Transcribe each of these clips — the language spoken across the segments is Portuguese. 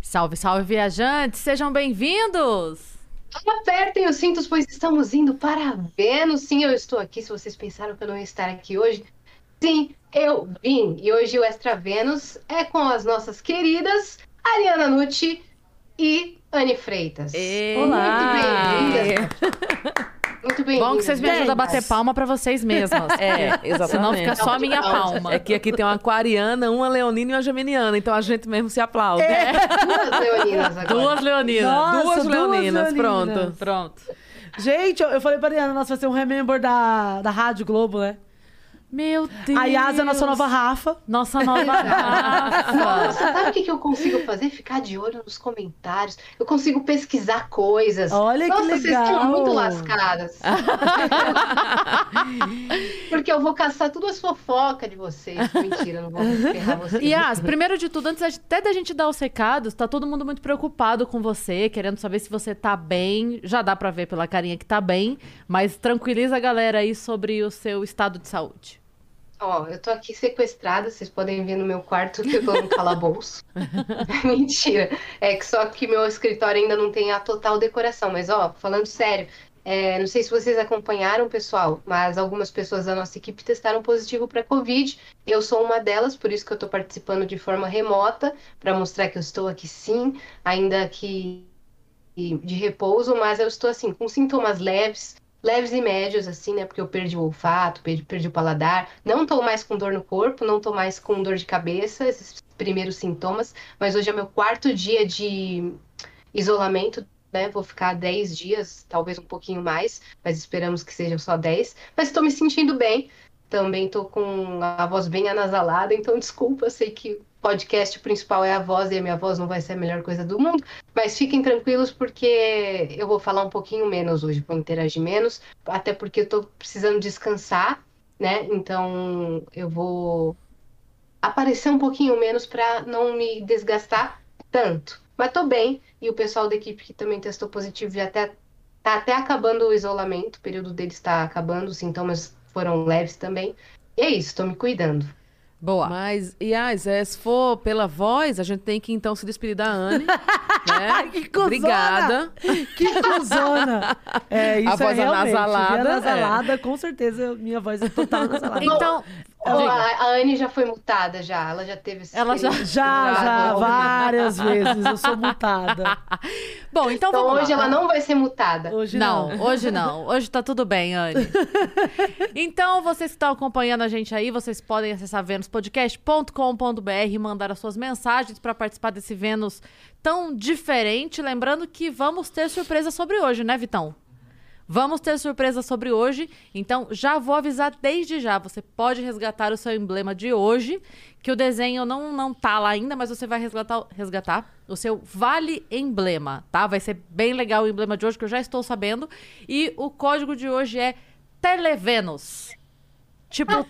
Salve, salve, viajantes! Sejam bem-vindos! Apertem os cintos, pois estamos indo para Vênus. Sim, eu estou aqui. Se vocês pensaram que eu não ia estar aqui hoje, sim, eu vim. E hoje o Extra Vênus é com as nossas queridas Ariana Nucci e Anne Freitas. Olá! Muito bem-vindas. Muito bem-vindas. Bom que vocês me ajudam a bater palma pra vocês mesmas. Exatamente. Senão fica só a minha palma. É que aqui tem uma aquariana, uma leonina e uma geminiana. Então a gente mesmo se aplaude. Duas leoninas agora. Duas leoninas. Nossa, Duas leoninas, leoninas. Pronto. Gente, eu falei pra Ariana, nossa, vai ser um remember da Rádio Globo, né? Meu Deus! A Yas é a nossa nova Rafa. Nossa nova Rafa. Nossa, sabe o que eu consigo fazer? Ficar de olho nos comentários. Eu consigo pesquisar coisas. Olha Nossa, que vocês legal. estão muito lascadas. Porque eu vou caçar tudo as fofocas de vocês. Mentira, não vou ferrar vocês. Yas, primeiro de tudo, antes até da gente dar os recados, tá todo mundo muito preocupado com você, querendo saber se você tá bem. Já dá pra ver pela carinha que tá bem, mas tranquiliza a galera aí sobre o seu estado de saúde. Ó, eu tô aqui sequestrada, vocês podem ver no meu quarto que eu tô no calabouço. Mentira. É que só que meu escritório ainda não tem a total decoração. Mas, ó, falando sério, não sei se vocês acompanharam, pessoal, mas algumas pessoas da nossa equipe testaram positivo para Covid. Eu sou uma delas, por isso que eu tô participando de forma remota, para mostrar que eu estou aqui sim, ainda que de repouso, mas eu estou assim, com sintomas leves e médios, assim, né? Porque eu perdi o olfato, perdi o paladar. Não tô mais com dor no corpo, não tô mais com dor de cabeça, esses primeiros sintomas. Mas hoje é meu 4º dia de isolamento, né? Vou ficar 10 dias, talvez um pouquinho mais, mas esperamos que sejam só 10. Mas estou me sentindo bem. Também tô com a voz bem anasalada, então desculpa, sei que o podcast principal é a voz e a minha voz não vai ser a melhor coisa do mundo, mas fiquem tranquilos porque eu vou falar um pouquinho menos hoje, vou interagir menos, até porque eu tô precisando descansar, né? Então eu vou aparecer um pouquinho menos para não me desgastar tanto. Mas tô bem, e o pessoal da equipe que também testou positivo já tá até acabando o isolamento, o período deles está acabando, os sintomas foram leves também. E é isso, tô me cuidando. Boa. Mas, Yas, se for pela voz, a gente tem que então se despedir da Anne. Né? Que cuzona! Obrigada. Que cuzona! Isso A voz realmente, anasalada, anasalada, com certeza minha voz é total anasalada. Então, A Anne já foi multada, já. Ela já teve esse Ela já- experiência. Já, várias vezes eu sou multada. bom, então Então vamos hoje lá. ela não vai ser multada. Hoje Não, hoje não. Hoje tá tudo bem, Anne. Então, vocês que estão acompanhando a gente aí, vocês podem acessar venuspodcast.com.br e mandar as suas mensagens para participar desse Vênus tão diferente. Lembrando que vamos ter surpresa sobre hoje, né, Vitão? Vamos ter surpresa sobre hoje, então já vou avisar desde já. Você pode resgatar o seu emblema de hoje, que o desenho não tá lá ainda, mas você vai resgatar o seu Vale Emblema, tá? Vai ser bem legal o emblema de hoje, que eu já estou sabendo. E o código de hoje é Televenus. Tipo,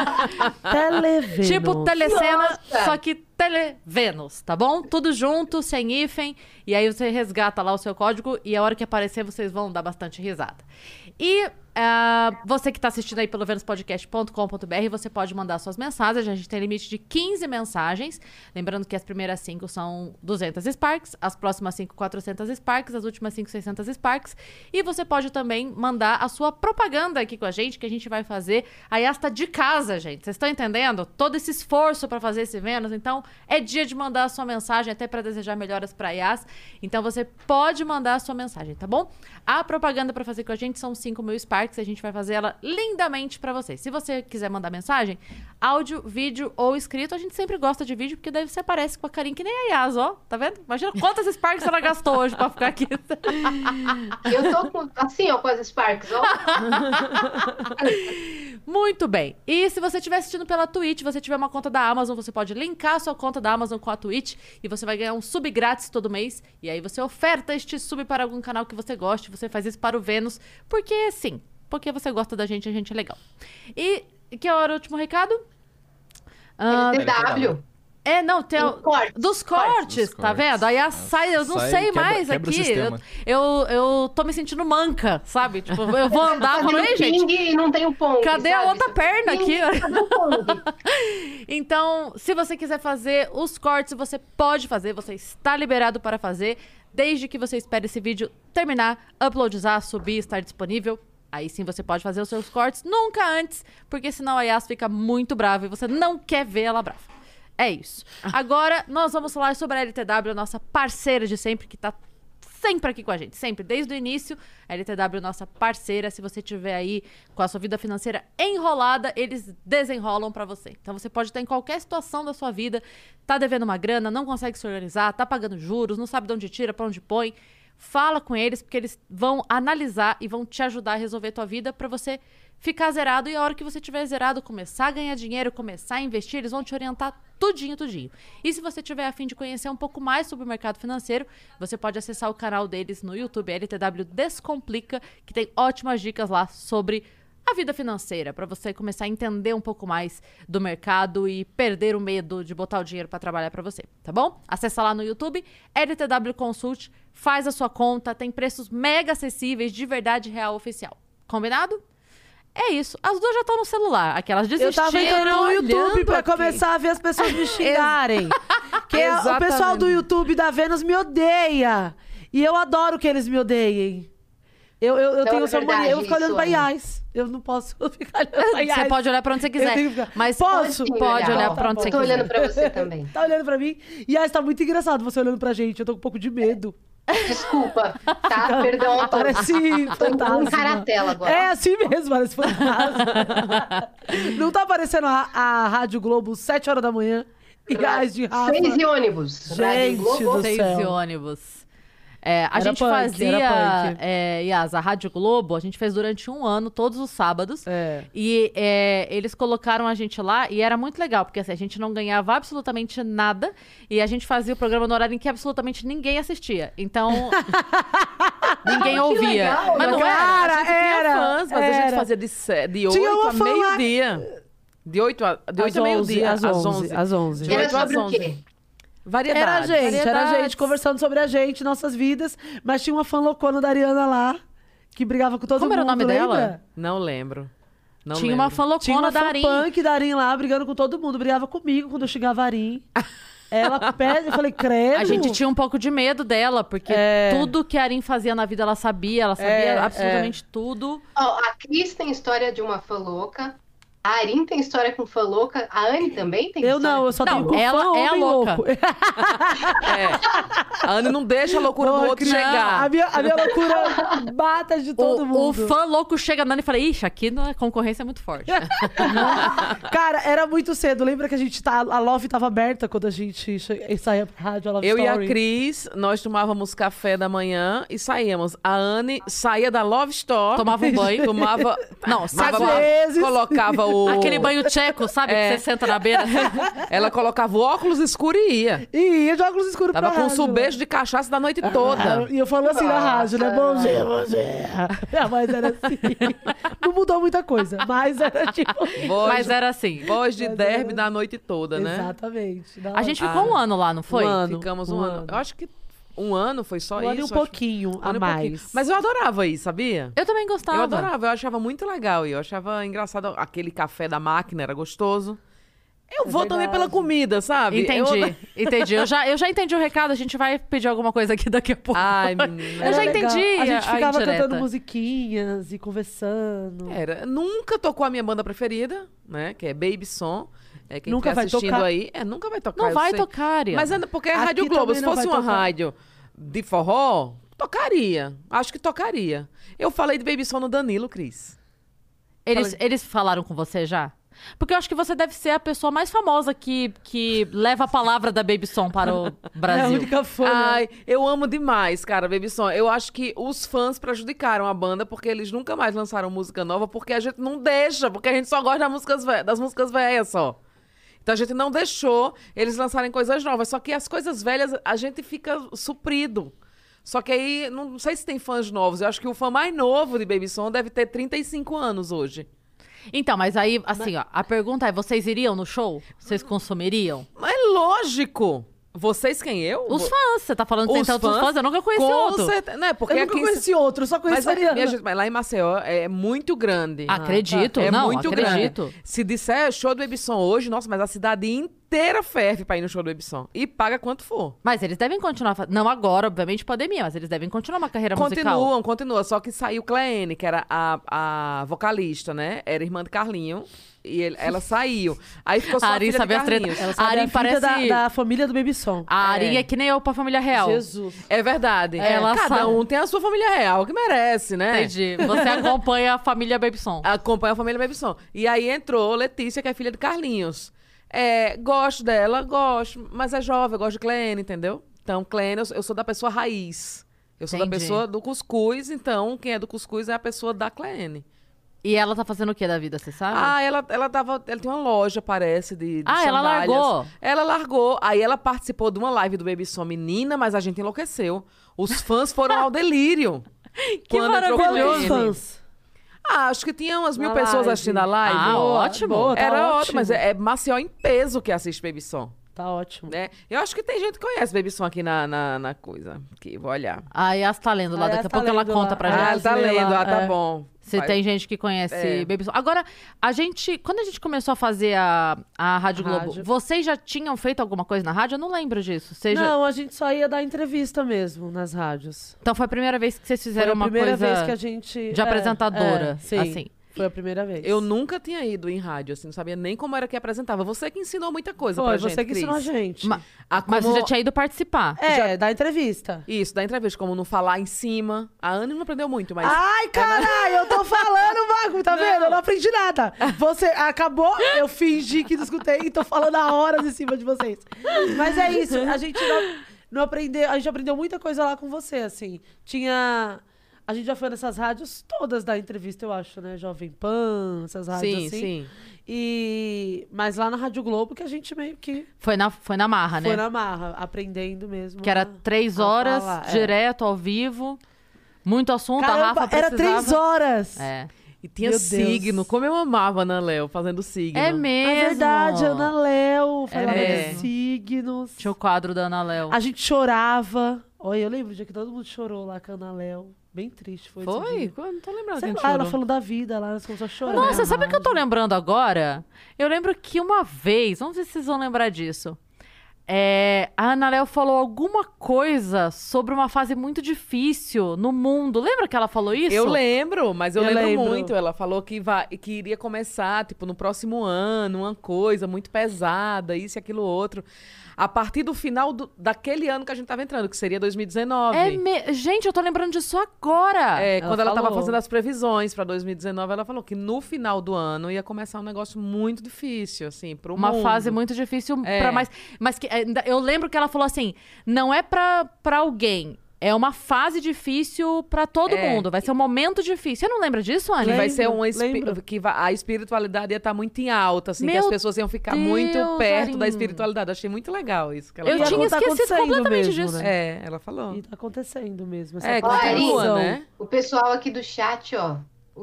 Televenus. tipo telecena, Nossa! só que Televenus, tá bom? Tudo junto, sem hífen. E aí você resgata lá o seu código e a hora que aparecer vocês vão dar bastante risada. E você que tá assistindo aí pelo venuspodcast.com.br, você pode mandar suas mensagens. A gente tem limite de 15 mensagens. Lembrando que as primeiras 5 são 200 Sparks, as próximas 5, 400 Sparks, as últimas 5, 600 Sparks. E você pode também mandar a sua propaganda aqui com a gente, que a gente vai fazer. A Yas tá de casa, gente. Vocês estão entendendo? Todo esse esforço pra fazer esse Vênus. Então, é dia de mandar a sua mensagem, até pra desejar melhoras pra Yas. Então, você pode mandar a sua mensagem, tá bom? A propaganda pra fazer com a gente são 5.000 Sparks. A gente vai fazer ela lindamente pra vocês. Se você quiser mandar mensagem, áudio, vídeo ou escrito, a gente sempre gosta de vídeo, porque daí você aparece com a carinha que nem a Yas, ó. Tá vendo? Imagina quantas Sparks ela gastou hoje pra ficar aqui. Eu tô com, assim, ó, com as Sparks, ó. Muito bem. E se você estiver assistindo pela Twitch, você tiver uma conta da Amazon, você pode linkar a sua conta da Amazon com a Twitch e você vai ganhar um sub grátis todo mês. E aí você oferta este sub para algum canal que você goste. Você faz isso para o Vênus, porque sim, porque você gosta da gente, a gente é legal. E que hora o último recado? LTW. Não, tem dos cortes, tá vendo? Aí sai, eu não sei mais quebra o aqui. sistema. Eu tô me sentindo manca, sabe? Tipo, eu vou andar e falo, ei, gente, e não tem o pong, cadê a sabe? outra perna aqui? Cadê o pong? Então, se você quiser fazer os cortes, você pode fazer, você está liberado para fazer, desde que você espere esse vídeo terminar, uploadizar, subir, estar disponível. Aí sim você pode fazer os seus cortes, nunca antes, porque senão a Yas fica muito brava e você não quer ver ela brava. É isso. Agora, nós vamos falar sobre a LTW, a nossa parceira de sempre, que tá sempre aqui com a gente, sempre, desde o início. A LTW, nossa parceira, se você tiver aí com a sua vida financeira enrolada, eles desenrolam pra você. Então você pode estar em qualquer situação da sua vida, tá devendo uma grana, não consegue se organizar, tá pagando juros, não sabe de onde tira, pra onde põe. Fala com eles, porque eles vão analisar e vão te ajudar a resolver a tua vida pra você ficar zerado. E a hora que você tiver zerado, começar a ganhar dinheiro, começar a investir, eles vão te orientar tudinho. E se você tiver a fim de conhecer um pouco mais sobre o mercado financeiro, você pode acessar o canal deles no YouTube, LTW Descomplica, que tem ótimas dicas lá sobre a vida financeira, para você começar a entender um pouco mais do mercado e perder o medo de botar o dinheiro para trabalhar para você, tá bom? Acessa lá no YouTube, LTW Consult, faz a sua conta, tem preços mega acessíveis, de verdade real oficial. Combinado? É isso. As duas já estão no celular. Aquelas Eu desistiram. tava entrando no YouTube olhando pra aqui. começar a ver as pessoas me xingarem. O pessoal Exatamente. do YouTube da Vênus me odeia. E eu adoro que eles me odeiem. Eu tenho essa mania. Eu vou ficar olhando pra Yas. Eu não posso ficar olhando pra Yas. Você pode olhar pra onde você Eu tenho quiser. que ficar- Mas Posso? Pode olhar pra onde você Eu tô quiser. olhando pra você também. Tá olhando pra mim? Yas, tá muito engraçado você olhando pra gente. Eu tô com um pouco de medo. Desculpa, tá? Perdão a todos. Parece Tô fantasma. encarar a tela agora. É assim mesmo, parece fantasma. Não tá aparecendo a Rádio Globo 7 horas da manhã e Yas de Rafa. 6 e ônibus. Gente Rádio Globo. do 6 céu. e ônibus. A Era gente punk, fazia, era punk. Yas, a Rádio Globo, a gente fez durante um ano, todos os sábados. É. E eles colocaram a gente lá e era muito legal, porque assim, a gente não ganhava absolutamente nada e a gente fazia o programa no horário em que absolutamente ninguém assistia. Então, ninguém ouvia. legal, Mas não cara. era. A gente tinha fãs, mas a gente fazia de Tinha 8 uma a fã lá- meio-dia. De 8 a meio-dia, às 11. Às 11. De Era 8 às sobre o 11. quê? Variedades. Era a gente Variedades. conversando sobre a gente, nossas vidas, mas tinha uma fã loucona da Ariana lá, que brigava com todo Como mundo, era o nome lembra? dela? Não lembro. Não Tinha lembro. uma fã Tinha uma loucona da fã Arim. punk da Arim lá, brigando com todo mundo, brigava comigo quando eu xingava a Arim. Ela pede, eu falei, credo. A gente tinha um pouco de medo dela, porque tudo que a Arim fazia na vida ela sabia absolutamente tudo. Ó, a Cris tem história de uma fã louca. A Arin tem história com fã louca. A Anne também tem Eu história? não, eu só Não, tenho com ela fã é a homem louca. louco. A Ana não deixa a loucura do Ô, outro Cris, chegar. A minha loucura bata de todo O mundo. fã louco chega andando e fala, ixi, aqui a concorrência é muito forte. Cara, era muito cedo. Lembra que a Love tava aberta quando a gente saía pra rádio, a Love Eu e a Story? Cris, nós tomávamos café da manhã e saíamos. A Anne saía da Love Store. Tomava um banho. Tomava... Não, sabe Às vezes. Colocava o... aquele banho tcheco, sabe? Que você senta na beira. Ela colocava o óculos escuro e ia. E ia de óculos escuros Tava pra com um rádio. subejo de cachaça da noite toda. E eu falo assim na rádio, né? Bom dia, bom dia. Minha voz era assim. Não mudou muita coisa, mas era tipo... Voz, Mas era assim. voz de derby da noite toda, né? Exatamente. A gente ficou um ano lá, não foi? Um ano. Ficamos um ano. Eu acho que um ano foi só Um isso. ano e um acho. pouquinho Um a ano e pouquinho. mais. Mas eu adorava ir, sabia? Eu também gostava. Eu adorava, eu achava muito legal. E eu achava engraçado aquele café da máquina, era gostoso. Eu vou também pela comida, sabe? Entendi. Eu já entendi o recado. A gente vai pedir alguma coisa aqui daqui a pouco. Ai, menina. Eu já Era legal. entendi A gente ficava indireta. cantando musiquinhas e conversando. Era. Nunca tocou a minha banda preferida, né? Que é Baby Som. É, quem Nunca estiver vai assistindo tocar. aí. Nunca vai tocar. Não eu vai sei. tocar, Ariana. Mas porque é Aqui Rádio Globo. também Se não fosse vai uma tocar. rádio de forró, tocaria. Acho que tocaria. Eu falei de Baby Som no Danilo, Cris. Eles falaram com você já? Porque eu acho que você deve ser a pessoa mais famosa que leva a palavra da Baby Som para o É a Brasil. única fã, né? Ai, eu amo demais, cara, Baby Som. Eu acho que os fãs prejudicaram a banda porque eles nunca mais lançaram música nova porque a gente não deixa, porque a gente só gosta das músicas velhas só. Então a gente não deixou eles lançarem coisas novas. Só que as coisas velhas a gente fica suprido. Só que aí, não sei se tem fãs novos. Eu acho que o fã mais novo de Baby Som deve ter 35 anos hoje. Então, mas aí, assim, ó, a pergunta é, vocês iriam no show? Vocês consumiriam? Mas Lógico! Vocês quem? Eu? Os fãs. Você tá falando sem tantos fãs? Eu nunca conheci com outro. certeza. Não, porque Eu nunca aqui... conheci outro, eu só conheci a Ariana. Minha gente, mas lá em Maceió é muito grande. Acredito. É não, muito acredito. grande. Se disser show do Baby Som hoje, nossa, mas a cidade inteira ferve pra ir no show do Baby Som. E paga quanto for. Mas eles devem continuar... Não agora, obviamente, pandemia, mas eles devem continuar uma carreira musical. Continua. Só que saiu Cleene, que era a vocalista, né? Era irmã de Carlinho. E ela saiu. Aí ficou só a filha de Carlinhos. Ela sabe Ari a filha parece- da família do Baby Som. A Ari é que nem eu pra família real. Jesus. É verdade. Ela Cada sabe. um tem a sua família real, que merece, né? Entendi. Você acompanha a família Baby Som. Acompanha a família Baby Som. E aí entrou Letícia, que é filha de Carlinhos. Gosto dela, gosto. Mas é jovem, eu gosto de Cleene, entendeu? Então, Cleene, eu sou da pessoa raiz. Eu sou da Entendi. pessoa do cuscuz, então quem é do cuscuz é a pessoa da Cleene. E ela tá fazendo o que da vida, você sabe? Ela tem uma loja, parece, de ela sandálias. largou? Ela largou. Aí ela participou de uma live do Baby Som. Menina, mas a gente enlouqueceu. Os fãs foram ao delírio. Que quando entrou maravilhoso. Cleene. Fãs. Acho que tinha umas 1000 Na pessoas live. assistindo a live. Ah, ótimo. Boa, tá Era ótimo. ótimo, mas é Maceió em peso que assiste Baby Som. Tá ótimo. Né? Eu acho que tem gente que conhece Baby Som aqui na coisa. Que vou olhar. A Yas tá lendo lá, A daqui Yas a tá pouco ela lendo conta lá. pra Ah, gente. Ela tá lê lendo, lá, tá é. bom. Se tem gente que conhece Baby Som. Agora, quando a gente começou a fazer a Rádio Globo, Rádio. vocês já tinham feito alguma coisa na rádio? Eu não lembro disso. Vocês já- Não, a gente só ia dar entrevista mesmo nas rádios. Então foi a primeira vez que vocês Foi fizeram a uma primeira coisa vez que a gente... de apresentadora, sim, assim. foi a primeira vez. Eu nunca tinha ido em rádio, assim, não sabia nem como era que apresentava. Você que ensinou muita coisa Foi, pra gente, você que ensinou a Cris. gente. Mas você já tinha ido participar. Da entrevista. Isso, da entrevista, como não falar em cima. A Anne não aprendeu muito, mas... Ai, caralho, eu tô falando, Marco, tá vendo? Eu não aprendi nada. Você acabou, eu fingi que não escutei e tô falando há horas em cima de vocês. Mas é isso, a gente não aprendeu, a gente aprendeu muita coisa lá com você, assim. A gente já foi nessas rádios todas da entrevista, eu acho, né? Jovem Pan, essas rádios sim, assim. sim. Mas lá na Rádio Globo que a gente meio que Foi na marra, né? foi na marra, aprendendo mesmo. Que era 3 horas, falar, direto, ao vivo. Muito assunto, a Caramba, Rafa era precisava... 3 horas. É. E tinha Meu Deus. signo. Como eu amava a Ana Léo fazendo signo. É mesmo. É verdade, Ana Léo, falava É. de signos. Tinha o quadro da Ana Léo. A gente chorava. Olha, eu lembro o dia que todo mundo chorou lá com a Ana Léo. Bem triste foi esse Foi? dia. Não tô lembrando Sei quem lá, chorou. ela falou da vida lá, nós começamos a chorar. Nossa, na sabe o que eu tô rádio. lembrando agora? Eu lembro que uma vez, vamos ver se vocês vão lembrar disso. A Ana Léo falou alguma coisa sobre uma fase muito difícil no mundo. Lembra que ela falou isso? Eu lembro, mas eu Eu lembro lembro. muito. Ela falou que iria começar, tipo, no próximo ano, uma coisa muito pesada, isso e aquilo outro. A partir do final daquele ano que a gente tava entrando, que seria 2019. Gente, eu tô lembrando disso agora. Quando ela tava falou. fazendo as previsões pra 2019, ela falou que no final do ano ia começar um negócio muito difícil, assim, pro Uma mundo. fase muito difícil É. pra mais. Mas que, eu lembro que ela falou assim: não é pra alguém. É uma fase difícil pra todo mundo. Vai ser um momento difícil. Você não lembra disso, Anne? Que vai Lembro, ser lembro. a espiritualidade ia estar muito em alta, assim, que Meu as pessoas iam ficar muito Deus, perto da Arin. espiritualidade. Achei muito legal isso que ela Eu E falou. tinha tá esquecido acontecendo completamente mesmo, disso. né? Ela falou. E tá acontecendo mesmo. É, Ó, Ari, continua, né? O pessoal aqui do chat, ó, o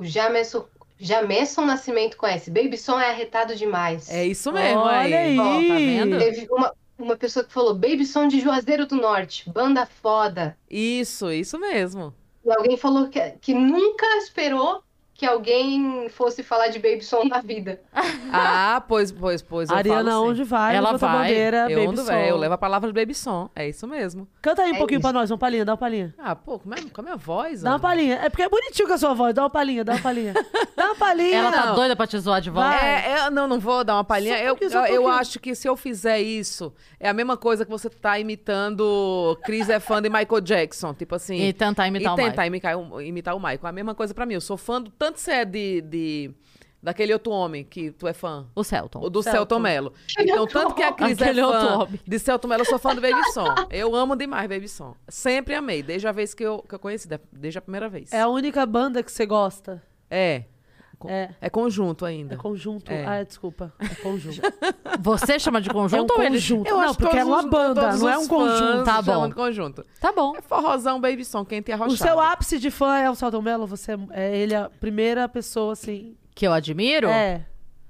Jamerson Nascimento conhece. Baby Som é arretado demais. É isso mesmo, Olha aí. Ó, tá vendo? Teve uma pessoa que falou Baby Som de Juazeiro do Norte, banda foda. Isso mesmo. E alguém falou que nunca esperou que alguém fosse falar de Baby Som na vida. Ah, pois eu Ariana, falo sim. onde vai? Ela levanta a vai. bandeira, Eu, Baby ando, Som. eu levo a palavra de Baby Som. É isso mesmo. Canta aí um É pouquinho isso. pra nós, uma palhinha, dá uma palhinha. Ah, pô, com a minha voz, Dá uma Ana. palhinha. É porque é bonitinho com a sua voz, dá uma palhinha, dá uma palhinha. Dá uma palhinha. Ela tá Não. doida pra te zoar de volta. Vai. Não vou dar uma palhinha. Só um Eu, pouquinho, só um eu pouquinho. acho que se eu fizer isso, é a mesma coisa que você tá imitando Chris é fã de Michael Jackson. Tipo assim. E tentar imitar o tentar imitar o Michael. É a mesma coisa pra mim. Eu sou fã do tanto você é daquele outro homem que tu é fã. O Celton. O do Celton. Celton Mello. Então, tanto que a Cris é Aquele outro fã homem. de Celton Mello, eu sou fã do Baby Som. Eu amo demais Baby Som. Sempre amei, desde a vez que eu conheci, desde a primeira vez. É a única banda que você gosta. É. É. É conjunto ainda. É conjunto. É. Ah, desculpa. É conjunto. Você chama de É um conjunto ou ele... conjunto. Eu Não, acho que porque é todos uma os- banda, todos não é os um conjunto. fãs Tá chamam bom. de conjunto. Tá bom. É forrozão Baby Som, quente e O arrochado. seu ápice de fã é o Celton Mello? Você ele é a primeira pessoa, assim... Que eu admiro?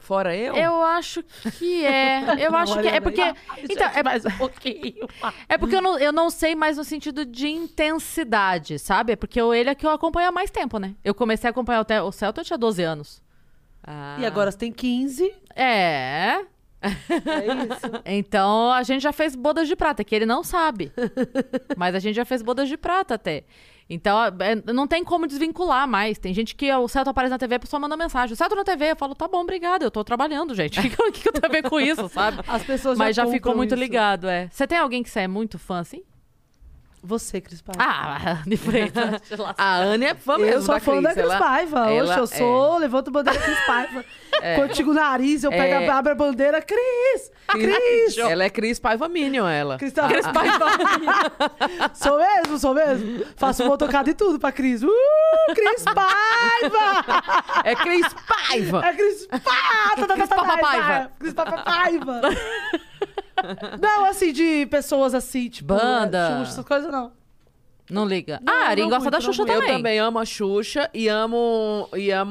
Fora eu? Eu acho que é. Eu acho que é porque. Então, é, mais um pouquinho. é porque eu não sei mais no sentido de intensidade, sabe? É porque ele é que eu acompanho há mais tempo, né? Eu comecei a acompanhar o Celton, eu tinha 12 anos. Ah. E agora você tem 15. É. É isso. Então a gente já fez bodas de prata, que ele não sabe. Mas a gente já fez bodas de prata até. Então não tem como desvincular mais. Tem gente que o Celton aparece na TV, a pessoa manda mensagem. O Celton na TV, eu falo, tá bom, obrigado, eu tô trabalhando, gente. O que eu tenho a ver com isso, sabe? As pessoas Mas já compram ficou muito isso. ligado, é. Você tem alguém que você é muito fã, assim? Você, Cris Paiva. Ah, de Freitas. A Anne é fã mesmo Eu sou fã da Cris Paiva. Oxe, eu sou, levanto bandeira Cris Paiva. Contigo nariz, eu pego, abro a bandeira, Cris! Cris! Ela é Cris Paiva Minion, ela. Cris Paiva. Sou mesmo. Faço motocada e tudo pra Cris. Cris Paiva! É Cris Paiva! É Cris Paiva! Cris Papa Paiva. Cris Papa Paiva! Não, assim, de pessoas assim, tipo... Banda. Xuxa, essas coisas não. Não liga. Não, A Arin não gosta muito, da não Xuxa muito. Eu também. também amo a Xuxa e amo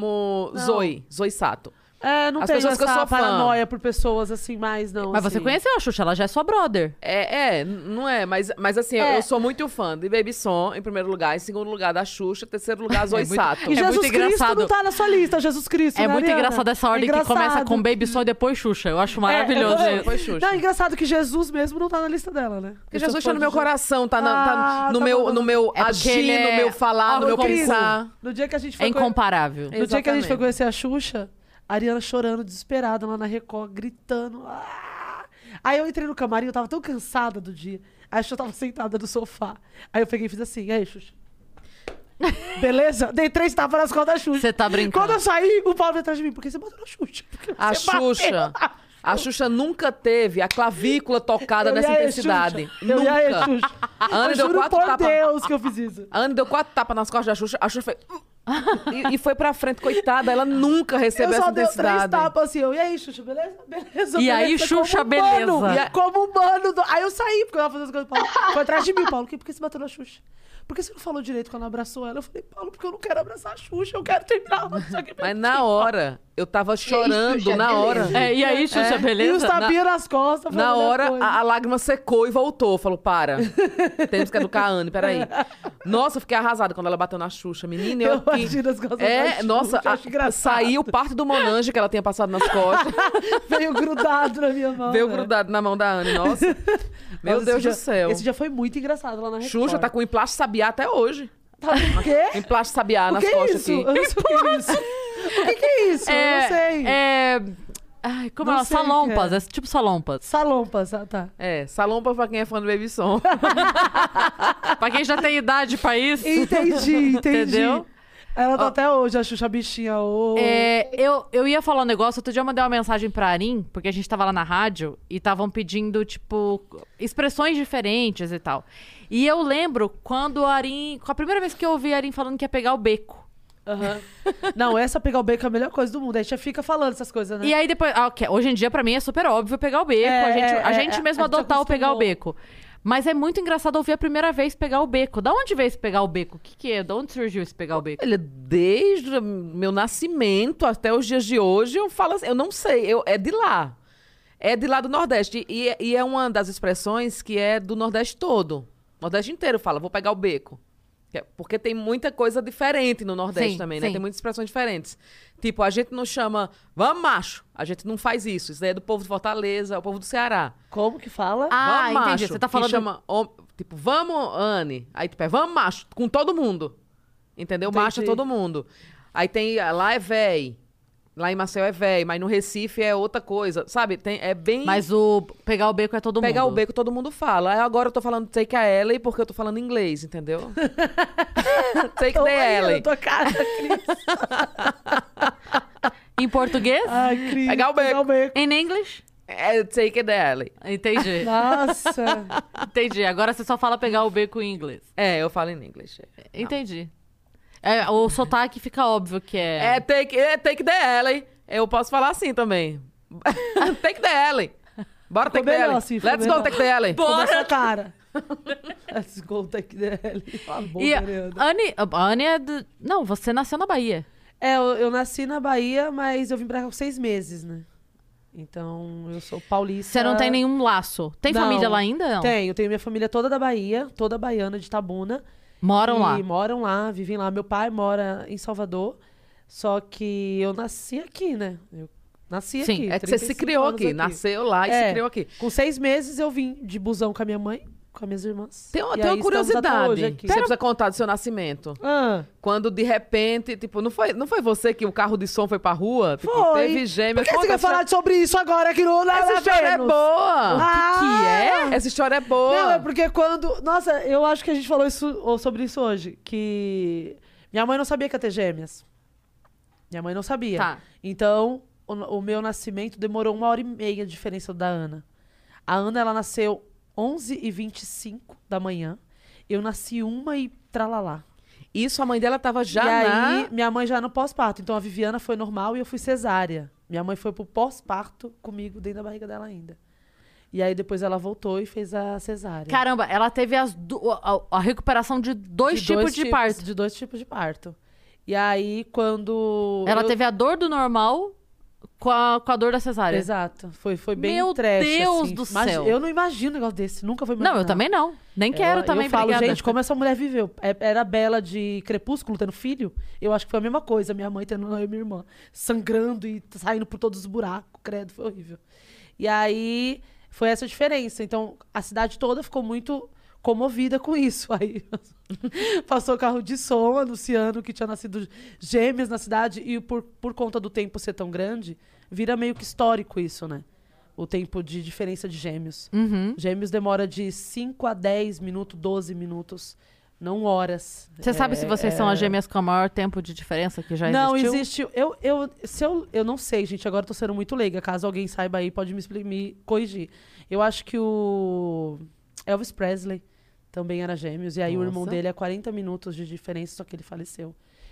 Zoe Sato. É, não As tenho pessoas que eu essa sou fã. paranoia por pessoas assim mais, não. Mas você assim. conheceu a Xuxa, ela já é sua brother. Não é, mas assim, eu sou muito fã de Baby Som, em primeiro lugar, em segundo lugar da Xuxa, terceiro lugar Zoe Sato. E É Jesus muito Cristo engraçado. não tá na sua lista, Jesus Cristo, É né, muito Ariana? engraçado essa ordem que começa com Baby Som e depois Xuxa. Eu acho maravilhoso isso. Depois Xuxa. Não, é engraçado que Jesus mesmo não tá na lista dela, né? Porque Jesus tá no meu coração, tá no tá meu, bom. no meu É porque agir, ele é no meu falar, no meu Cris, pensar. No dia que a gente É foi incomparável. No dia que a gente foi Exatamente. conhecer a Xuxa, a Ariana chorando, desesperada lá na Record, gritando. "Ah!" Aí eu entrei no camarim, eu tava tão cansada do dia. Aí a Xuxa tava sentada no sofá. Aí eu peguei e fiz assim, e aí, Xuxa? Beleza? Dei 3 tapas nas costas da Xuxa. Você tá brincando. Quando eu saí, o Paulo veio atrás de mim. Por que você bateu na Xuxa? Porque A você bateu Xuxa. na A Xuxa nunca teve a clavícula tocada Eu nessa e aí, intensidade. Xuxa? Eu e aí, Nunca. Xuxa? A Anne Eu deu juro 4 por tapas. Deus que eu fiz isso. A Anne deu 4 tapas nas costas da Xuxa. A Xuxa fez. E foi pra frente, coitada. Ela nunca Eu recebeu só essa dei 3 intensidade. tapas assim, eu, e aí, Xuxa, beleza? Beleza, E aí, beleza, Xuxa, como humano, beleza. Como humano. Aí eu saí, porque eu tava fazendo as coisas do Paulo. Foi atrás de mim, Paulo. Por que você bateu na Xuxa? Por que você não falou direito quando abraçou ela? Eu falei, Paulo, porque eu não quero abraçar a Xuxa, eu quero terminar. Mas na hora, eu tava chorando, Xuxa, na hora. beleza. É, e aí, Xuxa, E os beleza? tapinhas nas costas. foi a Na melhor hora, coisa. a lágrima secou e voltou. Falou, para. Temos que educar a Anne, peraí. Nossa, eu fiquei arrasada quando ela bateu na Xuxa. Menina, eu aqui... imagino as costas da Xuxa, nossa, eu acho engraçado. saiu parte do Monange que ela tinha passado nas costas. Veio grudado na minha mão. Veio né? grudado na mão da Anne, nossa. Meu Nossa, Deus esse do dia- céu. Esse dia foi muito engraçado lá na Record. Xuxa tá com emplasto sabiá até hoje. Tá com o quê? Emplasto sabiá O nas que é costas isso? aqui. Eu não sei o que é isso. O que é isso? Eu não sei. Ai, como Não é? sei o que Salompas, é. é tipo salompas. Salompas, tá. Salompa pra quem é fã do Baby Som. Pra quem já tem idade pra isso. Entendi. Entendeu? Ela tá Ó. até hoje, a Xuxa bichinha. Eu ia falar um negócio, outro dia eu mandei uma mensagem pra Arin, porque a gente tava lá na rádio e estavam pedindo, tipo, expressões diferentes e tal. E eu lembro quando a Arin, com a primeira vez que eu ouvi a Arin falando que ia pegar o beco. Aham. Não, essa pegar o beco é a melhor coisa do mundo. A gente já fica falando essas coisas, né? E aí depois, hoje em dia pra mim é super óbvio pegar o beco, a gente mesmo a gente adotar o pegar o acostumou. beco. Mas é muito engraçado ouvir a primeira vez pegar o beco. Da onde veio esse pegar o beco? O que é? Da onde surgiu esse pegar o beco? Ele, desde o meu nascimento até os dias de hoje, eu falo assim, eu não sei, é de lá. É de lá do Nordeste. E é uma das expressões que é do Nordeste todo. O Nordeste inteiro fala, vou pegar o beco. Porque tem muita coisa diferente no Nordeste Sim, também, né? sim. Tem muitas expressões diferentes. Tipo, a gente não chama, vamos macho. A gente não faz isso. Isso daí é do povo de Fortaleza, é o povo do Ceará. Como que fala? Ah, Vamos, entendi. macho, Você tá que falando... chama, tipo, vamos, Anne. Aí, tipo, vamos, macho, com todo mundo. Entendeu? Entendi. Macho é todo mundo. Aí tem, lá é véi. Lá em Maceió é véi, mas no Recife é outra coisa. Sabe? É bem... Mas o pegar o beco é todo mundo. Pegar o beco todo mundo fala. Aí agora eu tô falando take a Ellie porque eu tô falando inglês, entendeu? Take Tô the aí, Ellie. eu tô cara, Cris. Em português? Ai, Cris. Pegar o beco. Em English? É take the Ellie. Entendi. Nossa. Entendi. Agora você só fala pegar o beco em inglês. É, eu falo em inglês. Entendi. O sotaque fica óbvio que é... Take the Ellie. Eu posso falar assim também. Take the Ellie. Bora take the melhor Ellie. assim, ficou Let's go melhor. take the Ellie. Ficou na sua cara. Let's go take the L. Tá bom, E a Fernanda. Anne é do... Não, você nasceu na Bahia. Eu nasci na Bahia, mas eu vim pra cá com 6 meses, né? Então, eu sou paulista. Você não tem nenhum laço. Tem Não, família lá ainda? Não. Tenho minha família toda da Bahia, toda baiana de Itabuna. Moram lá. Moram lá, vivem lá. Meu pai mora em Salvador, só que eu nasci aqui, né? Eu nasci Sim, aqui. É que você se 35 criou anos aqui, nasceu lá e se criou aqui. Com 6 meses eu vim de busão com a minha mãe, com as minhas irmãs. Tem E uma aí estamos até curiosidade hoje que aqui. você precisa contar do seu nascimento. Ah, Quando, de repente, tipo, não foi você que o carro de som foi pra rua? Tipo, foi. teve gêmeas. Por que você quer falar sobre isso agora aqui no Essa história é boa! Ah, Essa história é boa! Não, é porque quando... Nossa, eu acho que a gente falou sobre isso hoje. Que minha mãe não sabia que ia ter gêmeas. Minha mãe não sabia. Tá. Então, o meu nascimento demorou 1h30 de diferença da Ana. A Ana, ela nasceu 11h25 da manhã. Eu nasci 1 e tralalá. Isso, a mãe dela tava já e na... aí, minha mãe já no pós-parto. Então, a Viviana foi normal e eu fui cesárea. Minha mãe foi pro pós-parto comigo dentro da barriga dela ainda. E aí, depois ela voltou e fez a cesárea. Caramba, ela teve a recuperação de dois tipos de parto. De 2 tipos de parto. E aí, quando... Ela teve a dor do normal com a dor da cesárea. Exato. Foi bem Meu trash, Deus assim. do céu. Eu não imagino um negócio desse. Nunca vou imaginar. Não, eu também não. Nem quero também, Eu falo, obrigada. gente, como essa mulher viveu? Era a Bela de Crepúsculo tendo filho? Eu acho que foi a mesma coisa. Minha mãe tendo eu e minha irmã. Sangrando e saindo por todos os buracos. Credo, foi horrível. E aí, foi essa a diferença. Então, a cidade toda ficou muito comovida com isso. Aí, passou carro de som anunciando que tinha nascido gêmeas na cidade. E por conta do tempo ser tão grande, vira meio que histórico isso, né? O tempo de diferença de gêmeos. Uhum. Gêmeos demora de 5 a 10 minutos, 12 minutos, não horas. Você sabe se vocês são as gêmeas com o maior tempo de diferença que já existiu? Não, existe. Eu não sei, gente. Agora eu tô sendo muito leiga. Caso alguém saiba aí, pode me corrigir. Eu acho que o Elvis Presley também era gêmeos. E aí o irmão Nossa. dele é 40 minutos de diferença, só que ele faleceu.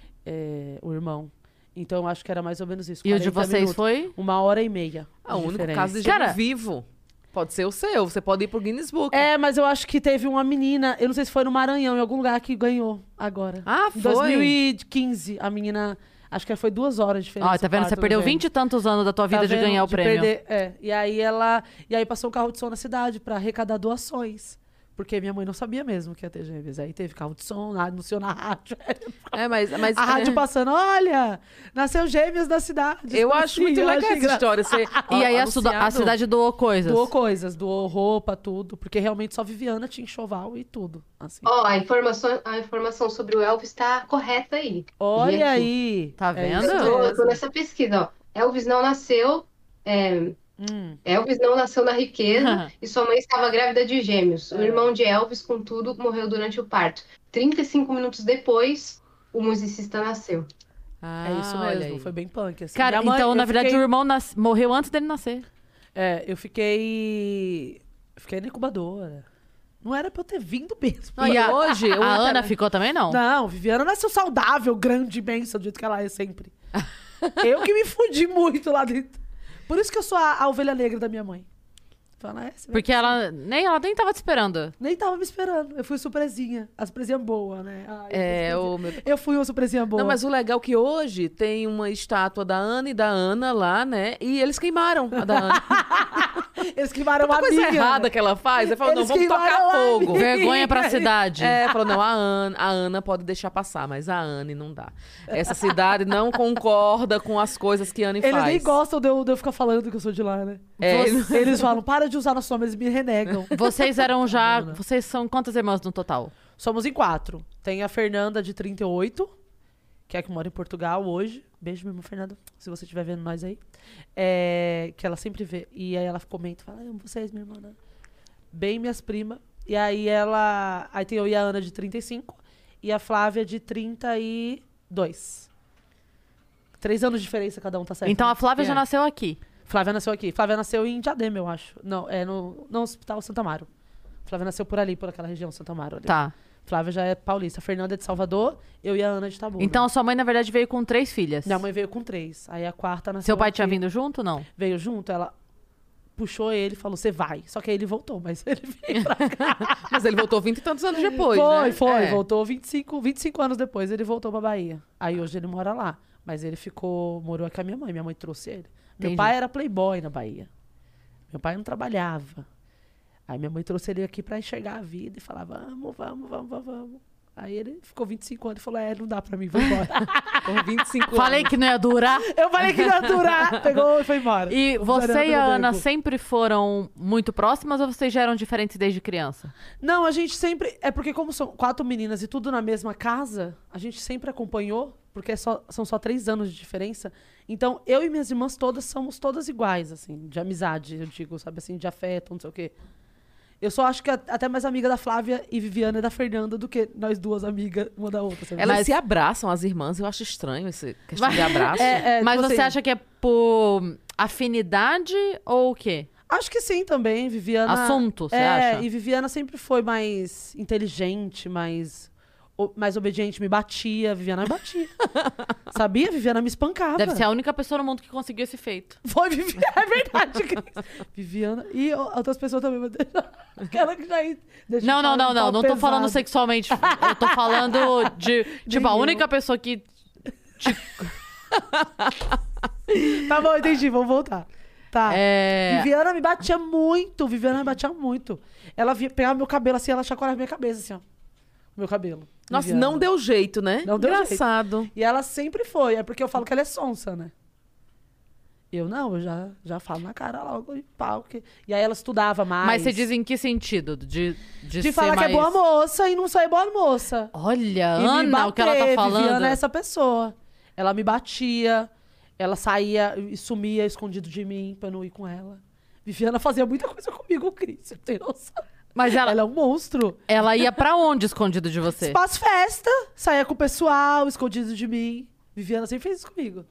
O irmão. Então eu acho que era mais ou menos isso. E o de 40 vocês minutos. foi? 1h30. O único diferença. caso de gêmeo Cara- vivo pode ser o seu. Você pode ir pro Guinness Book. Mas eu acho que teve uma menina, eu não sei se foi no Maranhão, em algum lugar que ganhou agora. Ah, Em foi? 2015, a menina, acho que foi 2 horas de diferença. Ó, tá vendo? Você parto perdeu dos 20 e tantos anos da tua gêmeos. vida Tá de vendo? ganhar o prêmio. E aí passou um carro de som na cidade pra arrecadar doações. Porque minha mãe não sabia mesmo que ia ter gêmeos. Aí teve carro de som, anunciou na rádio. Mas A rádio passando, olha, nasceu gêmeos na cidade. eu acho muito legal essa história. Você, E aí a anunciado. cidade doou coisas. Doou coisas, doou roupa, tudo. Porque realmente só Viviana tinha enxoval e tudo. Assim. Ó, a informação sobre o Elvis tá correta aí. Vi Olha aqui. aí. Tá É vendo? isso Eu tô mesmo. nessa pesquisa, ó. Elvis não nasceu. Elvis não nasceu na riqueza e sua mãe estava grávida de gêmeos. O irmão de Elvis, contudo, morreu durante o parto. 35 minutos depois, o musicista nasceu. É isso olha mesmo, aí. foi bem punk. Assim. Cara, Minha mãe, então, na eu verdade, fiquei- o irmão morreu antes dele nascer. eu fiquei na incubadora. Não era pra eu ter vindo mesmo. Não, e a, hoje, a Ana ficou também, não? Não, Viviana nasceu saudável, grande, imensa, do jeito que ela é sempre. Eu que me fudi muito lá dentro. Por isso que eu sou a ovelha negra da minha mãe. Fala, você vai- Porque ela nem tava te esperando. Nem tava me esperando. Eu fui surpresinha. A surpresinha boa, né? meu... Eu fui uma surpresinha boa. Não, mas o legal é que hoje tem uma estátua da Ana e da Ana lá, né? E eles queimaram a da Ana. Eles queimaram Tanta uma coisa minha. errada que ela faz. Aí falou, não, Eles vamos tocar queimaram a fogo. minha. Vergonha pra cidade. Falou, não, a Ana pode deixar passar, mas a Anne não dá. Essa cidade não concorda com as coisas que a Anne Eles faz. nem gostam de eu ficar falando que eu sou de lá, né? Eles falam, para de usar nosso nome, eles me renegam. Vocês eram já... Vocês são quantas irmãs no total? Somos em 4. Tem a Fernanda, de 38, que é a que mora em Portugal hoje. Beijo, minha irmã Fernanda, se você estiver vendo nós aí. Que ela sempre vê. E aí ela comenta, fala, amo vocês, minha irmã. Né? Bem minhas primas. E aí ela... Aí tem eu e a Ana, de 35. E a Flávia, de 32. 3 anos de diferença, cada um tá certo. Então né? a Flávia já nasceu aqui. Flávia nasceu aqui. Flávia nasceu em Diadema, eu acho. Não, no Hospital Santa Amaro. Flávia nasceu por ali, por aquela região, Santa Amaro. Ali. Tá. Flávia já é paulista. A Fernanda é de Salvador, eu e a Ana de Itabuna. Então a sua mãe, na verdade, veio com 3 filhas. Minha mãe veio com 3. Aí a quarta nasceu Seu pai aqui. tinha vindo junto, não? Veio junto, ela puxou ele e falou, você vai. Só que aí ele voltou, mas ele veio pra cá. Mas ele voltou 20 e tantos anos depois, né? Foi. É. Voltou 25 anos depois, ele voltou pra Bahia. Aí hoje ele mora lá. Mas ele morou aqui com a minha mãe. Minha mãe trouxe ele. Meu Entendi. pai era playboy na Bahia. Meu pai não trabalhava. Aí minha mãe trouxe ele aqui pra enxergar a vida e falava, vamos. Aí ele ficou 25 anos e falou, não dá pra mim, vou embora. Por 25 anos. Falei que não ia durar. Eu falei que ia durar, pegou e foi embora. E O você Zé e a Ana Branco. sempre foram muito próximas ou vocês já eram diferentes desde criança? Não, a gente sempre... É porque como são 4 meninas e tudo na mesma casa, a gente sempre acompanhou, porque são só 3 anos de diferença. Então, eu e minhas irmãs somos todas iguais, assim, de amizade, eu digo, sabe assim, de afeto, não sei o quê. Eu só acho que até mais amiga da Flávia e Viviana e da Fernanda do que nós duas amigas uma da outra. Sabe? Elas se abraçam, as irmãs. Eu acho estranho essa questão de abraço. Mas tipo você assim, acha que é por afinidade ou o quê? Acho que sim também, Viviana... Assunto, você acha? E Viviana sempre foi mais inteligente, mais obediente, me batia. Viviana me batia. Sabia? Viviana me espancava. Deve ser a única pessoa no mundo que conseguiu esse feito. Foi Viviana, é verdade, Cris. Viviana e outras pessoas também. Mas aquela que já deixa Não, o pau não tô pesado. falando sexualmente. Eu tô falando de, tipo, a Nem única pessoa que... Tá bom, entendi, vamos voltar. Tá. Viviana me batia muito. Ela pegava meu cabelo assim, ela chacoalhava minha cabeça assim, ó. Meu cabelo. Nossa, Viviana. não deu jeito, né? Não deu Engraçado. E ela sempre foi. É porque eu falo que ela é sonsa, né? Eu já falo na cara logo de pau. E aí ela estudava mais. Mas você diz em que sentido? De ser falar mais... que é boa moça e não ser boa moça. Olha, E me Ana, o que ela tá bater, falando. Viviana é essa pessoa. Ela me batia, ela saía e sumia escondido de mim pra eu não ir com ela. Viviana fazia muita coisa comigo, Cris, você tem noção. Mas Ela é um monstro. ela ia pra onde escondido de você? Espaço festa, saía com o pessoal, escondido de mim. Viviana sempre fez isso comigo.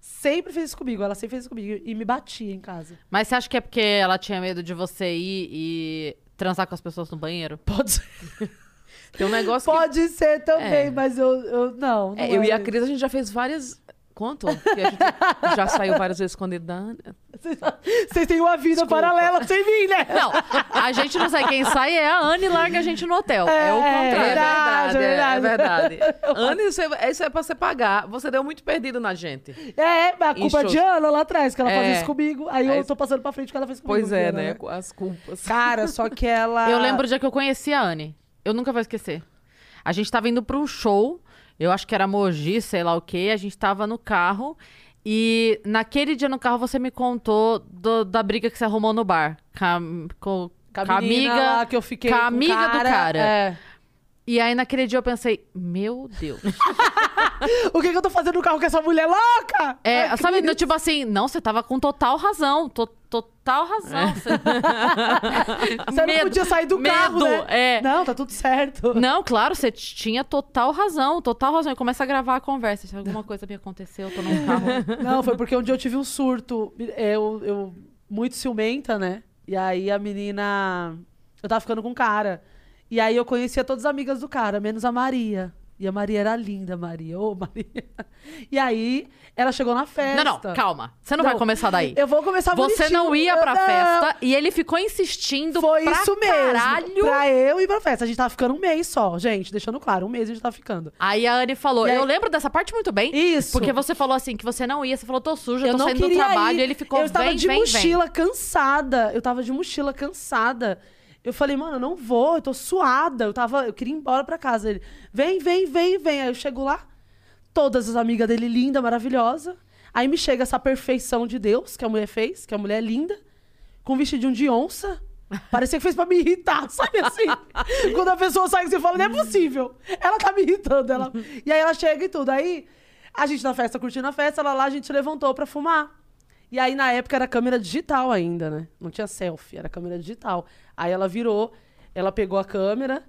Ela sempre fez isso comigo. E me batia em casa. Mas você acha que é porque ela tinha medo de você ir e transar com as pessoas no banheiro? Pode ser. Tem um negócio que... Pode ser também, mas eu não. eu e a era Cris, a gente já fez várias... Quanto? Que a gente já saiu várias vezes escondido da Ana. Vocês têm uma vida paralela sem mim, né? Não, a gente não sabe quem sai, é a Ana e larga a gente no hotel. É o contrário. É verdade. Ana, isso é pra você pagar. Você deu muito perdido na gente. A culpa é de Ana lá atrás, que ela fazia isso comigo. Aí Aí- eu tô passando pra frente que ela fez comigo. Pois é, Viviana, né? As culpas. Cara, só que ela... Eu lembro o dia que eu conheci a Anne. Eu nunca vou esquecer. A gente tava indo pra um show, eu acho que era Mogi, sei lá o quê. A gente tava no carro e naquele dia no carro você me contou da briga que você arrumou no bar. Com a menina amiga, lá que eu fiquei com a com o amiga do cara. É. E aí naquele dia eu pensei, meu Deus. O que eu tô fazendo no carro com essa mulher louca? É, Ai, sabe, Cris. tipo assim, não, você tava com total razão. Total razão. Você não podia sair do carro, né? é. Não, tá tudo certo. Não, claro, você tinha total razão, total razão. E começa a gravar a conversa. Se alguma coisa me aconteceu, eu tô num carro. Não, foi porque um dia eu tive um surto. Eu muito ciumenta, né? E aí a menina... Eu tava ficando com um cara. E aí eu conhecia todas as amigas do cara, menos a Maria. E a Maria era linda, Maria. Ô, Maria. E aí, ela chegou na festa. Não, calma. Você não vai começar daí. Eu vou começar Você bonitinho. não ia pra Não. festa e ele ficou insistindo Foi pra isso mesmo. caralho. Pra eu ir pra festa. A gente tava ficando um mês só, gente. Deixando claro, um mês a gente tava ficando. Aí a Anne falou, E aí- eu lembro dessa parte muito bem. Isso. Porque você falou assim, que você não ia. Você falou, tô suja, Eu tô não saindo do queria trabalho. ir. E ele ficou, Eu estava vem, de vem, mochila cansada. Eu tava de mochila cansada. Eu falei, mano, eu não vou, eu tô suada. Eu queria ir embora pra casa. Ele, vem. Aí eu chego lá, todas as amigas dele, linda, maravilhosa. Aí me chega essa perfeição de Deus que a mulher fez, que a mulher é linda, com um vestidinho de onça. Parecia que fez pra me irritar, sabe assim? Quando a pessoa sai e você fala, não é possível. Ela tá me irritando. E aí ela chega e tudo. Aí a gente na festa, curtindo a festa, ela lá, a gente levantou pra fumar. E aí, na época, era câmera digital ainda, né? Não tinha selfie, era câmera digital. Aí ela virou, ela pegou a câmera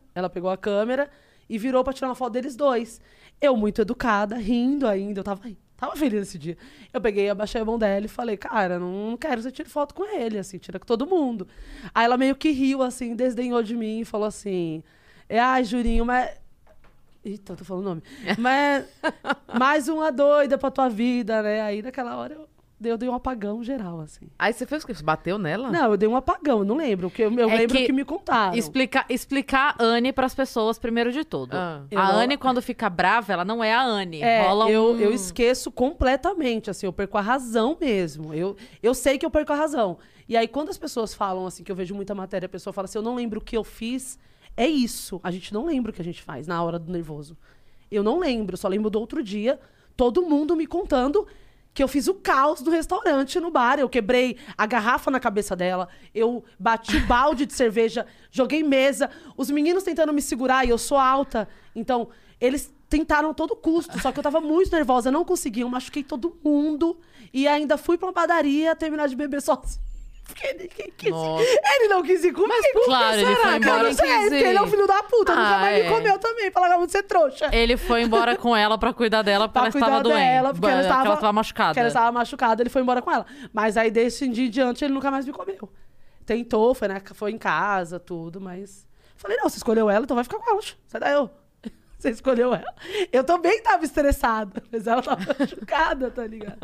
e virou pra tirar uma foto deles dois. Eu, muito educada, rindo ainda, eu tava feliz esse dia. Eu peguei, abaixei a mão dela e falei, cara, não quero que você tire foto com ele, assim, tira com todo mundo. Aí ela meio que riu, assim, desdenhou de mim e falou assim, ai, Jurinho, mas... Eita, eu tô falando o nome. Mas mais uma doida pra tua vida, né? Aí naquela hora eu eu dei um apagão geral, assim. Aí você fez o quê? Você bateu nela? Não, eu dei um apagão, eu não lembro. Eu lembro que me contaram. Explicar a Anne pras pessoas, primeiro de tudo. A Anne, quando fica brava, ela não é a Anne. Eu esqueço completamente, assim, eu perco a razão mesmo. Eu sei que eu perco a razão. E aí, quando as pessoas falam, assim, que eu vejo muita matéria, a pessoa fala assim, eu não lembro o que eu fiz, é isso. A gente não lembra o que a gente faz na hora do nervoso. Eu não lembro, só lembro do outro dia, todo mundo me contando que eu fiz o caos do restaurante no bar. Eu quebrei a garrafa na cabeça dela, eu bati o balde de cerveja, joguei mesa, os meninos tentando me segurar e eu sou alta. Então, eles tentaram a todo custo, só que eu tava muito nervosa, não conseguia, eu machuquei todo mundo e ainda fui pra uma padaria terminar de beber sozinho. Porque ele não quis ir comigo. Mas claro, ele foi embora. Eu não sei, porque ele é um filho da puta. Nunca mais me comeu também, pra largar muito ser trouxa. Ele foi embora com ela pra cuidar dela, porque ela estava doente. Porque ela estava machucada. Porque ela estava machucada, ele foi embora com ela. Mas aí, desse dia em diante, ele nunca mais me comeu. Tentou, foi em casa, tudo, mas... Falei, não, você escolheu ela, então vai ficar com ela. Sai daí, Você escolheu ela. Eu também tava estressada, mas ela tava machucada, tá ligado?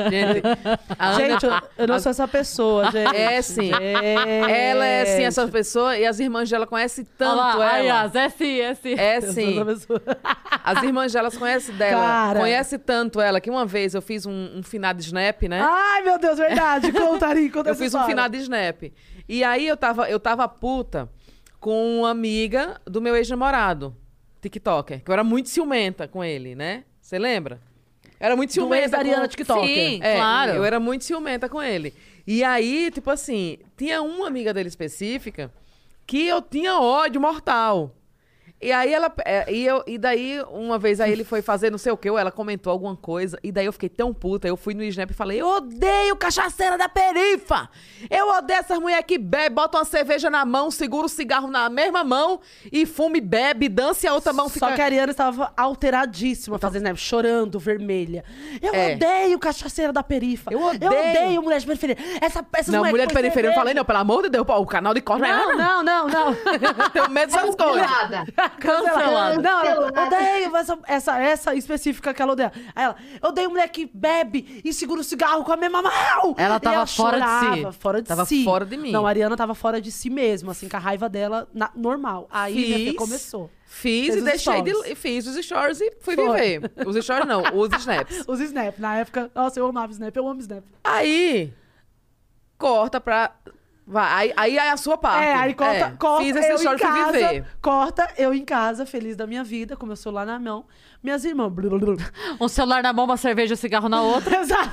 Gente, eu não sou essa pessoa, gente. É sim. Ela é sim essa pessoa e as irmãs dela conhecem tanto ela. Aliás, é sim. É sim. As irmãs delas conhecem dela. Cara. Conhece tanto ela que uma vez eu fiz um finado Snap, né? Ai, meu Deus, verdade. Conta aí, Eu fiz um finado Snap. E aí eu tava puta com uma amiga do meu ex-namorado. TikToker, que eu era muito ciumenta com ele, né? Você lembra? Era muito ciumenta da Ariana TikToker. Sim, claro. Eu era muito ciumenta com ele. E aí, tipo assim, tinha uma amiga dele específica que eu tinha ódio mortal. E aí e daí, uma vez aí ele foi fazer não sei o quê, ou ela comentou alguma coisa, e daí eu fiquei tão puta, eu fui no Snap e falei, eu odeio cachaceira da perifa! Eu odeio essas mulheres que bebem, botam uma cerveja na mão, segura o cigarro na mesma mão, e fuma e bebe, dança e a outra mão fica... Só que a Ariana estava alteradíssima, fazendo Snap, chorando, vermelha. Eu odeio cachaceira da perifa. Eu odeio mulher de periferia. Essas não, mulher de periferia, eu falei, não, pelo amor de Deus, o canal de corte não. Tenho medo dessas coisas. Cancelado. Não, eu odeio essa específica que ela odeia. Aí ela, eu odeio mulher que bebe e segura o cigarro com a mesma mão. Ela tava fora de si. Fora de tava si. Fora de mim. Não, a Ariana tava fora de si mesmo, assim, com a raiva dela normal. Aí minha filha começou. Fiz e deixei fiz os stories e fui viver. Os stories não, os snaps. Os snaps. Na época, nossa, eu amava Snap, eu amo Snap. Aí, corta pra... Vai, aí é a sua parte. Aí corta fiz esse eu story em casa, fui viver. Corta, eu em casa, feliz da minha vida, com meu celular na mão. Minhas irmãs... Um celular na mão, uma cerveja e um cigarro na outra. Exato.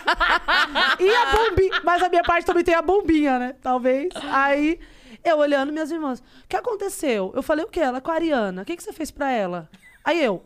E a bombinha. Mas a minha parte também tem a bombinha, né? Talvez. Aí, eu olhando, minhas irmãs... O que aconteceu? Eu falei, o quê? Ela com a Ariana. O que você fez pra ela? Aí eu?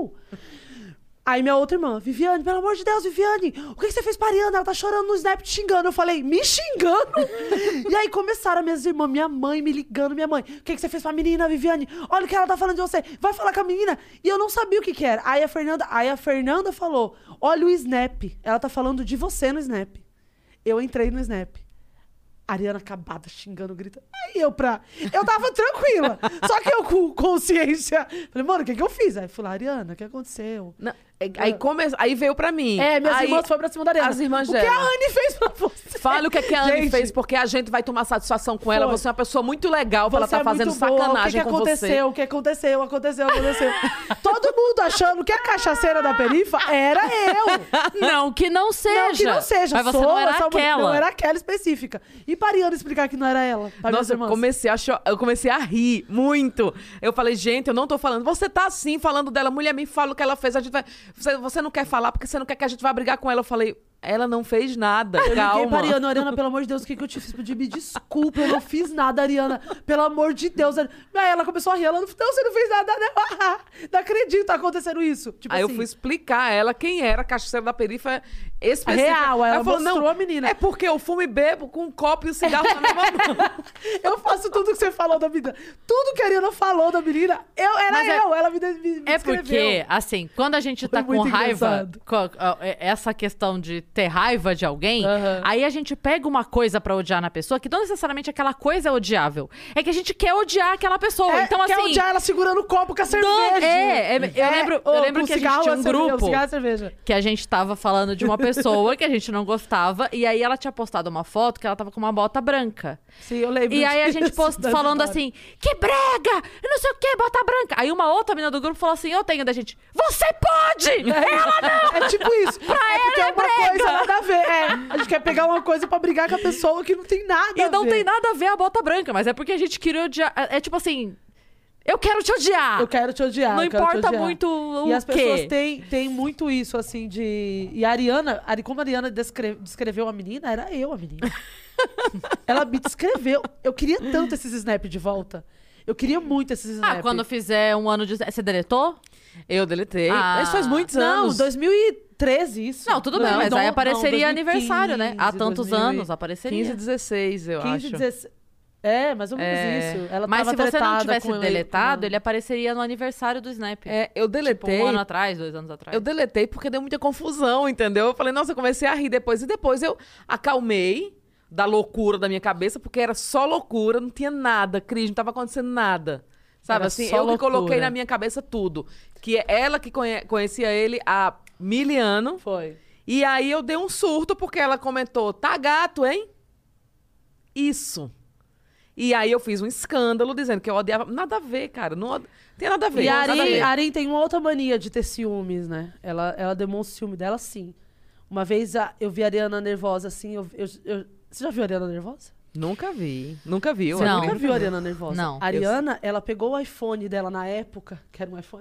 Aí minha outra irmã, Viviane, pelo amor de Deus, Viviane, o que você fez pra Ariana? Ela tá chorando no Snap te xingando. Eu falei, me xingando? E aí começaram minhas irmãs, minha mãe me ligando, minha mãe, o que você fez pra menina, Viviane? Olha o que ela tá falando de você, vai falar com a menina. E eu não sabia o que era. Aí a Fernanda falou, olha o Snap, ela tá falando de você no Snap. Eu entrei no Snap. Ariana acabada, xingando, gritando. Aí eu tava tranquila. Só que eu com consciência. Falei, mano, o que eu fiz? Aí eu falei, Ariana, o que aconteceu? Não, aí veio pra mim. Minhas irmãs foram pra cima da Ariana. As irmãs dela. O que a Anne fez pra você? Fala o que a Anne fez, porque a gente vai tomar satisfação com ela. Você é uma pessoa muito legal pra ela tá fazendo sacanagem com você. O que aconteceu? Todo mundo achando que a cachaceira da perifa era eu. Não, que não seja. Não, que não seja. Mas você não era aquela. Não era aquela específica. E pra Ariana explicar que não era ela. Nossa, eu comecei a rir muito. Eu falei, gente, eu não tô falando. Você tá assim, falando dela. Mulher, me fala o que ela fez. A gente vai... Você não quer falar porque você não quer que a gente vá brigar com ela. Eu falei... Ela não fez nada, calma. Eu liguei pra Ariana, pelo amor de Deus, o que eu te fiz? Me desculpa, eu não fiz nada, Ariana. Pelo amor de Deus. Aí ela começou a rir, ela não, você não fez nada, não. Não acredito que tá acontecendo isso. Tipo aí assim, eu fui explicar a ela quem era a cachaceira da perifa específica. Real, ela falou, mostrou não, a menina. É porque eu fumo e bebo com um copo e um cigarro na mesma mão. Eu faço tudo que você falou da menina. Tudo que a Ariana falou da menina, ela me É porque, assim, quando a gente tá com raiva, essa questão de ter raiva de alguém, aí a gente pega uma coisa pra odiar na pessoa, que não necessariamente aquela coisa é odiável. É que a gente quer odiar aquela pessoa. Então, quer assim... odiar ela segurando o copo com a cerveja. Eu lembro que a gente tinha um grupo cerveja. que a gente tava falando de uma pessoa que a gente não gostava, e aí ela tinha postado uma foto que ela tava com uma bota branca. Sim, eu lembro. E aí a gente falando assim, que brega, não sei o que, bota branca. Aí uma outra menina do grupo falou assim, eu tenho, da gente, você pode! Ela não! É tipo isso. Pra porque ela é uma coisa nada a ver. A gente quer pegar uma coisa pra brigar com a pessoa que não tem nada a ver. E não tem nada a ver a bota branca, mas é porque a gente queria odiar. É tipo assim, eu quero te odiar. Eu quero te odiar. Não eu quero te importa odiar. muito o E as quê. pessoas têm muito isso, assim, de... E a Ariana, como a Ariana descreveu a menina, era eu a menina. Ela me descreveu. Eu queria tanto esses snaps de volta. Eu queria muito esses snaps. Quando fizer um ano de... Você deletou? Eu deletei. Ah. Mas faz muitos Não, anos. 2013 isso. Não, tudo bem, mas aí apareceria 2015, aniversário, né? Há tantos 2000 anos apareceria. 15, 16, eu 15, acho. 16... mais ou menos isso. Ela Mas tava se você não tretada tivesse com deletado, ele apareceria no aniversário do Snap. Eu deletei. Tipo, 1 ano atrás, 2 anos atrás. Eu deletei porque deu muita confusão, entendeu? Eu falei, nossa, eu comecei a rir depois. E depois eu acalmei da loucura da minha cabeça, porque era só loucura, não tinha nada, Cris, não tava acontecendo nada. Sabe Era assim? só Eu que loucura. coloquei na minha cabeça tudo. Que é ela que conhecia ele há 1000 anos. Foi. E aí eu dei um surto porque ela comentou, tá gato, hein? Isso. E aí eu fiz um escândalo dizendo que eu odiava. Nada a ver, cara. Não tem nada a ver. E a nada a ver. Arin tem uma outra mania de ter ciúmes, né? Ela demonstra o ciúme dela, sim. Uma vez eu vi a Ariana nervosa, assim. Você já viu a Ariana nervosa? Nunca vi. Nunca vi. Eu Não. Nunca viu a Ariana nervosa? Não. A Ariana, ela pegou o iPhone dela na época, que era um iPhone.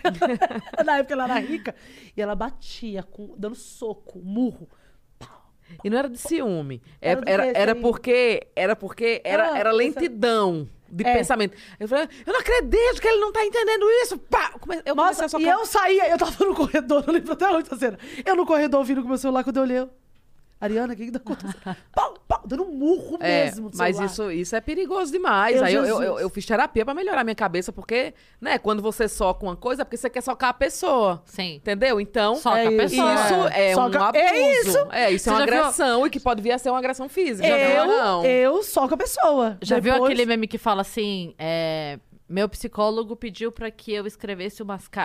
Na época ela era rica. E ela batia, dando soco, murro. E não era de ciúme. Era do quê, Era assim? porque era lentidão de pensamento. Eu falei, eu não acredito que ele não tá entendendo isso. Pá! Eu comecei Nossa, a socar. e eu saía, eu tava no corredor, eu lembro até hoje essa cena. Eu no corredor ouvindo com o meu celular, quando eu olhei, Ariana, o que tá acontecendo? Pau, pau, dando um murro mesmo do Mas celular. isso é perigoso demais. Meu Aí eu Jesus. fiz terapia pra melhorar minha cabeça, porque, né, quando você soca uma coisa, é porque você quer socar a pessoa. Sim. Entendeu? Então, Soca a pessoa. isso é Soca- um abuso. É isso. Isso é Você uma já viu- agressão e que pode vir a ser uma agressão física. Não. Eu soco a pessoa. Já viu Depois- aquele meme que fala assim, meu psicólogo pediu pra que eu escrevesse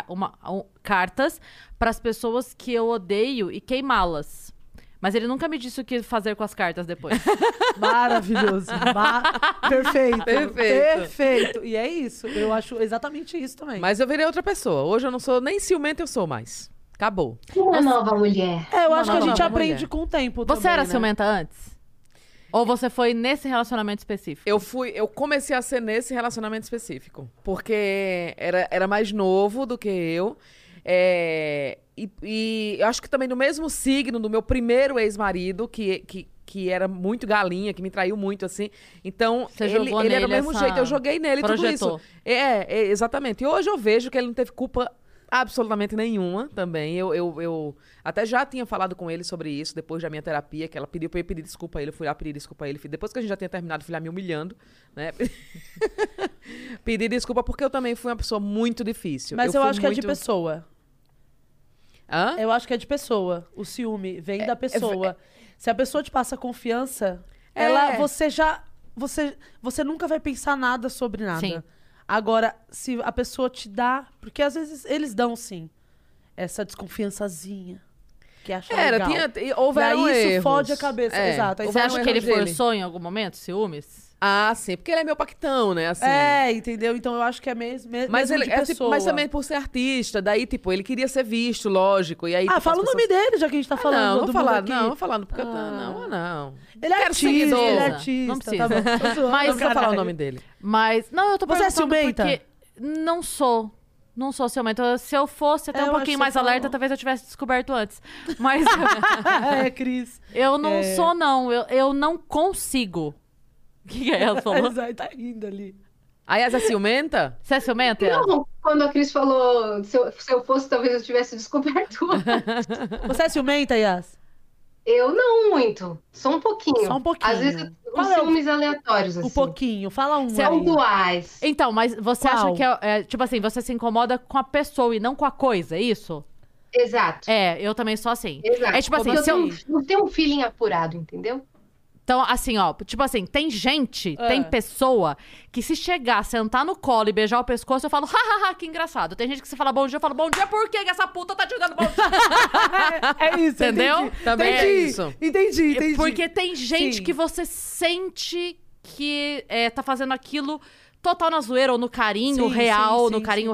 cartas pras pessoas que eu odeio e queimá-las. Mas ele nunca me disse o que fazer com as cartas depois. Maravilhoso. Perfeito. Perfeito. Perfeito. E é isso. Eu acho exatamente isso também. Mas eu virei outra pessoa. Hoje eu não sou nem ciumenta, eu sou mais. Acabou. Uma nova mulher. eu acho que a gente não, aprende mulher. com o tempo Você também, era né? ciumenta antes? Ou você foi nesse relacionamento específico? Eu comecei a ser nesse relacionamento específico. Porque era mais novo do que eu. E eu acho que também no mesmo signo do meu primeiro ex-marido, que era muito galinha, que me traiu muito, assim. Então, Você ele jogou era do nele mesmo essa- jeito. Eu joguei nele Projetou. tudo isso. Exatamente. E hoje eu vejo que ele não teve culpa absolutamente nenhuma também. Eu até já tinha falado com ele sobre isso depois da minha terapia, que ela pediu pra eu pedir desculpa a ele. Eu fui lá pedir desculpa a ele. Depois que a gente já tinha terminado, fui lá me humilhando, né? Pedir desculpa porque eu também fui uma pessoa muito difícil. Mas eu fui acho que é de muito- pessoa. Hã? Eu acho que é de pessoa. O ciúme vem da pessoa. Se a pessoa te passa confiança, você nunca vai pensar nada sobre nada. Sim. Agora, se a pessoa te dá... Porque às vezes eles dão, sim, essa desconfiançazinha. Que acha legal. Houveram E aí isso erros. fode a cabeça. Exato. Aí Você houveram acha que ele erros dele. forçou em algum momento ciúmes? Ah, sim, porque ele é meu pactão, né? Assim. Entendeu? Então eu acho que é mesmo Mas, mesmo ele, de tipo, pessoa. mas também por ser artista, daí, tipo, ele queria ser visto, lógico. E aí, tipo, fala o as nome pessoas- dele, já que a gente tá falando Não, do vou falar, mundo aqui. não, vou falar, porque não. Ele é Quero artista, seguidor. ele é Não artista. precisa. Tá bom. Tô zoando, Mas, Não precisa falar o caralho. nome dele. Mas, não, eu tô Você é perguntando ciumenta? porque não sou. Não sou ciumenta. Se eu fosse até Eu um acho pouquinho que mais você alerta, falou. talvez eu tivesse descoberto antes. Mas Cris. eu não sou, não. Eu não consigo. O que ela falou? Tá rindo ali. A Yas é ciumenta? Você é ciumenta? Yas? Não, quando a Cris falou, se eu fosse, talvez eu tivesse descoberto. Você é ciumenta, Yas? Eu não muito, só um pouquinho. Só um pouquinho. Às vezes, Qual uns é o- ciúmes aleatórios, assim. Um pouquinho. Fala um São aí. duais. Então, mas você Qual? acha que tipo assim, você se incomoda com a pessoa e não com a coisa, é isso? Exato. Eu também sou assim. Exato. É tipo assim, Porque se eu... não tem um feeling apurado, entendeu? Então, assim, ó, tipo assim, tem gente, tem pessoa que se chegar, sentar no colo e beijar o pescoço, eu falo, hahaha, que engraçado. Tem gente que você fala bom dia, eu falo bom dia, por que essa puta tá te dando bom dia? É isso, Entendeu? Entendi. Também é isso. Entendi. Porque tem gente Sim. que você sente que tá fazendo aquilo total na zoeira, ou no carinho real,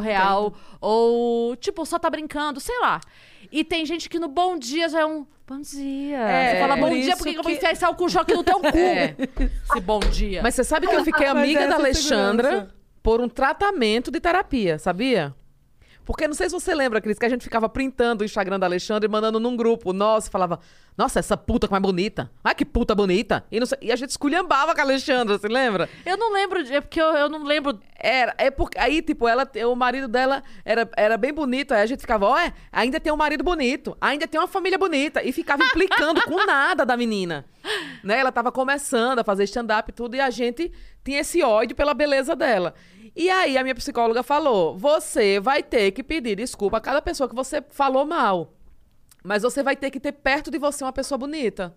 ou, tipo, só tá brincando, sei lá. E tem gente que no bom dia já é um... Bom dia. Você fala bom dia, por que eu vou enfiar esse álcool aqui no teu cu? Esse bom dia. Mas você sabe que eu fiquei Mas amiga da essa Alexandra segurança. por um tratamento de terapia, sabia? Porque não sei se você lembra, Cris, que a gente ficava printando o Instagram da Alexandra e mandando num grupo nosso, falava, nossa, essa puta como é bonita. Ai, que puta bonita. E a gente esculhambava com a Alexandra, você lembra? Eu não lembro, é porque eu não lembro... Porque aí, tipo, o marido dela era bem bonito, aí a gente ficava, ainda tem um marido bonito, ainda tem uma família bonita, e ficava implicando com nada da menina. Né? Ela tava começando a fazer stand-up e tudo, e a gente tinha esse ódio pela beleza dela. E aí a minha psicóloga falou, você vai ter que pedir desculpa a cada pessoa que você falou mal, mas você vai ter que ter perto de você uma pessoa bonita.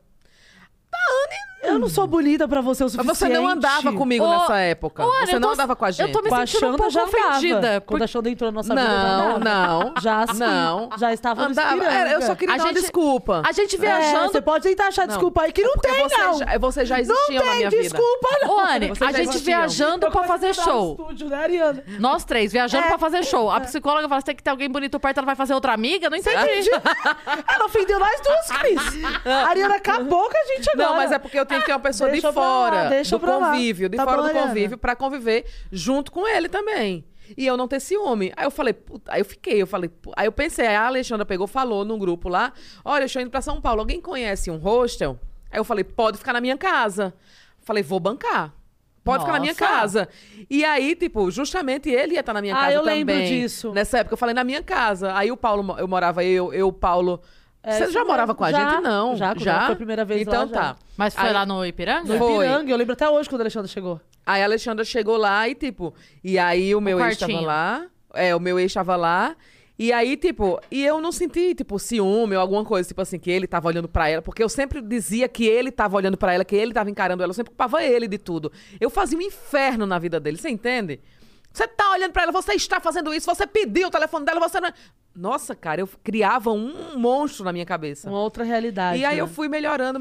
Eu não sou bonita pra você o Mas suficiente. você não andava comigo nessa época. Olha, Você eu não tô- andava com a gente. eu tô me Com a sentindo um Xanda pouco já andava. ofendida. Quando a Xanda entrou na nossa vida, já Não, andava. não. Já sim. Não. Já estava no Andava. Espiranga. Eu só queria A dar uma gente- desculpa. A gente É, viajando... você pode tentar achar desculpa aí, que não Porque tem, não. Você já existia Não na tem minha vida. desculpa, não. Ô, Anne, Vocês a já gente existiam. viajando pra fazer show. Estúdio, né, Ariana? Nós três, viajando pra fazer show. A psicóloga fala, você tem que ter alguém bonito perto, ela vai fazer outra amiga? Não entendi. Ela ofendeu nós duas, Cris. A Ariana acabou com a gente agora. Não, mas é porque eu tenho que ter uma pessoa de Deixa pra lá, fora deixa do pra lá. convívio, de Tá fora bom, do Ariana. convívio, pra conviver junto com ele também. E eu não ter ciúme. Aí eu falei, puta, aí eu pensei, aí a Alexandra pegou, falou num grupo lá, olha, eu estou indo pra São Paulo, alguém conhece um hostel? Aí eu falei, pode ficar na minha casa. Falei, vou bancar. Pode ficar na minha Nossa. casa. E aí, tipo, justamente ele ia estar na minha casa eu também. lembro disso. Nessa época, eu falei, na minha casa. Aí o Paulo, o Paulo... Você isso já morava mesmo. com a Já, gente? Não. já, quando foi a primeira vez Então lá, já. tá. Mas foi Aí- lá no Ipiranga? No Foi. Ipiranga, eu lembro até hoje quando a Alexandra chegou. Aí a Alexandra chegou lá e, tipo... E aí o meu ex estava quartinho. lá. O meu ex estava lá. E aí, tipo... E eu não senti, tipo, ciúme ou alguma coisa, tipo assim, que ele tava olhando pra ela. Porque eu sempre dizia que ele tava olhando pra ela, que ele tava encarando ela. Eu sempre culpava ele de tudo. Eu fazia um inferno na vida dele, você entende? Você tá olhando pra ela, você está fazendo isso, você pediu o telefone dela, você não... Nossa, cara, eu criava um monstro na minha cabeça. Uma outra realidade. E aí né? eu fui melhorando.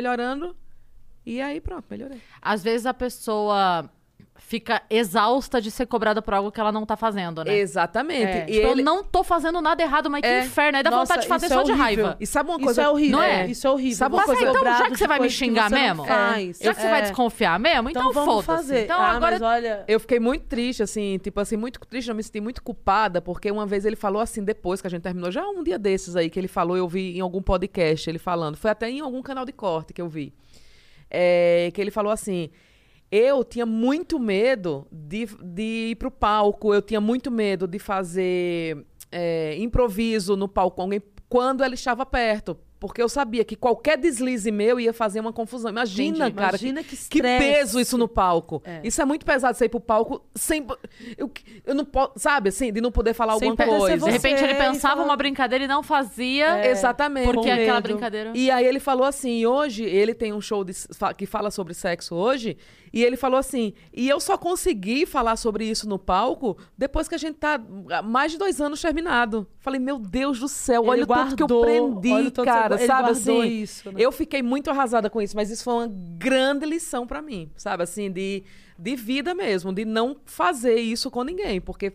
E aí, pronto, melhorei. Às vezes a pessoa fica exausta de ser cobrada por algo que ela não tá fazendo, né? Exatamente. É. E Tipo, ele... eu não tô fazendo nada errado, mas que inferno. Aí dá Nossa, vontade de fazer isso só é de horrível. raiva. E sabe uma Isso coisa... é horrível. Não é? Isso é horrível. Sabe uma Mas coisa- então, já cobrado que você de vai me coisas que xingar você não mesmo, faz. já que você vai desconfiar mesmo, então vamos foda-se. fazer. Então agora... agora... mas olha... Eu fiquei muito triste, assim, tipo assim, muito triste, eu me senti muito culpada, porque uma vez ele falou assim, depois que a gente terminou, já um dia desses aí, que ele falou, eu vi em algum podcast ele falando, foi até em algum canal de corte que eu vi, que ele falou assim, eu tinha muito medo de ir pro palco, eu tinha muito medo de fazer improviso no palco com alguém quando ela estava perto. Porque eu sabia que qualquer deslize meu ia fazer uma confusão. Imagina, Entendi. cara, Imagina que que estresse. peso isso no palco. É. Isso é muito pesado, você ir pro palco sem... Eu não posso, sabe, assim, de não poder falar Sem alguma poder ser coisa. De repente você ele pensava fala- uma brincadeira e não fazia. Exatamente. Porque com aquela medo. brincadeira... E aí ele falou assim, hoje, ele tem um show que fala sobre sexo hoje, e ele falou assim, e eu só consegui falar sobre isso no palco depois que a gente tá há mais de 2 anos terminado. Falei, meu Deus do céu, Ele olha o tanto que eu guardou, aprendi, olha o tanto que cara, ele sabe guardou assim? isso, né? Eu fiquei muito arrasada com isso, mas isso foi uma grande lição pra mim, sabe, assim, de vida mesmo, de não fazer isso com ninguém, porque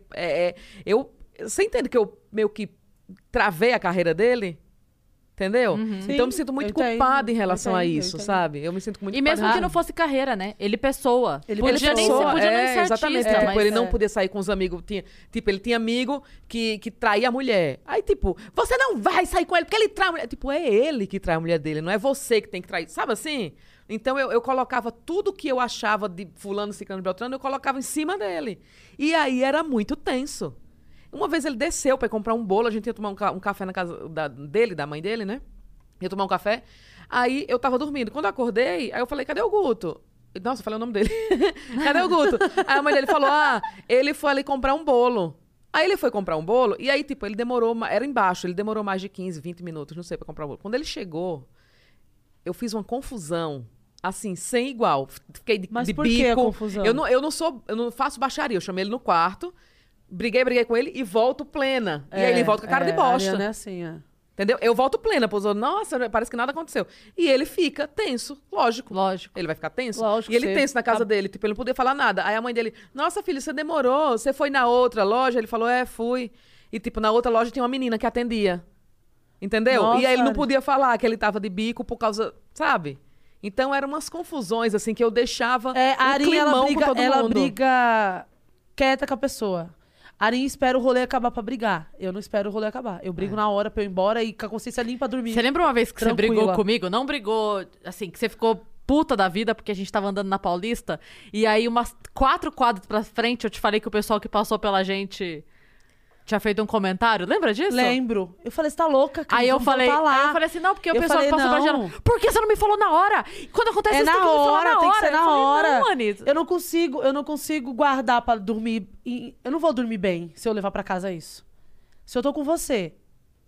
você entende que eu meio que travei a carreira dele? Entendeu? Então eu me sinto muito eu entendo, culpada em eu relação a entendo, eu isso, entendo. sabe? Eu me sinto muito E mesmo culpada. que não fosse carreira, né? Ele pessoa. Ele podia nem ser, pessoa, podia nem ser exatamente. artista, Tipo, mas... ele não podia sair com os amigos. Tipo, ele tinha amigo que traía a mulher. Aí, tipo, você não vai sair com ele porque ele trai a mulher. Tipo, é ele que trai a mulher dele, não é você que tem que trair. Sabe assim? Então eu colocava tudo que eu achava de fulano, ciclano, beltrano, eu colocava em cima dele. E aí era muito tenso. Uma vez ele desceu pra ir comprar um bolo, a gente ia tomar um café na casa da mãe dele, né? Ia tomar um café. Aí eu tava dormindo. Quando eu acordei, aí eu falei, cadê o Guto? Nossa, eu falei o nome dele. Cadê o Guto? Aí a mãe dele falou, ele foi ali comprar um bolo. Aí ele foi comprar um bolo, e aí, tipo, ele demorou... Era embaixo, ele demorou mais de 15, 20 minutos, não sei, pra comprar o bolo. Quando ele chegou, eu fiz uma confusão, assim, sem igual. Fiquei de Mas de por bico. que a confusão? Eu não faço baixaria. Eu chamei ele no quarto, briguei com ele e volto plena. E aí ele volta com a cara de A bosta. Ariana é assim, Entendeu? Eu volto plena, pros outros, nossa, parece que nada aconteceu. E ele fica tenso, lógico. Lógico. Ele vai ficar tenso? Lógico, E ele você tenso na casa dele, tipo, ele não podia falar nada. Aí a mãe dele, nossa, filho, você demorou, você foi na outra loja? Ele falou, fui. E, tipo, na outra loja tinha uma menina que atendia. Entendeu? Nossa, e aí ele não Ari. podia falar que ele tava de bico por causa, sabe? Então eram umas confusões, assim, que eu deixava A Ari, climão com todo ela mundo. briga quieta com a pessoa. A Ari espera o rolê acabar pra brigar. Eu não espero o rolê acabar. Eu brigo na hora pra eu ir embora e com a consciência limpa dormir. Você lembra uma vez que Tranquila. você brigou comigo? Não brigou, assim, que você ficou puta da vida porque a gente tava andando na Paulista e aí umas 4 quadras pra frente eu te falei que o pessoal que passou pela gente tinha feito um comentário. Lembra disso? Lembro. Eu falei, você tá louca, Cris? Aí eu Vamos falei, voltar lá. aí eu falei assim, não, porque o Eu pessoal que falei, passou pela não. gente... Por que você não me falou na hora? E quando acontece É isso, na tem que me falar hora, na tem que hora. ser na Eu falei, hora. não, Anis. Eu não consigo guardar pra dormir. Eu não vou dormir bem se eu levar pra casa isso. Se eu tô com você.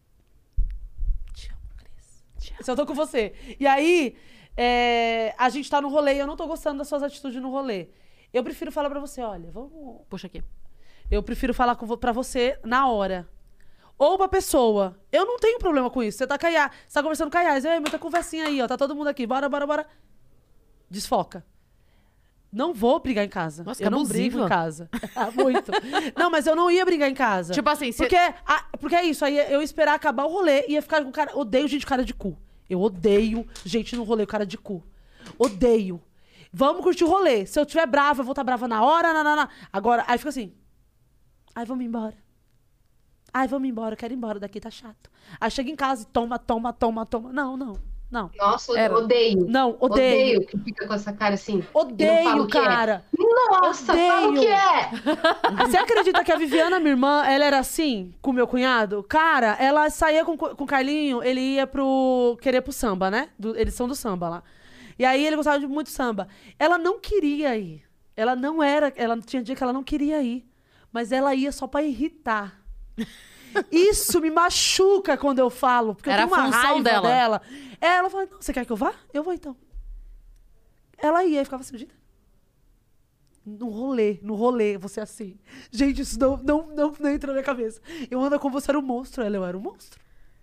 Te amo, Cris. Te amo. Se eu tô com você. E aí, a gente tá no rolê e eu não tô gostando das suas atitudes no rolê. Eu prefiro falar pra você, olha, vamos... Puxa aqui. Eu prefiro falar pra você na hora. Ou pra pessoa. Eu não tenho problema com isso. Você tá você tá conversando com a Yas. Ei, muita conversinha aí, ó. Tá todo mundo aqui. Bora. Desfoca. Não vou brigar em casa. Nossa, eu que não abusiva. brigo em casa. Muito. Não, mas eu não ia brigar em casa. Tipo assim, se... Porque é isso. Aí eu ia esperar acabar o rolê e ia ficar com cara... Odeio gente cara de cu. Eu odeio gente no rolê com cara de cu. Odeio. Vamos curtir o rolê. Se eu estiver brava, eu vou estar brava na hora. Agora, aí fica assim... Ai, vamos embora. Ai, vamos embora, eu quero ir embora daqui, tá chato. Aí chega em casa e toma. Não. Nossa, Era. odeio. Não, odeio. Que fica com essa cara assim. Odeio, cara. Nossa, fala o que é. Você acredita que a Viviana, minha irmã, ela era assim com o meu cunhado? Cara, ela saía com o Carlinho, ele ia querer pro samba, né? Eles são do samba lá. E aí ele gostava de muito samba. Ela não queria ir. Ela tinha dia que ela não queria ir. Mas ela ia só pra irritar. Isso me machuca quando eu falo, porque Era eu tenho uma a função raiva dela. dela. Ela falou, não, você quer que eu vá? Eu vou então. Ela ia e ficava assim, gente. No rolê, você assim. Gente, isso não entra na minha cabeça. Eu ando como você era um monstro. Eu era um monstro.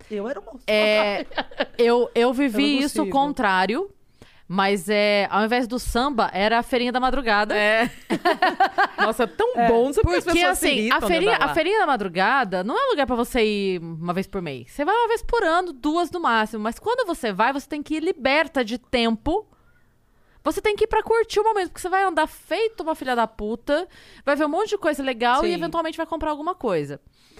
Eu vivi Eu não isso consigo. contrário, mas ao invés do samba, era a feirinha da madrugada. É. Nossa, tão bom. Não sei porque as Porque, pessoas se assim, irritam de andar a lá. feirinha da madrugada não é lugar pra você ir uma vez por mês. Você vai uma vez por ano, 2 no máximo. Mas quando você vai, você tem que ir liberta de tempo. Você tem que ir pra curtir o momento, porque você vai andar feito uma filha da puta, vai ver um monte de coisa legal e Sim. eventualmente vai comprar alguma coisa.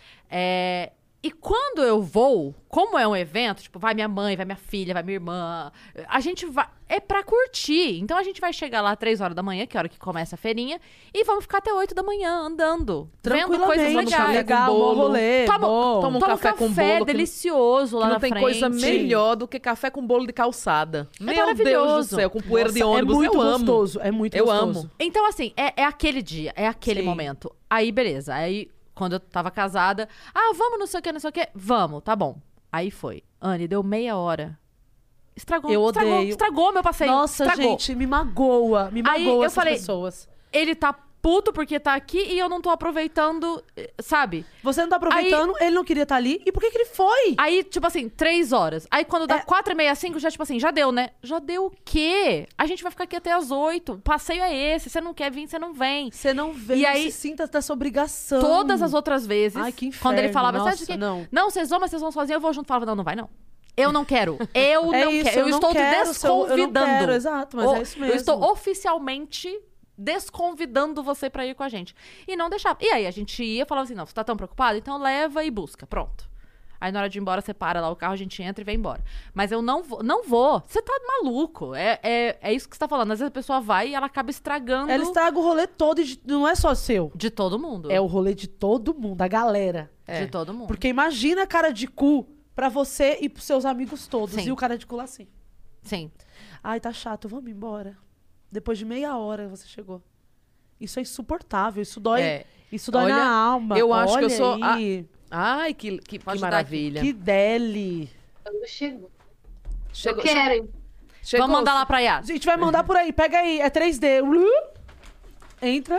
E quando eu vou, como é um evento, tipo, vai minha mãe, vai minha filha, vai minha irmã, a gente vai... É pra curtir. Então a gente vai chegar lá 3 horas da manhã, que é a hora que começa a feirinha, e vamos ficar até 8 da manhã andando, vendo coisas Tranquilamente, legais. legal, bom rolê, Toma bom. Toma um Toma café com bolo que- delicioso lá Que não na tem frente. coisa melhor do que café com bolo de calçada. Meu Deus maravilhoso. do céu, com poeira de Nossa, ônibus. É muito eu amo. gostoso. É muito Eu gostoso. amo. Então, assim, é aquele dia, é aquele Sim. momento. Aí, beleza. Aí, quando eu tava casada, vamos, não sei o que. Vamos, tá bom. Aí foi. Anne, deu meia hora. Estragou. Eu odeio. Estragou meu passeio. Nossa, estragou. gente, me magoa. Me Aí magoa eu essas falei, pessoas. Ele tá puto porque tá aqui e eu não tô aproveitando, sabe? Você não tá aproveitando, ele não queria estar ali. E por que ele foi? Aí, tipo assim, 3 horas. Aí quando dá 4h30, 5, já tipo assim, já deu, né? Já deu o quê? A gente vai ficar aqui até as 8. O passeio é esse. Você não quer vir, você não vem. Você não vê, E não aí, se sinta dessa obrigação. Todas as outras vezes, Ai, que quando ele inferno, falava, nossa, sabe o quê? não. Não, vocês vão, mas vocês vão sozinhos, eu vou junto. Falava, não vai não. Eu não quero. Eu É não isso, quero. Eu não estou te quero, desconvidando. eu não quero, exato, mas é isso mesmo. Eu estou oficialmente desconvidando você pra ir com a gente. E não deixava. E aí a gente ia e falava assim, não, você tá tão preocupado? Então leva e busca. Pronto. Aí na hora de ir embora, você para lá o carro, a gente entra e vai embora. Mas eu não vou. Você tá maluco. É isso que você tá falando. Às vezes a pessoa vai e ela acaba estragando Ela estraga o rolê todo e não é só seu. de todo mundo. É o rolê de todo mundo, da galera. De todo mundo. Porque imagina a cara de cu pra você e pros seus amigos todos. Sim. E o cara de cu lá assim. Sim. Ai, tá chato, vamos embora. Depois de meia hora você chegou. Isso é insuportável, isso dói. É. Isso dói Olha, na alma. eu acho que eu Olha sou aí. Ai, que Pode dar maravilha. Que deli. Quando chegou. Chegou, Eu quero, hein? chegou- Vamos mandar lá pra Yas. A gente vai mandar por aí. Pega aí. É 3D. Entra.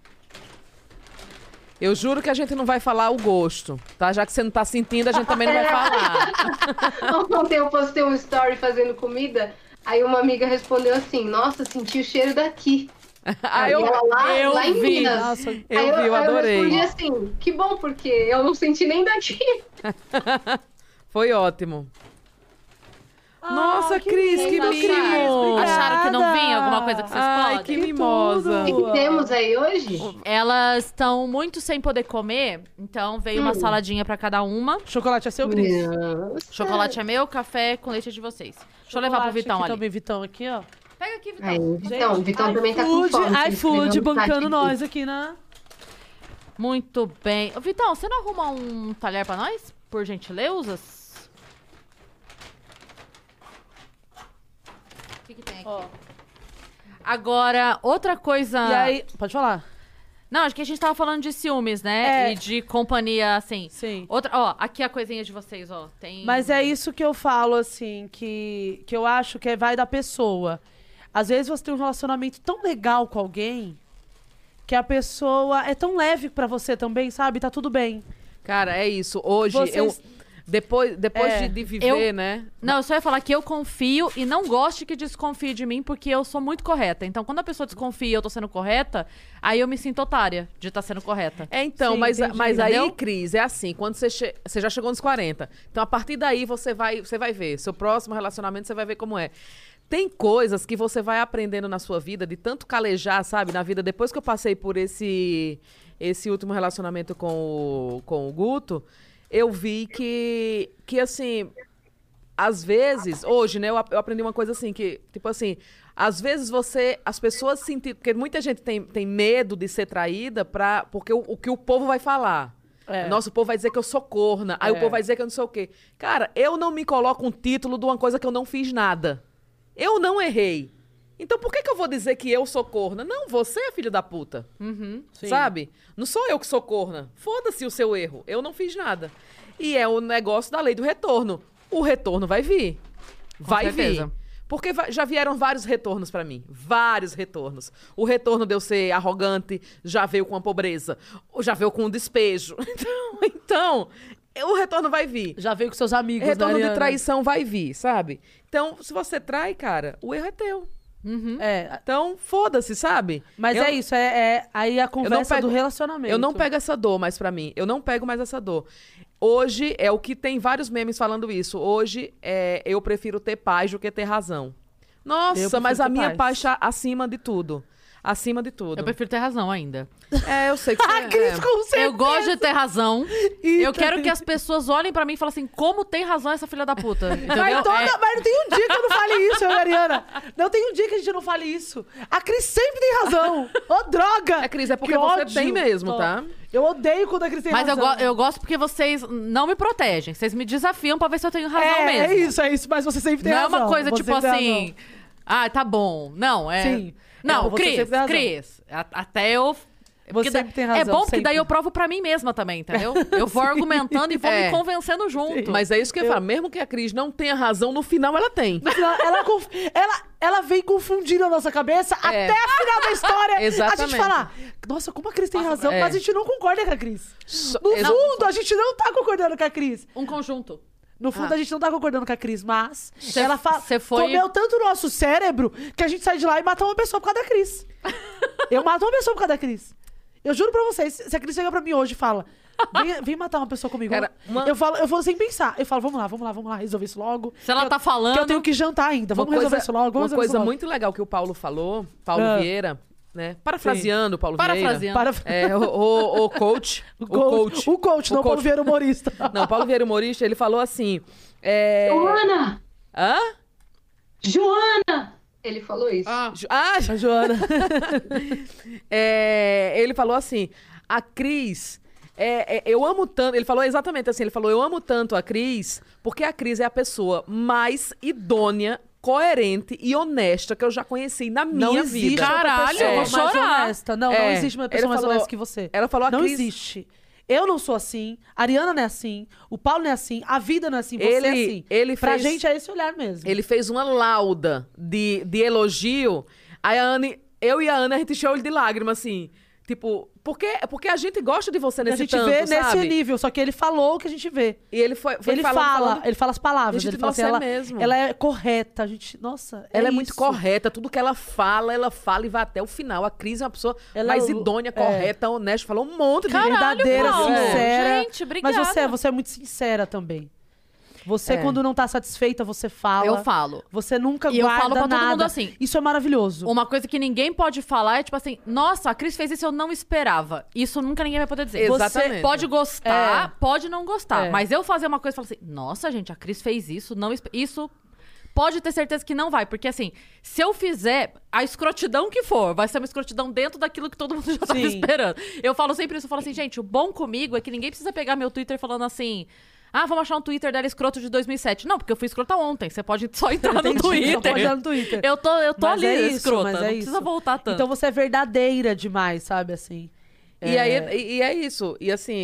Eu juro que a gente não vai falar o gosto, tá? Já que você não tá sentindo, a gente também não vai falar. Ontem eu postei um story fazendo comida, aí uma amiga respondeu assim, nossa, senti o cheiro daqui. Aí eu, Ela lá em vi. Minas. Nossa, Aí eu adorei. Eu respondi assim, que bom, porque eu não senti nem daqui. Foi ótimo. Nossa, que Cris, que lindo, mimo! Obrigada. Acharam que não vinha alguma coisa que vocês Ai, podem? que Que mimosa. O tudo. que temos aí hoje? Elas estão muito sem poder comer, então veio uma saladinha pra cada uma. Chocolate é seu, Cris? Nossa. Chocolate é meu, café com leite é de vocês. Deixa eu levar pro Vitão aqui ali. Também, Vitão, aqui, ó. Pega aqui, Vitão. Aí, Vitão, Vitão também tá com fome. iFood escreveu no chat bancando aqui. nós aqui, né? Muito bem. Ô, Vitão, você não arruma um talher pra nós? Por gentileza? O que tem aqui? Ó. Agora, outra coisa... E aí, pode falar? Não, acho que a gente tava falando de ciúmes, né? É. E de companhia, assim. Sim. Outra, ó, aqui a coisinha de vocês, ó. Tem... Mas é isso que eu falo, assim, que eu acho que vai da pessoa. Às vezes você tem um relacionamento tão legal com alguém que a pessoa é tão leve pra você também, sabe? Tá tudo bem. Cara, é isso. Hoje, Vocês- eu... Depois É. de viver, né? Não, eu só ia falar que eu confio e não gosto que desconfie de mim, porque eu sou muito correta. Então, quando a pessoa desconfia e eu tô sendo correta, aí eu me sinto otária de estar sendo correta. É, então, Sim, mas entendi. aí, Entendeu? Cris, é assim, quando você já chegou nos 40. Então, a partir daí, você vai ver. Seu próximo relacionamento, você vai ver como é. Tem coisas que você vai aprendendo na sua vida, de tanto calejar, sabe, na vida. Depois que eu passei por esse último relacionamento com o Guto, eu vi que assim, às vezes, hoje, né, eu aprendi uma coisa assim, que, tipo assim, às vezes as pessoas sentem, porque muita gente tem medo de ser traída porque o que o povo vai falar. É. Nossa, o povo vai dizer que eu sou corna, aí É. o povo vai dizer que eu não sei o quê. Cara, eu não me coloco um título de uma coisa que eu não fiz nada. Eu não errei. Então por que eu vou dizer que eu sou corna? Não, você é filho da puta. Sim. Sabe? Não sou eu que sou corna. Foda-se o seu erro. Eu não fiz nada. E é o negócio da lei do retorno. O retorno vai vir. Vai certeza. vir. Porque já vieram vários retornos pra mim. Vários retornos. O retorno de eu ser arrogante já veio com a pobreza. Já veio com o despejo. Então, o retorno vai vir. Já veio com seus amigos, Retorno né, de Ariana? traição vai vir, sabe? Então, se você trai, cara, o erro é teu. É, Então, foda-se, sabe? mas Eu- é isso, é aí a conversa pego- do relacionamento. Eu não pego essa dor mais pra mim. Eu não pego mais essa dor. Hoje é o que tem vários memes falando isso. Hoje eu prefiro ter paz do que ter razão. Eu Nossa, prefiro mas a ter minha paz. paz está acima de tudo. Acima de tudo. Eu prefiro ter razão ainda. Eu sei que A Cris, com certeza. Eu gosto de ter razão. Eita. Eu quero que as pessoas olhem pra mim e falem assim, como tem razão essa filha da puta. Entendeu? Mas, É- mas não tem um dia que eu não fale isso, eu e a Ariana. Não tem um dia que a gente não fale isso. A Cris sempre tem razão. Ô, droga! É, Cris, é porque Que você ódio. tem mesmo, tá? Eu odeio quando a Cris tem Mas eu, razão. eu gosto porque vocês não me protegem. Vocês me desafiam pra ver se eu tenho razão é, mesmo. é isso. Mas você sempre tem Não razão. é uma coisa Você tipo sempre tem assim... razão. Ah, tá bom. Não, é... Sim. Não, Você Cris, sempre tem razão. Cris. Até eu... Porque sempre tem É razão, bom porque sempre. daí eu provo pra mim mesma também, entendeu? Eu vou argumentando e vou É. me convencendo junto. Mas é isso que eu falo. Mesmo que a Cris não tenha razão, no final ela tem. No final, ela vem confundindo a nossa cabeça até a final da história. A Exatamente. gente fala, nossa, como a Cris tem razão, É. mas a gente não concorda com a Cris. No Não. fundo, a gente não tá concordando com a Cris. Um conjunto. No fundo, a gente não tá concordando com a Cris, mas ela cê foi- comeu tanto o nosso cérebro que a gente sai de lá e mata uma pessoa por causa da Cris. Eu mato uma pessoa por causa da Cris. Eu juro pra vocês, se a Cris chega pra mim hoje e fala, vem matar uma pessoa comigo. Cara, eu vou sem pensar. Eu falo, vamos lá, resolver isso logo. Se ela Que tá falando... Que eu tenho que jantar ainda. Vamos resolver isso logo. Uma Vamos resolver isso coisa logo. muito legal que o Paulo falou, Paulo Ah. Vieira, né? Parafraseando o Paulo Vieira. Parafraseando. Para... O coach. O coach, não o Paulo coach. Vieira humorista. Não, Paulo Vieira humorista, ele falou assim... Joana! Hã? Joana! Ele falou isso. Ah, A Joana. Ele falou assim, a Cris... eu amo tanto... Ele falou exatamente assim, eu amo tanto a Cris, porque a Cris é a pessoa mais idônea coerente e honesta que eu já conheci na Não minha existe vida. outra Caralho, pessoa eu vou mais chorar. honesta. Não É. existe uma Ele pessoa mais falou- honesta que você. Ela falou, a Não Cris... existe. Eu não sou assim, a Ariana não é assim, o Paulo não é assim, a vida não é assim, você é assim. Ele Pra fez... gente é esse olhar mesmo. Ele fez uma lauda de elogio. Aí eu e a Ana, a gente encheu o olho de lágrima, assim. Tipo, porque a gente gosta de você a nesse gente tanto, vê sabe? nesse nível, só que ele falou o que a gente vê. E ele foi Ele falando. ele fala as palavras, Gente, ele fala assim, nossa, é ela, mesmo. ela é correta, a gente, nossa, Ela é muito isso. correta, tudo que ela fala e vai até o final. A Cris é uma pessoa Ela mais é idônea, correta, honesta, falou um monte de Caralho, Verdadeira, Paulo. sincera. Gente, obrigada. Mas você é muito sincera também. Você, É. quando não tá satisfeita, você fala. Eu falo. Você nunca E eu guarda falo pra todo nada. mundo assim. Isso é maravilhoso. Uma coisa que ninguém pode falar é tipo assim, nossa, a Cris fez isso, eu não esperava. Isso nunca ninguém vai poder dizer. Exatamente. Você pode gostar, pode não gostar. É. Mas eu fazer uma coisa e falar assim, nossa, gente, a Cris fez isso, não isso pode ter certeza que não vai. Porque assim, se eu fizer a escrotidão que for, vai ser uma escrotidão dentro daquilo que todo mundo já tava Sim. esperando. Eu falo sempre isso, eu falo assim, gente, o bom comigo é que ninguém precisa pegar meu Twitter falando assim... Ah, vamos achar um Twitter dela escroto de 2007. Não, porque eu fui escrota ontem. Você pode só entrar no Entendi, Twitter. só pode ir no Twitter. Eu tô Mas ali é isso, escrota. mas Não é precisa isso. voltar tanto. Então você é verdadeira demais, sabe, assim. E aí, e é isso. E assim,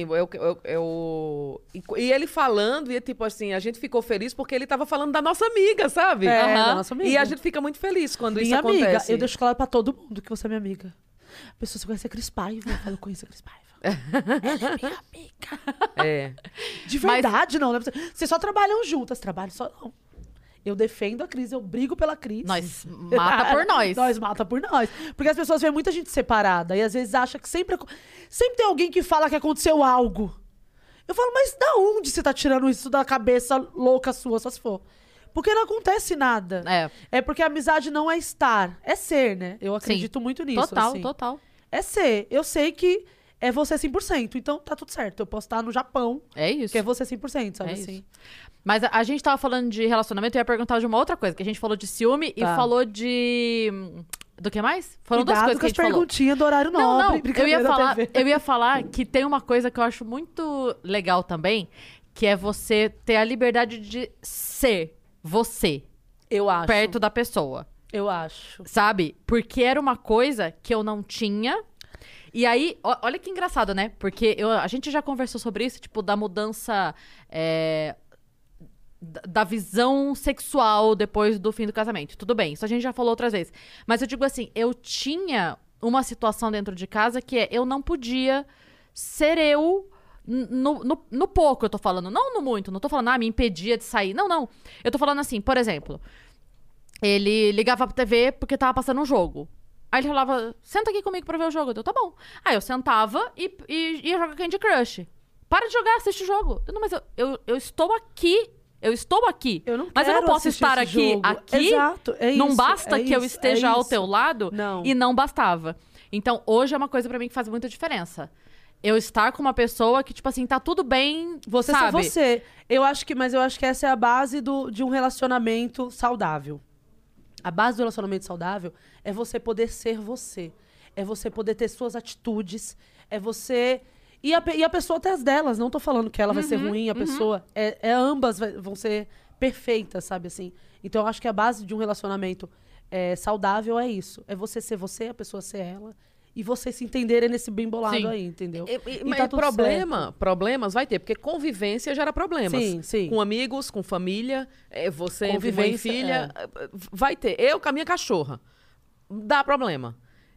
e ele falando, e tipo assim, a gente ficou feliz porque ele tava falando da nossa amiga, sabe? É, Aham. da nossa amiga. E a gente fica muito feliz quando Minha isso amiga, acontece. eu deixo claro pra todo mundo que você é minha amiga. A pessoa, você conhece a Cris Paiva? Eu falo, conheço a Cris Paiva. Ela é minha amiga. É. De verdade, não, né? Vocês só trabalham juntas, trabalho só não. Eu defendo a Cris, eu brigo pela Cris. Nós mata por nós. Nós mata por nós. Porque as pessoas veem muita gente separada e às vezes acham que sempre tem alguém que fala que aconteceu algo. Eu falo, mas da onde você tá tirando isso da cabeça louca sua, só se for? Porque não acontece nada. É. É porque a amizade não é estar, é ser, né? Eu acredito muito nisso. Total, assim. total. É ser. Eu sei que é você 100%, então tá tudo certo. Eu posso estar no Japão, É isso. que é você 100%, sabe É assim? isso. Mas a gente tava falando de relacionamento e eu ia perguntar de uma outra coisa. Que a gente falou de ciúme e Tá. falou de... Do que mais? Foram duas Cuidado coisas com que a as gente falou. perguntinhas do horário Não, nobre. não. Brincadeira da TV. Eu ia falar que tem uma coisa que eu acho muito legal também, que é você ter a liberdade de ser você Eu acho. perto da pessoa. Eu acho. Sabe? Porque era uma coisa que eu não tinha. E aí, olha que engraçado, né? Porque a gente já conversou sobre isso, tipo, da mudança da visão sexual depois do fim do casamento. Tudo bem, isso a gente já falou outras vezes. Mas eu digo assim, eu tinha uma situação dentro de casa que eu não podia ser eu no pouco, eu tô falando. Não no muito, não tô falando, me impedia de sair. Não, não. Eu tô falando assim, por exemplo, ele ligava pra TV porque tava passando um jogo. Aí ele falava, senta aqui comigo pra ver o jogo. Eu, tá bom. Aí eu sentava e ia jogar Candy Crush. Para de jogar, assiste o jogo. Eu, não, mas eu estou aqui. Eu estou aqui. Eu não mas eu não quero posso assistir estar esse aqui. jogo. Aqui Exato, é não isso, basta é que eu isso, esteja é ao isso. teu lado. Não. E não bastava. Então, hoje é uma coisa pra mim que faz muita diferença. Eu estar com uma pessoa que, tipo assim, tá tudo bem, Você sabe? ser você. Mas eu acho que essa é a base de um relacionamento saudável. A base do relacionamento saudável é você poder ser você. É você poder ter suas atitudes. É você... E a pessoa tem as delas. Não tô falando que ela vai ser ruim, a pessoa... Ambas vão ser perfeitas, sabe assim? Então, eu acho que a base de um relacionamento saudável é isso. É você ser você, a pessoa ser ela. E vocês se entenderem nesse bem bolado Sim. aí, entendeu? Mas tá tudo problemas vai ter, porque convivência gera problemas. Sim, sim. Com amigos, com família, você entre mãe e Convivência, filha, vai ter. Eu com a minha cachorra, dá problema.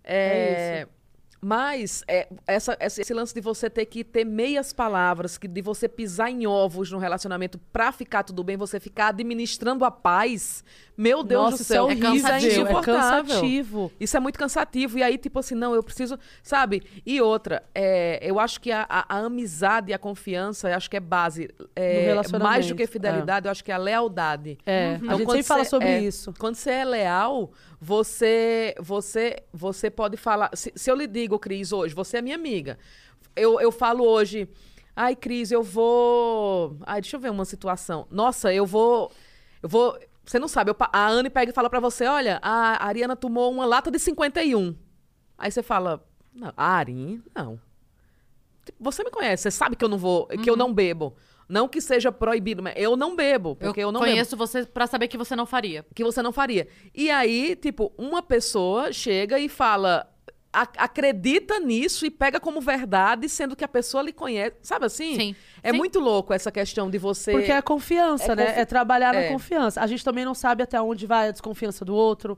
Mas esse lance de você ter que ter meias palavras, de você pisar em ovos no relacionamento pra ficar tudo bem, você ficar administrando a paz, meu Deus Nossa, do céu, é isso é cansativo. insuportável. cansativo. Isso é muito cansativo. E aí, tipo assim, não, eu preciso... Sabe? E outra, eu acho que a amizade e a confiança, eu acho que é base. relacionamento, Mais do que fidelidade, eu acho que é a lealdade. A Então, gente quando sempre fala você- sobre isso. Quando você é leal, você pode falar... Se eu lhe digo, Cris, hoje, você é minha amiga. Eu falo hoje... Ai, Cris, eu vou... Ai, deixa eu ver uma situação. Nossa, eu vou... Você não sabe, a Anne pega e fala pra você, olha, a Ariana tomou uma lata de 51. Aí você fala, não, a Ari, não. Tipo, você me conhece, você sabe que eu não vou, que eu não bebo. Não que seja proibido, mas eu não bebo, porque eu não bebo. Conheço você pra saber que você não faria. Que você não faria. E aí, tipo, uma pessoa chega e fala... acredita nisso e pega como verdade, sendo que a pessoa lhe conhece. Sabe assim? Sim. É Sim. muito louco essa questão de você... Porque é confiança, É né? É trabalhar na é. confiança. A gente também não sabe até onde vai a desconfiança do outro,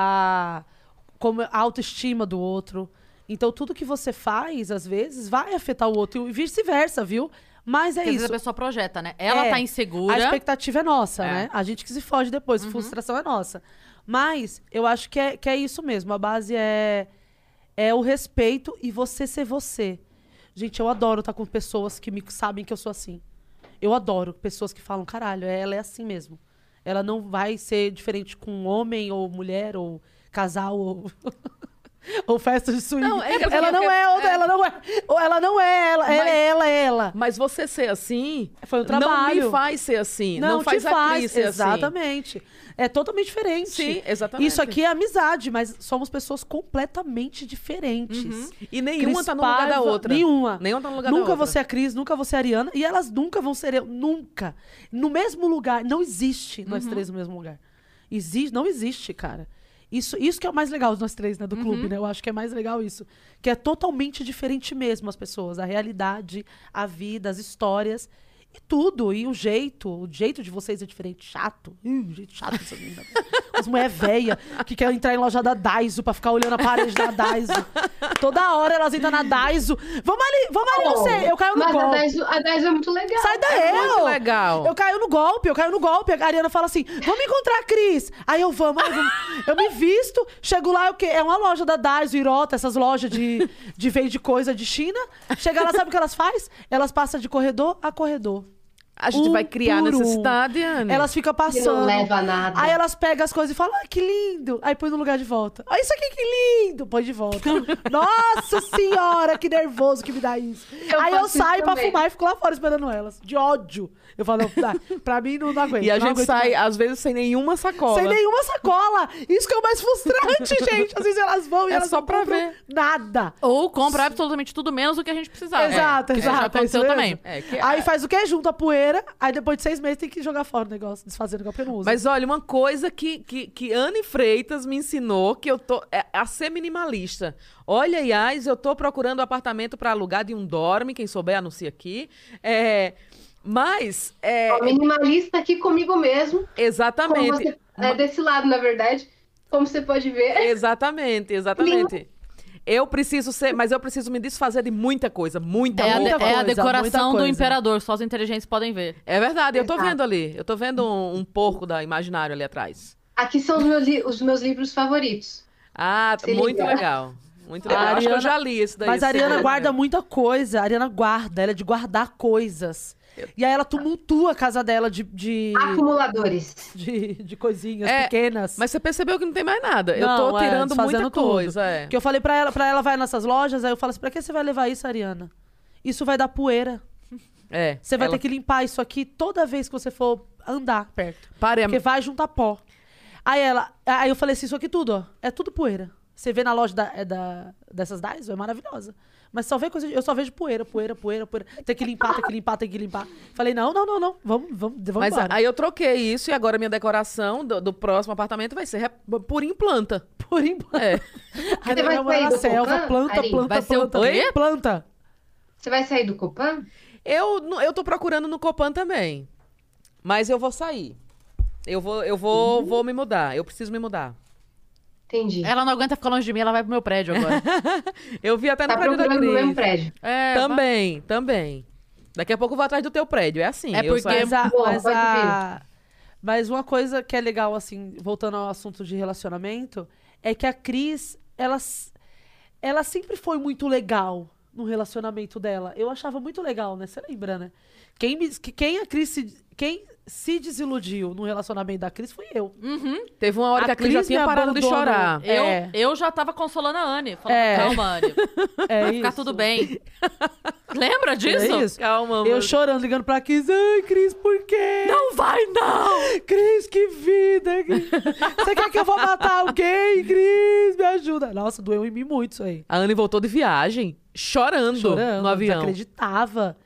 como a autoestima do outro. Então, tudo que você faz, às vezes, vai afetar o outro. E vice-versa, viu? Mas é Porque às vezes isso. a pessoa projeta, né? Ela É, tá A insegura. expectativa é nossa, É. né? A gente que se foge depois. Frustração é nossa. Mas eu acho que é isso mesmo. A base é o respeito e você ser você. Gente, eu adoro estar com pessoas que sabem que eu sou assim. Eu adoro pessoas que falam, caralho, ela é assim mesmo. Ela não vai ser diferente com homem ou mulher ou casal ou... ou festa de swing. Não, é que- ela não é outra, ela não é. Ou ela não é ela, ela é ela, é ela. Mas você ser assim... Foi um Não trabalho. me faz ser assim. Não, Não faz te a faz. Cris ser Exatamente. É totalmente diferente. Sim, exatamente. Isso aqui é amizade, mas somos pessoas completamente diferentes. assim. E nenhuma Cris tá no lugar da Paiva, outra. Nenhuma. Nenhuma tá no lugar da Nunca outra. você é a Cris, nunca você é a Ariana. E elas nunca vão ser eu. Nunca. No mesmo lugar. Não existe nós três no mesmo lugar. Não existe, cara. Isso que é o mais legal de nós três, né? Do clube, né? Eu acho que é mais legal isso. Que é totalmente diferente mesmo as pessoas. A realidade, a vida, as histórias. E tudo. E o jeito de vocês é diferente. Chato. O jeito chato dessa menina. As mulheres velhas que querem entrar em loja da Daiso pra ficar olhando a parede da Daiso. Toda hora elas entram na Daiso. Vamos ali, não sei. Eu caio no Mas golpe. a Daiso é muito legal. Sai daí! É muito legal. Eu caio no golpe. A Ariana fala assim, vamos encontrar a Cris. Aí eu vamos. Eu me visto, chego lá, o quê? É uma loja da Daiso, Irota, essas lojas de vende coisa de China. Chega lá, sabe o que elas fazem? Elas passam de corredor a corredor. A gente vai criar por um. necessidade, Anne. Elas ficam Que passando. não leva a nada. Aí elas pegam as coisas e falam, que lindo. Aí põe no lugar de volta. Olha isso aqui, que lindo. Põe de volta. Nossa senhora, que nervoso que me dá isso. Aí eu faço saio isso pra também. fumar e fico lá fora esperando elas. De ódio. Eu falo, não, pra mim não aguento. E a não gente aguento sai, mais. às vezes, sem nenhuma sacola. Sem nenhuma sacola. Isso que é o mais frustrante, gente. Às vezes elas vão e É elas só não pra compram ver. nada. Ou compra absolutamente tudo menos do que a gente precisava. Exato, Que exato. Já é aconteceu isso também. mesmo. É, que Aí faz o quê? Junta a poeira. Aí depois de 6 meses tem que jogar fora o negócio. Desfazer o negócio porque não usa. Mas olha, uma coisa que Anne Freitas me ensinou que eu tô a ser minimalista. Olha, Yas, eu tô procurando um apartamento pra alugar de um dorme, quem souber anuncia aqui. Mas Ó, minimalista aqui comigo mesmo. Como exatamente. você, desse lado, na verdade. Como você pode ver. Exatamente. Eu preciso ser, mas eu preciso me desfazer de muita coisa, muita É coisa. a muita decoração do coisa. imperador, só os inteligentes podem ver. É verdade, eu tô Exato. vendo ali. Eu tô vendo um porco da imaginário ali atrás. Aqui são os meus livros favoritos. Ah, Se muito liga. legal. Muito A legal. Acho que eu Ariana- já li esse daí. Mas a esse Ariana livro. guarda muita coisa. A Ariana guarda, ela é de guardar coisas. E aí ela tumultua a casa dela de Acumuladores. coisinhas É, pequenas. Mas você percebeu que não tem mais nada. Eu Não, tô tirando desfazendo muita tudo. coisa. É. Que eu falei pra ela vai nessas lojas, aí eu falo assim, pra que você vai levar isso, Ariana? Isso vai dar poeira. Você vai ter que limpar isso aqui toda vez que você for andar perto. Porque vai juntar pó. Aí eu falei assim, isso aqui tudo, ó, é tudo poeira. Você vê na loja dessas Daiso, é maravilhosa. Mas só vê coisa, eu só vejo poeira. Tem que limpar. Falei, não. Vamos Mas embora. aí eu troquei isso e agora minha decoração do próximo apartamento vai ser purinho planta. Por enquanto. É. Aí Você vai eu moro sair na do selva, Copan, planta, Ari? planta, Vai ser o planta. quê? Planta. Você vai sair do Copan? Eu tô procurando no Copan também. Mas eu vou sair. Eu vou me mudar. Eu preciso me mudar. Entendi. Ela não aguenta ficar longe de mim, ela vai pro meu prédio agora. Eu vi até no Tá prédio da procurando no mesmo Cris. prédio. É, Também. Daqui a pouco eu vou atrás do teu prédio. É assim. É eu porque- saio- Mas uma coisa que é legal, assim, voltando ao assunto de relacionamento, é que a Cris, ela sempre foi muito legal no relacionamento dela. Eu achava muito legal, né? Você lembra, né? Quem se desiludiu no relacionamento da Cris fui eu. Teve uma hora que a Cris já Cris tinha me parado de abandonou. chorar. Eu já tava consolando a Anne. Falando, É. calma, Anne. É Vai ficar isso. tudo bem. Lembra disso? É isso. Calma, Eu mano. chorando, ligando pra Cris. Ai, Cris, por quê? Não vai, não! Cris, que vida! Cris. Você quer que eu vou matar alguém? Cris, me ajuda. Nossa, doeu em mim muito isso aí. A Anne voltou de viagem, chorando no avião. Desacreditava.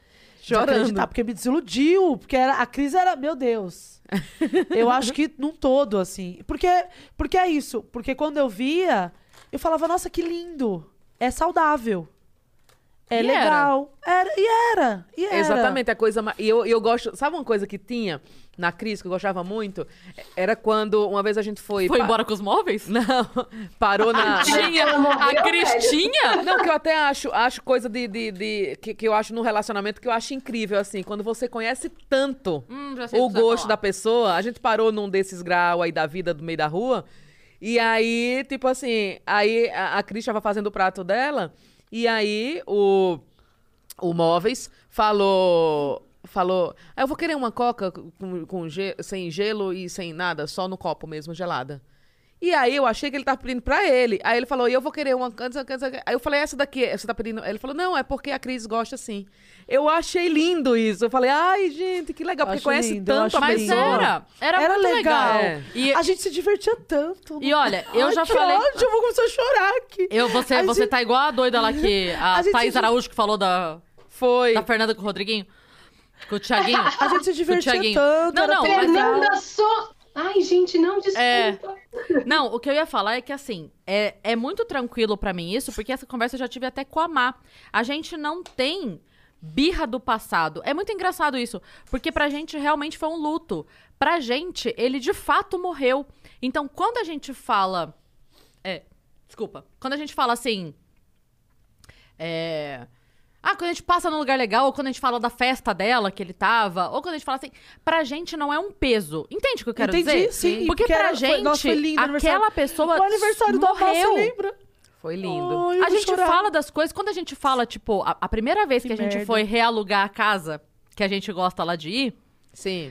Chorando. acreditar, porque me desiludiu. Porque a Cris era, meu Deus. Eu acho que num todo, assim. Porque é isso. Porque quando eu via, eu falava, nossa, que lindo. É saudável. É E legal. Era. Exatamente, a coisa mais... E eu gosto... Sabe uma coisa que tinha na Cris, que eu gostava muito? Era quando uma vez a gente foi... Foi embora com os móveis? Não, parou na... Ela morreu, A Cristinha? Não, que eu até acho coisa que eu acho no relacionamento que eu acho incrível, assim. Quando você conhece tanto Já sei o que você vai gosto falar. da pessoa. A gente parou num desses graus aí da vida do meio da rua. E aí, tipo assim... Aí a Cris estava fazendo o prato dela... E aí, o Móveis falou, eu vou querer uma coca sem gelo e sem nada, só no copo mesmo, gelada. E aí, eu achei que ele tava pedindo pra ele. Aí ele falou, e eu vou querer uma... Aí eu falei, essa daqui, você tá pedindo... Ele falou, não, é porque a Cris gosta assim. Eu achei lindo isso. Eu falei, ai, gente, que legal, porque Acho conhece lindo, eu tanto acho a Mas lindo. pessoa. era muito legal. É. E, A gente se divertia tanto. e olha, eu Ai, já que falei... ódio, eu vou começar a chorar aqui. Você A gente- tá igual a doida lá que... A A gente Thaís se- Araújo que falou da Foi. Fernanda com o Rodriguinho. Com o Thiaguinho. A gente se divertia Thiaguinho. tanto. Não, era não, tão mas- legal. Fernanda Ai, gente, não, desculpa. É. Não, o que eu ia falar é que, assim, é muito tranquilo pra mim isso, porque essa conversa eu já tive até com a Má. A gente não tem birra do passado. É muito engraçado isso, porque pra gente realmente foi um luto. Pra gente, ele de fato morreu. Então, quando a gente fala... Desculpa. Quando a gente fala assim... quando a gente passa num lugar legal, ou quando a gente fala da festa dela que ele tava, ou quando a gente fala assim, pra gente não é um peso. Entende o que eu quero Entendi, dizer? sim. Porque pra era- gente, nossa, foi lindo o aniversário. aquela pessoa O aniversário da Má, você morreu. lembra? Foi lindo. Ai, eu A vou gente chorar. fala das coisas, quando a gente fala, tipo, a primeira vez que a gente merda. foi realugar a casa, que a gente gosta lá de ir, Sim.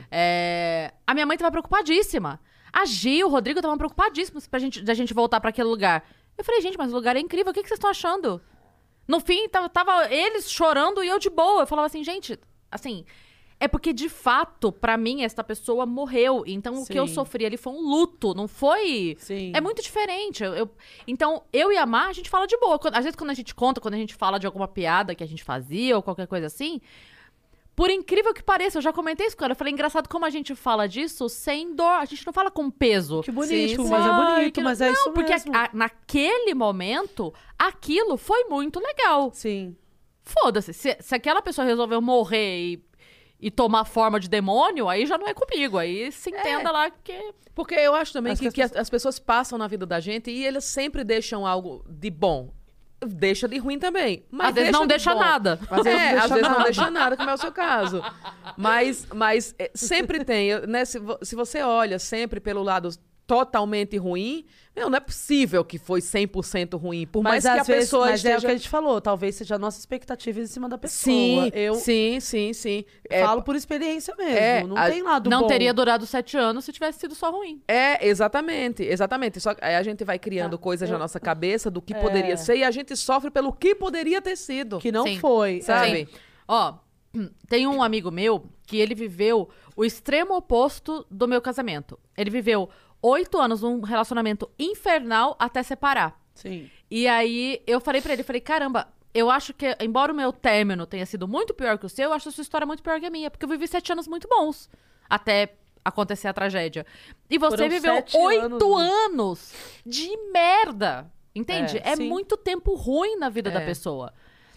a minha mãe tava preocupadíssima. A Gi, o Rodrigo estavam preocupadíssimos da gente voltar pra aquele lugar. Eu falei, gente, mas o lugar é incrível, o que vocês estão achando? No fim, tava eles chorando e eu de boa. Eu falava assim, gente, assim... É porque, de fato, pra mim, esta pessoa morreu. Então, o que eu Sim. sofri ali foi um luto, não foi... Sim. É muito diferente. Então, eu e a Má, a gente fala de boa. Às vezes, quando a gente conta, quando a gente fala de alguma piada que a gente fazia ou qualquer coisa assim... Por incrível que pareça, eu já comentei isso com ela. Eu falei, engraçado como a gente fala disso sem dor. A gente não fala com peso. Que bonito, Sim, mas sim. é Ai, bonito, que- mas é não, isso porque mesmo. naquele momento, aquilo foi muito legal. Sim. Foda-se. Se aquela pessoa resolveu morrer e tomar forma de demônio, aí já não é comigo. Aí se entenda lá que... Porque eu acho também Acho que, que as pessoas passam na vida da gente e eles sempre deixam algo de bom. Deixa de ruim também. Mas Às vezes não de deixa bom. nada. Às vezes não Às deixa vezes não nada. deixa nada, como é o seu caso. Mas sempre tem, né? Se você olha sempre pelo lado totalmente ruim, não é possível que foi 100% ruim. Por mais que a às vezes, pessoa mas é o que esteja... a gente falou, talvez seja a nossa expectativa em cima da pessoa. Sim, Eu sim. É, falo por experiência mesmo, não tem lado Não bom. teria durado 7 anos se tivesse sido só ruim. exatamente. Só que aí a gente vai criando coisas na nossa cabeça do que poderia ser e a gente sofre pelo que poderia ter sido. Que não Sim. foi. Sabe? Sim. Ó, tem um amigo meu que ele viveu o extremo oposto do meu casamento. Ele viveu 8 anos num relacionamento infernal até separar. Sim. E aí eu falei pra ele, falei, caramba, eu acho que, embora o meu término tenha sido muito pior que o seu, eu acho a sua história muito pior que a minha, porque eu vivi 7 anos muito bons até acontecer a tragédia. E você Foram viveu 7 8 anos, anos de merda. Entende? É sim. muito tempo ruim na vida da pessoa.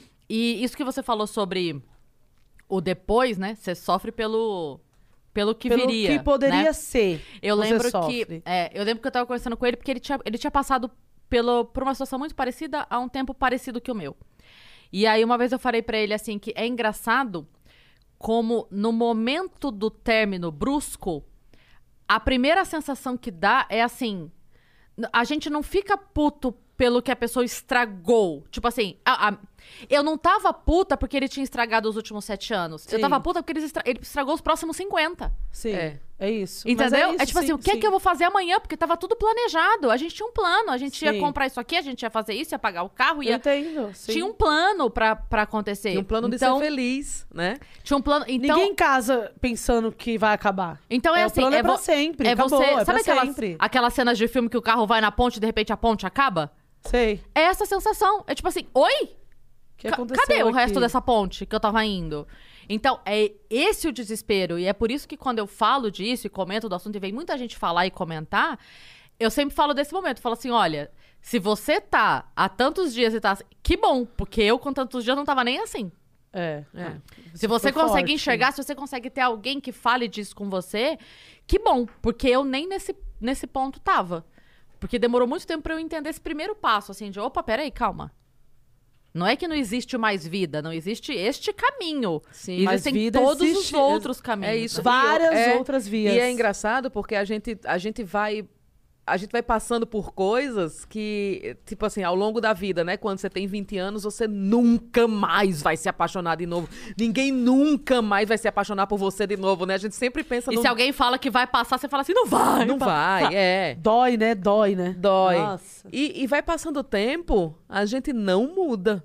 E isso que você falou sobre o depois, né? Você sofre pelo que Pelo viria. que poderia né? ser. Eu você lembro sofre. eu lembro que eu tava conversando com ele porque ele tinha passado por uma situação muito parecida a um tempo parecido que o meu. E aí uma vez eu falei pra ele assim que é engraçado como no momento do término brusco, a primeira sensação que dá é assim, a gente não fica puto pelo que a pessoa estragou. Tipo assim, eu não tava puta porque ele tinha estragado os últimos 7 anos. Eu Sim. tava puta porque ele estragou os próximos 50. Sim. É isso. Mas Entendeu? isso, É tipo assim, sim, o que é sim. que eu vou fazer amanhã? Porque tava tudo planejado. A gente tinha um plano. A gente ia Sim. comprar isso aqui, a gente ia fazer isso, ia pagar o carro, Eu ia... entendo. Sim. Tinha um plano pra acontecer. E um plano de então, ser feliz, né? Tinha um plano... Então, Ninguém casa pensando que vai acabar. então é o assim... plano é vo- pra sempre. É acabou, você... é Sabe pra sempre. aquelas cenas de filme que o carro vai na ponte e de repente a ponte acaba? Sei. É essa sensação. É tipo assim, oi? O que aconteceu Cadê o aqui? resto dessa ponte que eu tava indo? Então, é esse o desespero. E é por isso que quando eu falo disso e comento do assunto e vem muita gente falar e comentar, eu sempre falo desse momento. Eu falo assim, olha, se você tá há tantos dias e tá assim, que bom, porque eu com tantos dias não tava nem assim. Se você consegue forte. enxergar, se você consegue ter alguém que fale disso com você, que bom, porque eu nem nesse ponto tava. Porque demorou muito tempo pra eu entender esse primeiro passo, assim, de opa, peraí, calma. Não é que não existe mais vida, não existe este caminho. Sim, mas existem vida todos existe, os outros caminhos. É isso. né? Várias outras vias. E é engraçado porque a gente vai passando por coisas que, tipo assim, ao longo da vida, né? Quando você tem 20 anos, você nunca mais vai se apaixonar de novo. Ninguém nunca mais vai se apaixonar por você de novo, né? A gente sempre pensa E se alguém fala que vai passar, você fala assim, não vai. Não vai, é. Dói, né? Dói, né? Dói. Nossa. E vai passando o tempo, a gente não muda.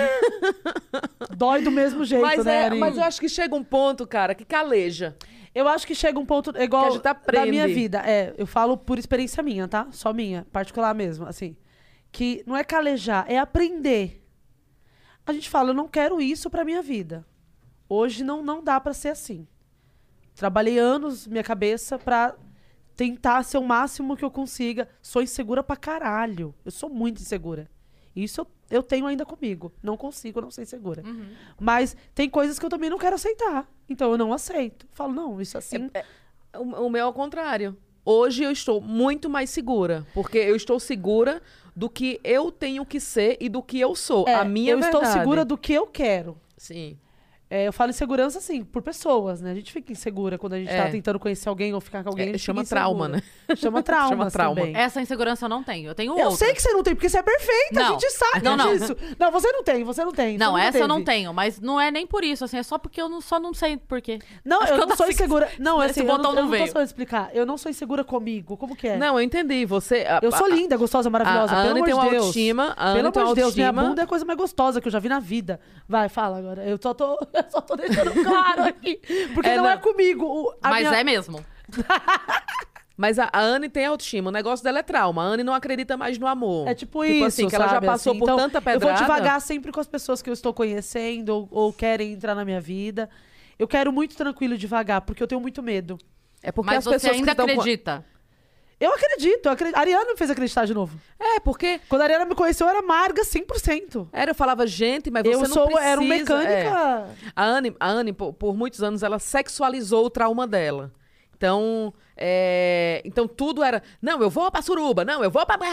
Dói do mesmo jeito, né, Ari? Mas eu acho que chega um ponto, cara, que caleja. Eu acho que chega um ponto igual Que a gente da aprende. minha vida. Eu falo por experiência minha, tá? Só minha, particular mesmo, assim. Que não é calejar, é aprender. A gente fala, eu não quero isso pra minha vida. Hoje não dá pra ser assim. Trabalhei anos minha cabeça pra tentar ser o máximo que eu consiga. Sou insegura pra caralho. Eu sou muito insegura. Isso eu tenho ainda comigo. Não consigo não ser insegura. Mas tem coisas que eu também não quero aceitar. Então eu não aceito. Falo, não, isso assim... O meu é ao contrário. Hoje eu estou muito mais segura. Porque eu estou segura do que eu tenho que ser e do que eu sou. A minha eu verdade. estou segura do que eu quero. Sim. Eu falo insegurança, assim, por pessoas, né? A gente fica insegura quando a gente tá tentando conhecer alguém ou ficar com alguém. A gente Chama fica trauma, insegura. né? Chama trauma, Chama trauma. também. Essa insegurança eu não tenho. Eu tenho Eu outra. sei que você não tem, porque você é perfeita, a Não. gente sabe Não, não. disso. Não, você não tem. Você Não, nunca essa eu não teve. tenho. Mas não é nem por isso, assim. É só porque eu só não sei por quê. Não, Acho eu que não sou nasci- insegura. Não, esse assim, eu botão não não tô veio. sabendo explicar. Eu não sou insegura comigo. Como que é? Não, eu entendi. Você... Eu sou linda, gostosa, maravilhosa. A pelo Anne amor tem de uma Deus. autoestima. A Pelo Anne tem amor uma de Deus, minha autoestima. bunda é a coisa mais gostosa que eu já vi na vida. Vai, fala agora. Eu só tô deixando claro aqui. Porque não é comigo. Mas é mesmo. Mas a Anne tem autoestima. O negócio dela é trauma. A Anne não acredita mais no amor. É tipo isso, assim, que ela já sabe? passou Assim, por então, tanta pedrada. Eu vou devagar sempre com as pessoas que eu estou conhecendo ou querem entrar na minha vida. Eu quero muito tranquilo devagar, porque eu tenho muito medo. É porque Mas as você pessoas ainda que estão acredita. Eu acredito. A Ariana me fez acreditar de novo. É, porque... Quando a Ariana me conheceu, eu era amarga 100%. Eu falava, gente, mas você Eu não precisa... era um mecânica... A Anne por muitos anos, ela sexualizou o trauma dela. Então, então tudo era... Não, eu vou pra suruba. Não, eu vou pra...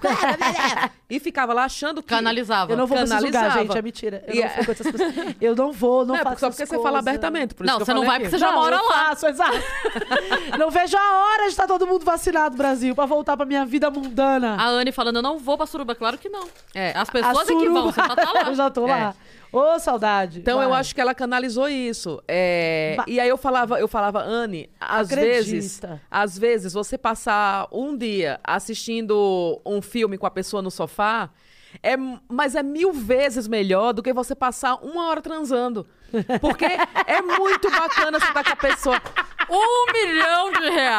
E ficava lá achando que... Canalizava. Eu não vou pra julgar, Canalizava. gente. É mentira. Eu E não frequento essas pessoas. Eu não vou, não Não, faço só porque essas você fala coisas. abertamente. Por Não, isso que você eu não falei vai aqui. porque você já Não, mora eu lá. faço, exato. Não vejo a hora de estar todo mundo vacinado, Brasil, pra voltar pra minha vida mundana. A Anne falando, eu não vou pra suruba. Claro que não. As A pessoas é que vão, você já tá lá. Eu já tô lá. Ô, saudade. Então, Vai. eu acho que ela canalizou isso. E aí eu falava, Anne, Acredita. às vezes você passar um dia assistindo um filme com a pessoa no sofá, mas é 1000 vezes melhor do que você passar 1 hora transando. Porque é muito bacana você estar com a pessoa. R$1 milhão.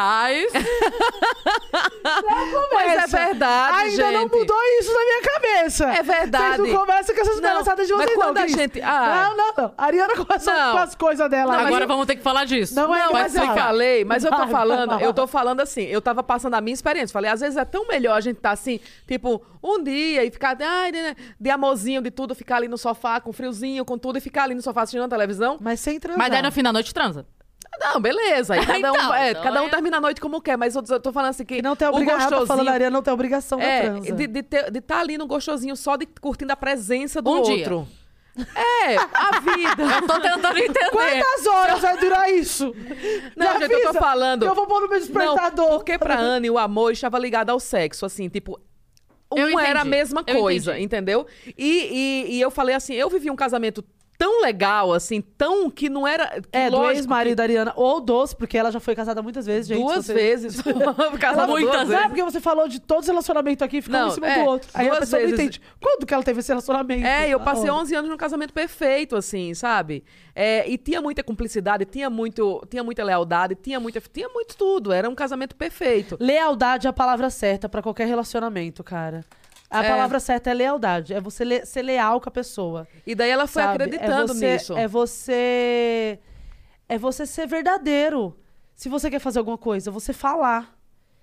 Mas é verdade, Ainda gente. não mudou isso na minha cabeça. É verdade. Vocês não conversam com essas Não, palhaçadas de mas vocês, quando não, a Cris. gente- Não. A Ariana começa Não. com as coisas dela. Não, Agora vamos ter que falar disso. Não é Não, mais mas eu ela. falei, mas eu tô Vai, falando, vai. eu tô falando assim, eu tava passando a minha experiência. Falei, às vezes é tão melhor a gente tá assim, tipo, um dia e ficar de amorzinho, de tudo, ficar ali no sofá, com friozinho, com tudo, e ficar ali no sofá assistindo a televisão. Mas sem transar. Mas daí no fim da noite transa. Não, beleza. Aí Então, cada um termina a noite como quer, mas eu tô falando assim que E não tem o obrigação. Ela tá falando, a gostosinho... Ariana não tem obrigação da transa. de estar ali no gostosinho, só de curtindo a presença do Um dia. outro. A vida. Eu tô tentando entender. Quantas horas vai durar isso? Não, Me gente, eu tô avisa, falando. que eu vou pôr no meu despertador. Não, porque pra Anne o amor estava ligado ao sexo, assim, tipo... Eu era a entendi. mesma Eu coisa, entendi. entendeu? E eu falei assim, eu vivi um casamento tão legal, assim, tão que não era... Do lógico ex-marido da Ariana. Ou dos, porque ela já foi casada muitas vezes, gente. Duas você- vezes. Casada Muitas duas Não é vezes. porque você falou de todos os relacionamentos aqui, ficou um Não, em cima do outro. Aí a duas pessoa vezes. não entende. Quando que ela teve esse relacionamento? Eu passei Ah, 11 anos num casamento perfeito, assim, sabe? E tinha muita cumplicidade, tinha muita lealdade, tinha muito tudo. Era um casamento perfeito. Lealdade é a palavra certa pra qualquer relacionamento, cara. A palavra certa é lealdade. É você ser leal com a pessoa. E daí ela foi sabe? acreditando nisso. É você ser verdadeiro. Se você quer fazer alguma coisa, você falar.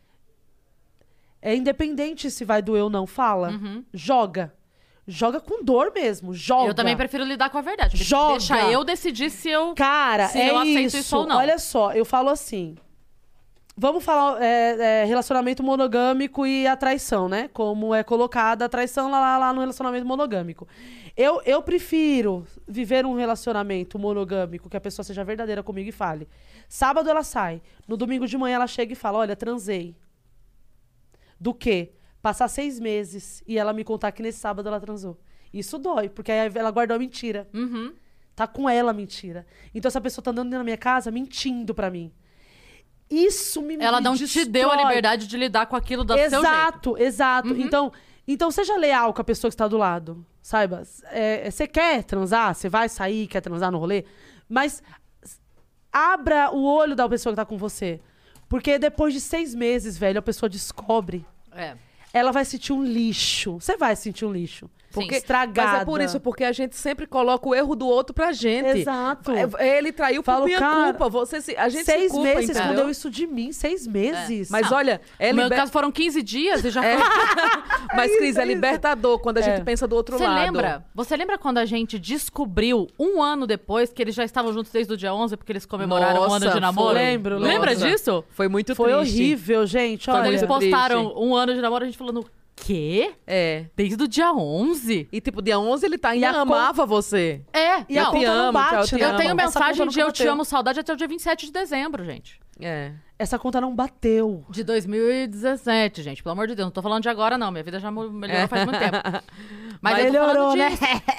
É independente se vai doer ou não, fala. Joga. Joga com dor mesmo, joga. Eu também prefiro lidar com a verdade. Joga. Deixa eu decidir se eu, Cara, se eu aceito isso ou não. Olha só, eu falo assim... Vamos falar relacionamento monogâmico e a traição, né? Como é colocada a traição lá no relacionamento monogâmico. Eu prefiro viver um relacionamento monogâmico que a pessoa seja verdadeira comigo e fale. Sábado ela sai, no domingo de manhã ela chega e fala, olha, transei. Do que passar 6 meses e ela me contar que nesse sábado ela transou. Isso dói, porque aí ela guardou a mentira. Tá com ela a mentira. Então essa pessoa tá andando na minha casa mentindo pra mim. Isso Ela não destrói. te deu a liberdade de lidar com aquilo do seu jeito. Exato. Então seja leal com a pessoa que está do lado. Saiba, você quer transar, você vai sair, quer transar no rolê, mas abra o olho da pessoa que tá com você. Porque depois de 6 meses, velho, a pessoa descobre. Ela vai sentir um lixo. Você vai sentir um lixo. Porque estragada. Mas é por isso, porque a gente sempre coloca o erro do outro pra gente. Exato. Ele traiu por minha culpa. A gente 6 se culpa, meses, entendeu? escondeu isso de mim. 6 meses. Mas olha, No meu caso foram 15 dias e já foi... Mas, Cris, é libertador quando a gente pensa do outro lado. Você lembra quando a gente descobriu, 1 ano depois, que eles já estavam juntos desde o dia 11, porque eles comemoraram 1 ano de namoro? Lembro. Lembra disso? Foi muito Foi triste. horrível, gente. Olha. Quando eles postaram 1 ano de namoro, a gente falou no quê? Desde o dia 11? E tipo, dia 11 ele ainda amava você. E a conta não bate, né? Eu tenho mensagem de eu te bateu. amo, saudade até o dia 27 de dezembro, gente. Essa conta não bateu. De 2017, gente. Pelo amor de Deus. Não tô falando de agora, não. Minha vida já melhorou faz muito tempo. Mas melhorou, né?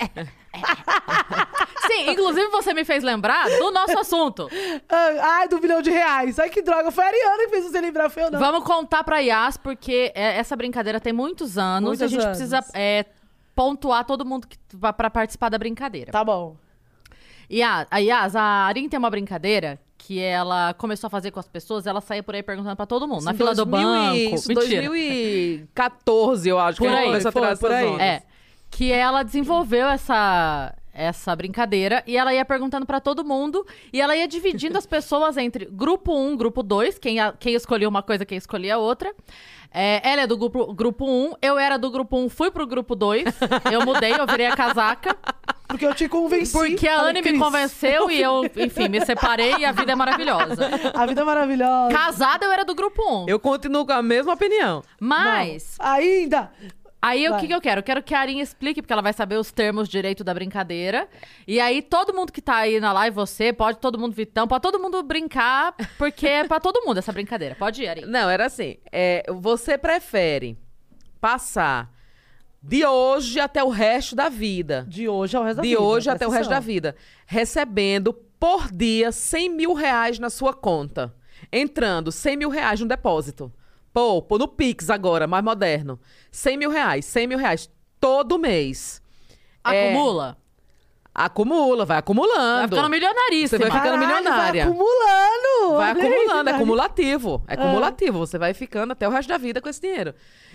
Sim, inclusive você me fez lembrar do nosso assunto. Ai, do R$1 milhão. Ai, que droga. Foi a Ariana que fez você lembrar, foi eu não. Vamos contar pra Yas, porque essa brincadeira tem muitos anos. A gente precisa pontuar todo mundo pra participar da brincadeira. Tá bom. Yas, a Arin tem uma brincadeira que ela começou a fazer com as pessoas, ela saía por aí perguntando pra todo mundo. Na fila do banco. Isso, Mentira. 2014, eu acho. Por aí, começou a tirar por aí. essas ondas. Que ela desenvolveu essa brincadeira e ela ia perguntando pra todo mundo e ela ia dividindo as pessoas entre grupo 1, grupo 2, quem escolhia uma coisa, quem escolhia outra. Ela é do grupo 1, eu era do grupo 1, fui pro grupo 2, eu mudei, eu virei a casaca. Porque eu te convenci. Porque a Falei, Anne me Cris. convenceu e eu, enfim, me separei e a vida é maravilhosa. A vida é maravilhosa. Casada, eu era do grupo 1. Eu continuo com a mesma opinião. Mas... Não, ainda... Aí, o que eu quero? Eu quero que a Arin explique, porque ela vai saber os termos direito da brincadeira. E aí, todo mundo que tá aí na live, todo mundo, Vitão, pode todo mundo brincar, porque é pra todo mundo essa brincadeira. Pode ir, Arin. Não, era assim. Você prefere passar de hoje até o resto da vida. De hoje ao resto da De vida. hoje até o presta resto da atenção. vida. Recebendo por dia R$100 mil na sua conta. Entrando R$100 mil no depósito. Pô, no Pix agora, mais moderno. R$100 mil, R$100 mil todo mês. Acumula? Acumula, vai acumulando. Vai ficando milionaríssima. Você vai ficando Caralho, milionária. Vai acumulando. Vai Olha aí, acumulando, é vai. cumulativo. É cumulativo. Você vai ficando até o resto da vida com esse dinheiro.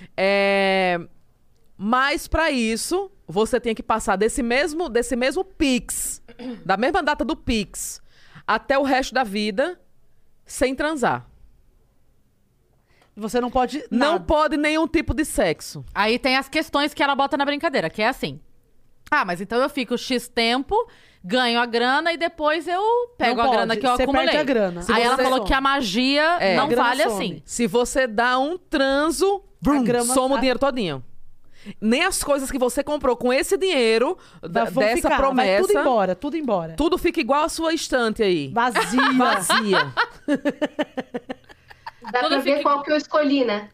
Mas pra isso, você tem que passar desse mesmo Pix, da mesma data do Pix, até o resto da vida, sem transar. Você não pode Não nada. pode nenhum tipo de sexo. Aí tem as questões que ela bota na brincadeira, que é assim. Mas então eu fico X tempo, ganho a grana e depois eu pego Não a pode, grana que eu você acumulei. perde a grana. Aí Se ela você falou some. que a magia não A grana vale some. assim. Se você dá um transo, A grama- soma o dinheiro todinho. Nem as coisas que você comprou com esse dinheiro, Vão dessa ficar, promessa, vai tudo embora, tudo embora. tudo fica igual a sua estante aí. Vazia. Vazia. Dá Tudo pra ver fica- qual que eu escolhi, né?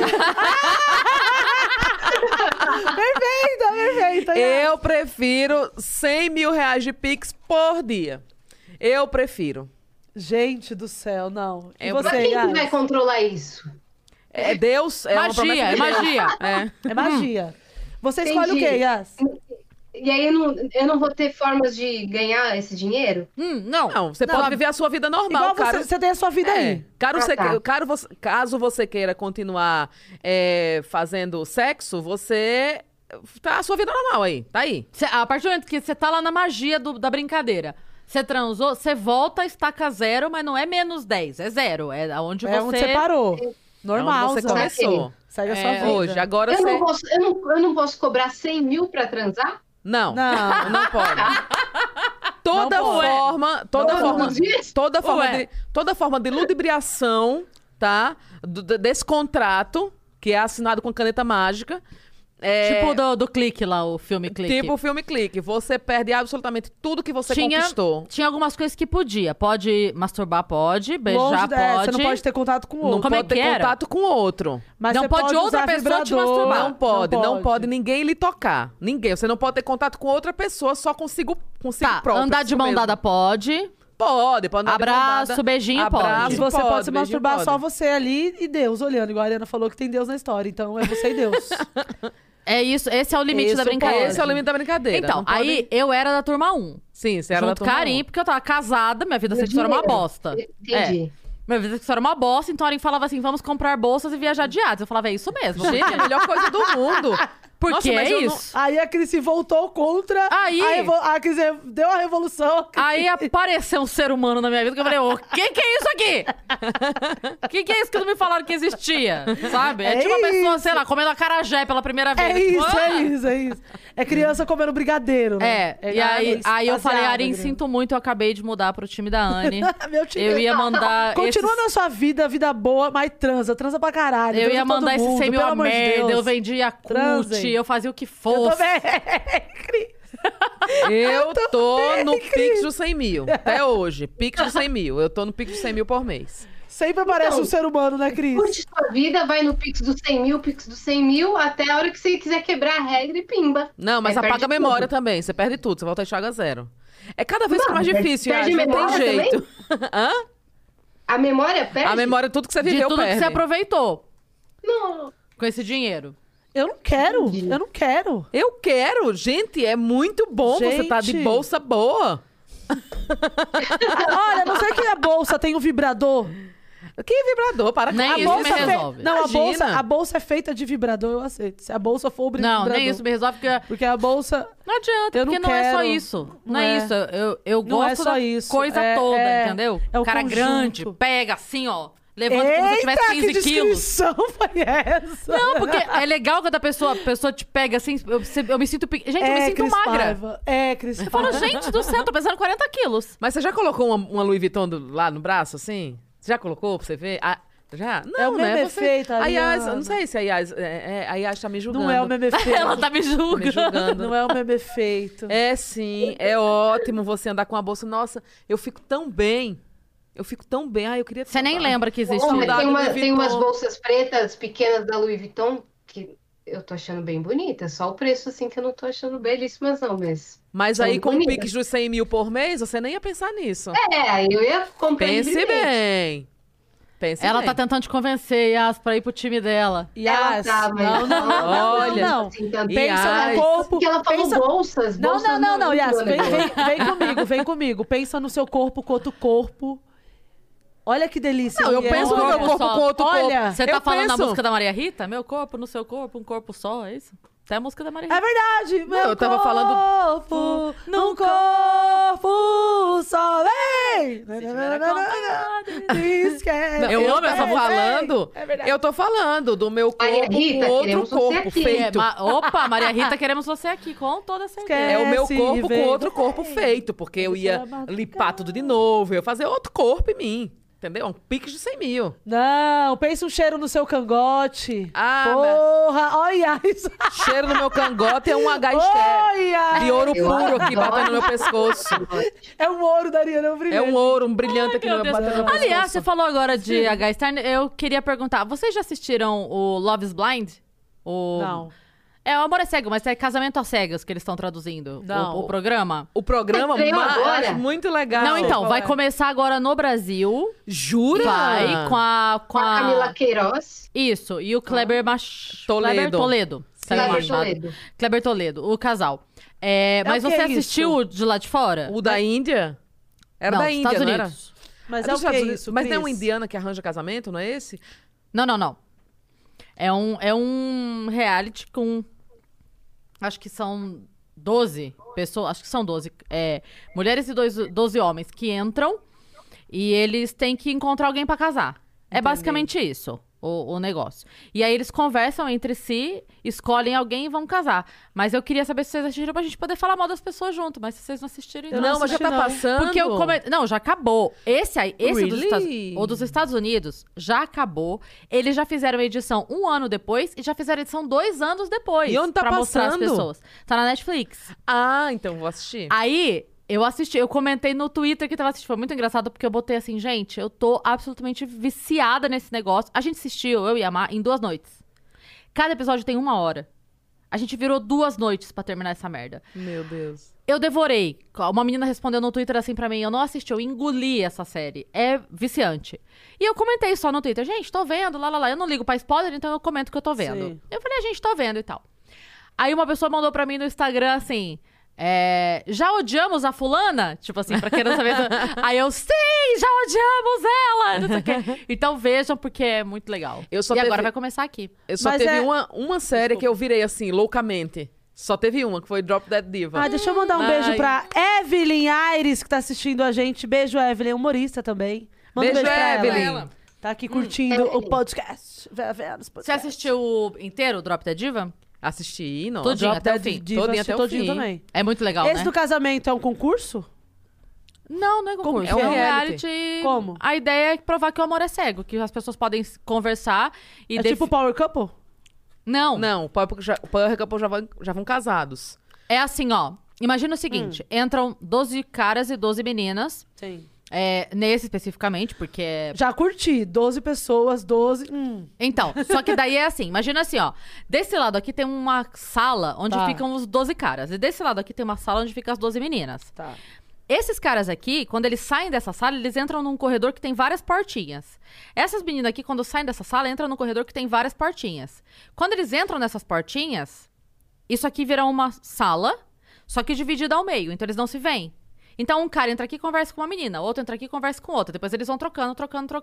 Perfeita. Eu prefiro R$100 mil de Pix por dia. Eu prefiro. Gente do céu, não. E Eu- Mas você, quem que Yas? vai controlar isso? É Deus, é uma promessa Magia, de é Deus. magia. É. É magia. Você escolhe o Entendi. quê, Yas? E aí eu não vou ter formas de ganhar esse dinheiro? Não. Não, você pode viver a sua vida normal. Igual você tem a sua vida aí. Caso você queira continuar fazendo sexo, você... Tá a sua vida normal aí, tá aí. A partir do momento que você tá lá na magia da brincadeira, você transou, você volta, estaca 0, mas não é menos 10, é 0. É onde É onde você parou. Normal. Onde você começou. Segue a sua vida. Hoje, agora eu não posso cobrar 100 mil pra transar? Não pode. Toda forma de ludibriação, tá? Desse contrato, que é assinado com caneta mágica. Tipo do Clique lá, o filme Clique. Tipo o filme Clique. Você perde absolutamente tudo que você conquistou. Tinha algumas coisas que podia. Pode masturbar, pode. Beijar, pode. Você não pode ter contato com o outro. Não pode ter contato com o outro. Mas não pode outra pessoa te masturbar. Não pode ninguém lhe tocar. Ninguém. Você não pode ter contato com outra pessoa, só consigo próprio. Andar de mão dada pode. Pode andar abraço, de mão dada. beijinho, pode. E você pode se masturbar só você ali e Deus olhando. Igual a Ariana falou que tem Deus na história. Então é você e Deus. É isso, esse é o limite da brincadeira. Esse é o limite da brincadeira. Então, aí eu era da turma 1. Sim, você era da turma 1. Carim, porque eu tava casada, minha vida sexual era uma bosta. Entendi. Minha vida sexual era uma bosta, então a Arim falava assim, vamos comprar bolsas e viajar de Hades. Eu falava, é isso mesmo. Gente, é a melhor coisa do mundo. Porque é isso. Aí a Cris se voltou contra. A Cris deu a revolução. Aí apareceu um ser humano na minha vida que eu falei, o que é isso aqui? O que é isso que não me falaram que existia? Sabe? É tipo uma pessoa, sei lá, comendo acarajé pela primeira vez. É isso. É criança comendo brigadeiro, né? E aí eu falei, Arim, sinto muito, eu acabei de mudar pro time da Anne. Meu time. Eu ia mandar... Continua na sua vida boa, mas transa pra caralho. Eu ia mandar esse 100 mil a merda, eu vendia Transem. eu fazia o que fosse. Eu também, Cris. Eu tô no Pix dos 100 mil. Até hoje. Pix dos 100 mil. Eu tô no Pix dos 100 mil por mês. Sempre aparece um ser humano, né, Cris? Curte sua vida, vai no Pix dos 100 mil, Pix dos 100 mil, até a hora que você quiser quebrar a regra e pimba. Não, mas apaga a memória também. Você perde tudo. Você volta a enxaga 0. É cada vez mais difícil. Não tem jeito. Hã? A memória perde? A memória, tudo que você viveu, de tudo que você aproveitou. Não. Com esse dinheiro. Eu não quero. Eu quero. Gente, é muito bom você tá de bolsa boa. Olha, não sei que a bolsa tem um vibrador. Que vibrador? Para com nem isso me resolve. Não, a bolsa é feita de vibrador, eu aceito. Se a bolsa for vibrador. Não, nem isso me resolve, porque a bolsa... Não adianta, porque não é só isso. Não é isso. Eu gosto da coisa toda, entendeu? É o cara conjunto. Grande, pega assim, ó. Levanta como se eu tivesse 15 quilos. Que descrição foi essa? Não, porque é legal quando a pessoa te pega assim, eu me sinto... Gente, eu me sinto Cris magra. Paiva. Cris Eu falo, gente do céu, tô pesando 40 quilos. Mas você já colocou uma Louis Vuitton lá no braço, assim? Você já colocou pra você ver? Já? Não, é o meme efeito, a Yas, não sei se a Yas tá me julgando. Não é o meme efeito. Ela tá me julgando. Não é o meme efeito. É sim, é ótimo você andar com a bolsa. Nossa, eu fico tão bem. Eu queria... Você nem lembra que existe. Tem umas bolsas pretas pequenas da Louis Vuitton que eu tô achando bem bonita. Só o preço, assim, que eu não tô achando belíssimas, não, Mas aí, com o Pix dos 100 mil por mês, você nem ia pensar nisso. Eu ia comprar. Pense bem. Ela tá tentando te convencer, Yas, pra ir pro time dela. Yas, olha. Não. Assim, pensa no corpo. Porque ela falou bolsas. Não, Yas, vem comigo. Pensa no seu corpo com outro corpo. Olha que delícia. Não, eu penso no meu corpo com outro corpo. Você tá falando da música da Maria Rita? Meu corpo no seu corpo, um corpo só, é isso? Até a música da Maria Rita. É verdade. Meu eu tava corpo num corpo só. Vem! Eu amo essa falando. Eu tô falando do meu corpo com outro corpo feito. Opa, Maria Rita, queremos você aqui, com toda certeza. É o meu corpo com outro corpo feito. Porque eu ia limpar tudo de novo. Eu ia fazer outro corpo em mim. Entendeu? Um Pix de 100 mil. Não, pensa um cheiro no seu cangote. Porra, olha isso. Cheiro no meu cangote é um H de ouro puro aqui batendo no meu pescoço. É um ouro, Dariana, um brilhante. É um ouro, um brilhante aqui batendo no meu pescoço. Aliás, você falou agora de H-Star, eu queria perguntar, vocês já assistiram o Love is Blind? Não. É, o Amor é Cego, mas é Casamento às Cegas que eles estão traduzindo. Não. O programa. O programa, eu acho muito legal. Não, então, vai começar agora no Brasil. Jura? Vai, com a Camila Queiroz. Isso, e o Kleber Toledo. Kleber Toledo, o casal. Mas o que você é assistiu isso? o de lá de fora? O da Índia? Era Não, da dos Índia, Estados não era? Unidos. Mas É é dos o que Estados Unidos. isso, Mas tem uma Cris? indiana que arranja casamento, não é esse? Não. É um reality com... Acho que são 12 pessoas. Acho que são 12. Mulheres e 12 homens que entram e eles têm que encontrar alguém pra casar. É basicamente isso. O negócio. E aí eles conversam entre si, escolhem alguém e vão casar. Mas eu queria saber se vocês assistiram pra gente poder falar mal das pessoas junto. Mas se vocês não assistirem... Eu Não, mas já assisti, tá não. passando. Porque Não, já acabou. Esse Really? o dos Estados Unidos já acabou. Eles já fizeram a edição 1 ano depois e já fizeram a edição 2 anos depois. E onde tá pra mostrar as passando? pessoas. Tá na Netflix. Ah, então vou assistir. Aí, eu comentei no Twitter que tava assistindo. Foi muito engraçado porque eu botei assim, gente, eu tô absolutamente viciada nesse negócio. A gente assistiu, eu e a Mar, em 2 noites. Cada episódio tem 1 hora. A gente virou 2 noites pra terminar essa merda. Meu Deus. Eu devorei. Uma menina respondeu no Twitter assim pra mim, eu não assisti, eu engoli essa série. É viciante. E eu comentei só no Twitter, gente, tô vendo, lá. Eu não ligo pra spoiler, então eu comento que eu tô vendo. Sim. Eu falei, gente, tô vendo e tal. Aí uma pessoa mandou pra mim no Instagram assim... já odiamos a fulana? Tipo assim, pra quem não saber. Aí eu, sim, já odiamos ela! Não sei o quê. Então vejam, porque é muito legal. Agora vai começar aqui. Eu só Mas teve é- uma série que eu virei assim, loucamente. Só teve uma, que foi Drop Dead Diva. Ah, deixa eu mandar um beijo pra Evelyn Aires, que tá assistindo a gente. Beijo, Evelyn, humorista também. Manda um Beijo, beijo pra Evelyn. ela. Tá aqui curtindo o podcast. Você assistiu inteiro o Drop da Diva? Assisti, não. Todinho, Drop até o Dead fim. Diva, Todinho assisti até o todinho fim. também. É muito legal, Esse né? do casamento é um concurso? Não é concurso. Como É um que é? reality. Como? A ideia é provar que o amor é cego, que as pessoas podem conversar e... É tipo Power Couple? Não, Não, o Power Couple já vão casados. é assim, ó. Imagina o seguinte, entram 12 caras e 12 meninas, Sim. nesse especificamente, porque é... Já curti. 12 pessoas, 12... Então, só que daí é assim, imagina assim, ó. Desse lado aqui tem uma sala onde Tá. ficam os 12 caras. E desse lado aqui tem uma sala onde ficam as 12 meninas. Tá. Esses caras aqui, quando eles saem dessa sala, eles entram num corredor que tem várias portinhas. Essas meninas aqui, quando saem dessa sala, entram num corredor que tem várias portinhas. Quando eles entram nessas portinhas, isso aqui vira uma sala, só que dividida ao meio, então eles não se veem. Então um cara entra aqui e conversa com uma menina, outro entra aqui e conversa com outra. Depois eles vão trocando.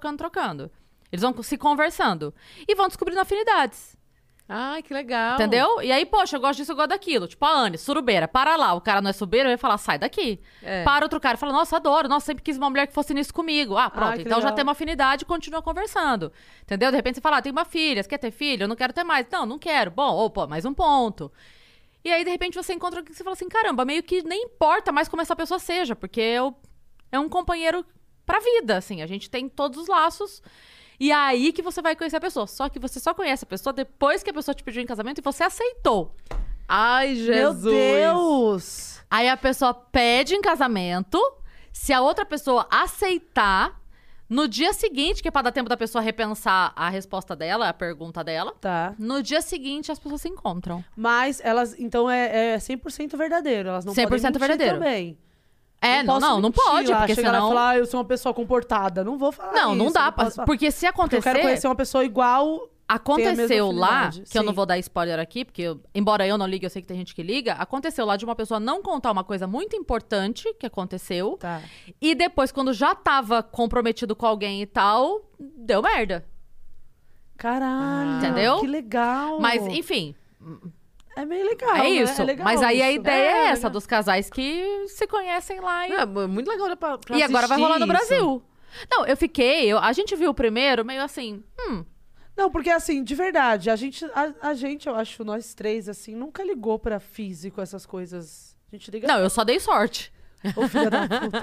Eles vão se conversando. E vão descobrindo afinidades. Ai, que legal. Entendeu? E aí, poxa, eu gosto disso, eu gosto daquilo. Tipo, a Anne, surubeira, para lá. O cara não é surubeiro, eu ia falar, sai daqui. É. Para outro cara e fala, nossa, adoro. Nossa, sempre quis uma mulher que fosse nisso comigo. Ah, pronto. que Então já legal. tem uma afinidade e continua conversando. Entendeu? De repente você fala, tem uma filha, você quer ter filho? Eu não quero ter mais. Não, não quero. Bom, opa, mais um ponto. E aí, de repente, você encontra alguém que você fala assim, caramba, meio que nem importa mais como essa pessoa seja, porque é um companheiro pra vida, assim. A gente tem todos os laços. E é aí que você vai conhecer a pessoa. Só que você só conhece a pessoa depois que a pessoa te pediu em casamento e você aceitou. Ai, Jesus. Meu Deus! Aí a pessoa pede em casamento. Se a outra pessoa aceitar, no dia seguinte, que é pra dar tempo da pessoa repensar a resposta dela, a pergunta dela, Tá. no dia seguinte as pessoas se encontram. Mas elas, então, é 100% verdadeiro. Elas não 100% podem mentir verdadeiro. também. Não posso mentir pode, lá, porque chegar lá e senão... falar, eu sou uma pessoa comportada. Não vou falar Não, não isso, dá, posso falar. porque se Porque eu acontecer... quero conhecer uma pessoa igual... Aconteceu Tem a mesma lá, afinidade, que eu não sim. vou dar spoiler aqui, porque embora eu não ligue, eu sei que tem gente que liga. Aconteceu lá de uma pessoa não contar uma coisa muito importante que aconteceu. Tá. E depois, quando já tava comprometido com alguém e tal, deu merda. Caralho. Entendeu? Que legal. Mas, enfim, É meio legal, é né? isso. É legal Mas aí a isso. ideia é essa, legal. dos casais que se conhecem lá e... Não, é muito legal pra E agora vai assistir rolar no isso. Brasil. Não, a gente viu o primeiro meio assim, Não, porque assim, de verdade, a gente, eu acho, nós três, assim, nunca ligou pra físico, essas coisas. A gente liga... não, eu só dei sorte. Ô, filha da puta.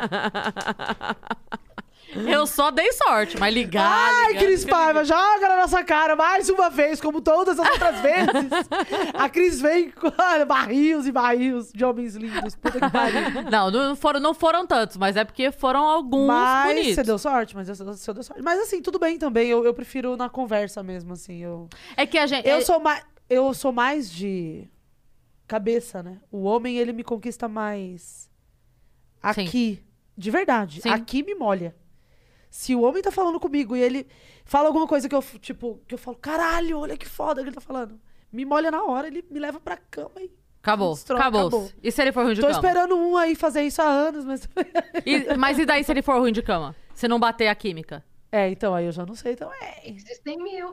Eu só dei sorte, mas ligar... Ai, ligar, Cris ligar, Paiva, joga na nossa cara mais uma vez, como todas as outras vezes. A Cris vem com barris e barris de homens lindos. Puta que pariu. Não foram tantos, mas é porque foram alguns Mas bonitos. você deu sorte, mas você deu sorte. Mas assim, tudo bem também. Eu prefiro na conversa mesmo, assim. É que a gente... Eu sou mais de cabeça, né? O homem, ele me conquista mais aqui. De verdade. Sim. Aqui me molha. Se o homem tá falando comigo e ele fala alguma coisa que eu falo, caralho, olha que foda que ele tá falando. Me molha na hora, ele me leva pra cama e Acabou. Destrói, Acabou. acabou. E se ele for ruim de Tô cama? esperando um aí fazer isso há anos, mas... Mas e daí se ele for ruim de cama? Se não bater a química? Então, aí eu já não sei também. Existem 1.000.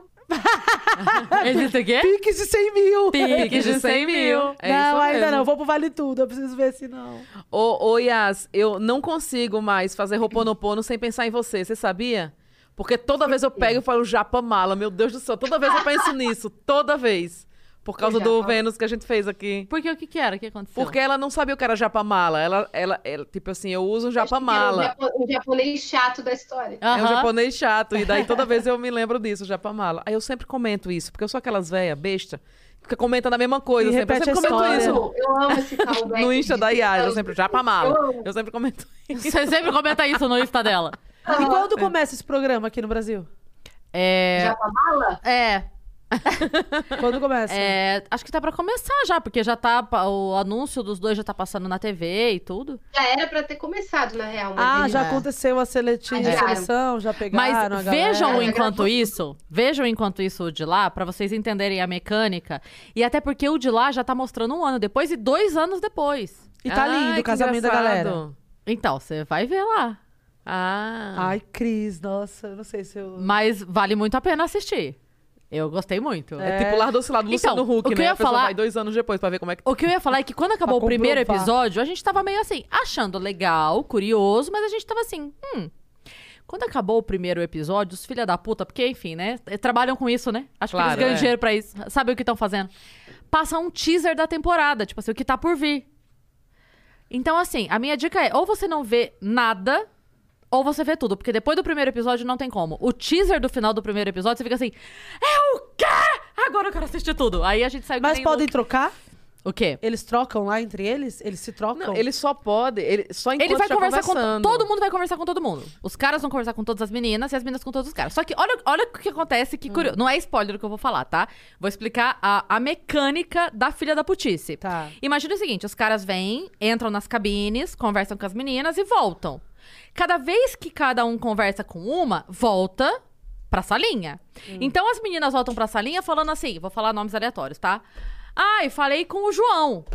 Existe o quê? Piques de 100 mil. Piques de 100 mil. É não, isso ainda mesmo. não. Vou pro Vale Tudo. Eu preciso ver se não. Ô, Yas, eu não consigo mais fazer Ho'oponopono sem pensar em você. Você sabia? Porque toda vez eu pego e falo japa mala. Meu Deus do céu. Toda vez eu penso nisso. Toda vez. Por causa do Japa. Vênus que a gente fez aqui. Porque o que que era? O que aconteceu? Porque ela não sabia o que era japa mala. Ela tipo assim, eu uso um japa mala. O japonês chato da história. É um Aham. japonês chato. E daí toda vez eu me lembro disso, japa mala. Aí eu sempre comento isso, porque eu sou aquelas véia besta, que fica comentando a mesma coisa. E Sempre. Eu repete sempre a comento história. isso. Eu amo esse callback. No Insta de da Yas, eu anos. sempre japa Eu mala. amo. Eu sempre comento isso. Você sempre comenta isso no Insta dela. E quando começa esse programa aqui no Brasil? Japa mala? Quando começa? Acho que tá pra começar já, porque já tá. O anúncio dos dois já tá passando na TV e tudo. Já era pra ter começado, na real. Mas eles- Já aconteceu a seleção, já pegaram Mas a vejam galera. enquanto isso o de lá, pra vocês entenderem a mecânica. E até porque o de lá já tá mostrando 1 ano depois e 2 anos depois. E tá lindo Ai, o que casamento da engraçado. galera. Então, você vai ver lá. Ai, Cris, nossa, eu não sei se eu... Mas vale muito a pena assistir. Eu gostei muito. É tipo Lar Doce Lá do Luciano Então, Huck, o que eu né? ia A pessoa falar- vai 2 anos depois pra ver como é que O que eu ia falar é que quando acabou o Pra primeiro comprovar. episódio, a gente tava meio assim, achando legal, curioso, mas a gente tava assim, Quando acabou o primeiro episódio, os filha da puta, porque enfim, né? Trabalham com isso, né? Acho que Claro, eles ganham é. dinheiro pra isso. Sabem o que estão fazendo. Passa um teaser da temporada, tipo assim, o que tá por vir. Então, assim, a minha dica é, ou você não vê nada, ou você vê tudo. Porque depois do primeiro episódio não tem como. O teaser do final do primeiro episódio, você fica assim, é o quê? Agora eu quero assistir tudo. Aí a gente sai Mas podem trocar? O quê? Eles trocam lá entre eles? Eles se trocam? Não, ele só pode, só enquanto Ele vai tá conversar conversando. com... Todo mundo vai conversar com todo mundo. Os caras vão conversar com todas as meninas e as meninas com todos os caras. Só que olha o que acontece, que curioso. Não é spoiler o que eu vou falar, tá? Vou explicar a mecânica da filha da putice. Tá. Imagina o seguinte, os caras vêm, entram nas cabines, conversam com as meninas e voltam. Cada vez que cada um conversa com uma, volta pra salinha. Então as meninas voltam pra salinha falando assim, vou falar nomes aleatórios, tá? Ai, falei com o João.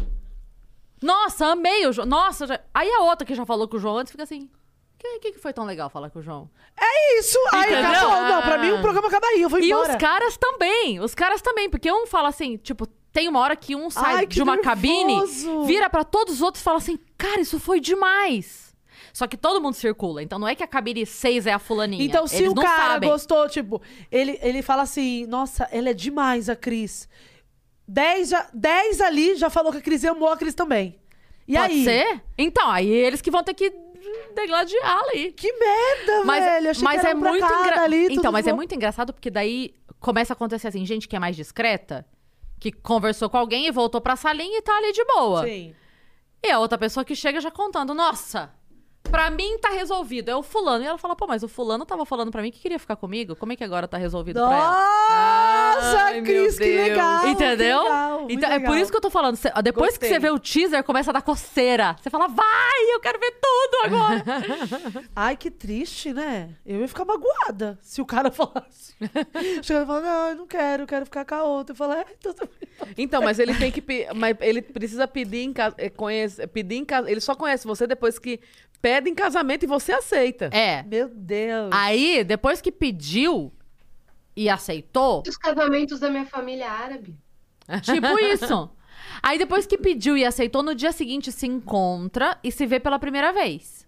Nossa, amei o João. Nossa, aí a outra que já falou com o João antes fica assim... O que foi tão legal falar com o João? Isso! Aí Entendeu? acabou. Não, pra mim o programa acaba aí, eu vou E embora. os caras também, porque um fala assim, tipo, tem uma hora que um sai Ai, que de uma nervoso. cabine, vira pra todos os outros e fala assim, cara, isso foi demais. Só que todo mundo circula, então não é que a cabine 6 é a fulaninha. Então, se Eles o não cara sabem. gostou, tipo, ele fala assim, nossa, ela é demais, a Cris. 10 ali já falou que a Cris amou a Cris também. E Pode aí? ser? Então, aí eles que vão ter que degladiar ali. Que merda, velho. Achei mas que era é um pra muito cada ali, tudo Então, mas é bom. muito engraçado porque daí começa a acontecer assim, gente que é mais discreta, que conversou com alguém e voltou pra salinha e tá ali de boa. Sim. E a outra pessoa que chega já contando, nossa, pra mim tá resolvido, é o fulano. E ela fala, pô, mas o fulano tava falando pra mim que queria ficar comigo, como é que agora tá resolvido pra ela? Nossa, Ai, Cris, meu que Deus. legal. Entendeu? Que legal, muito Então, é por legal. isso que eu tô falando. Depois que Gostei. você vê o teaser, começa a dar coceira. Você fala, vai, eu quero ver tudo agora. Ai, que triste, né? Eu ia ficar magoada se o cara falasse. Chegando e falando, não, eu não quero, eu quero ficar com a outra. Eu falo, tudo bem. Então, mas ele tem que mas ele precisa pedir em casa, ele só conhece você depois que pede em casamento e você aceita. É. Meu Deus. Aí, depois que pediu e aceitou, Os casamentos da minha família árabe. tipo isso. Aí, depois que pediu e aceitou, no dia seguinte se encontra e se vê pela primeira vez.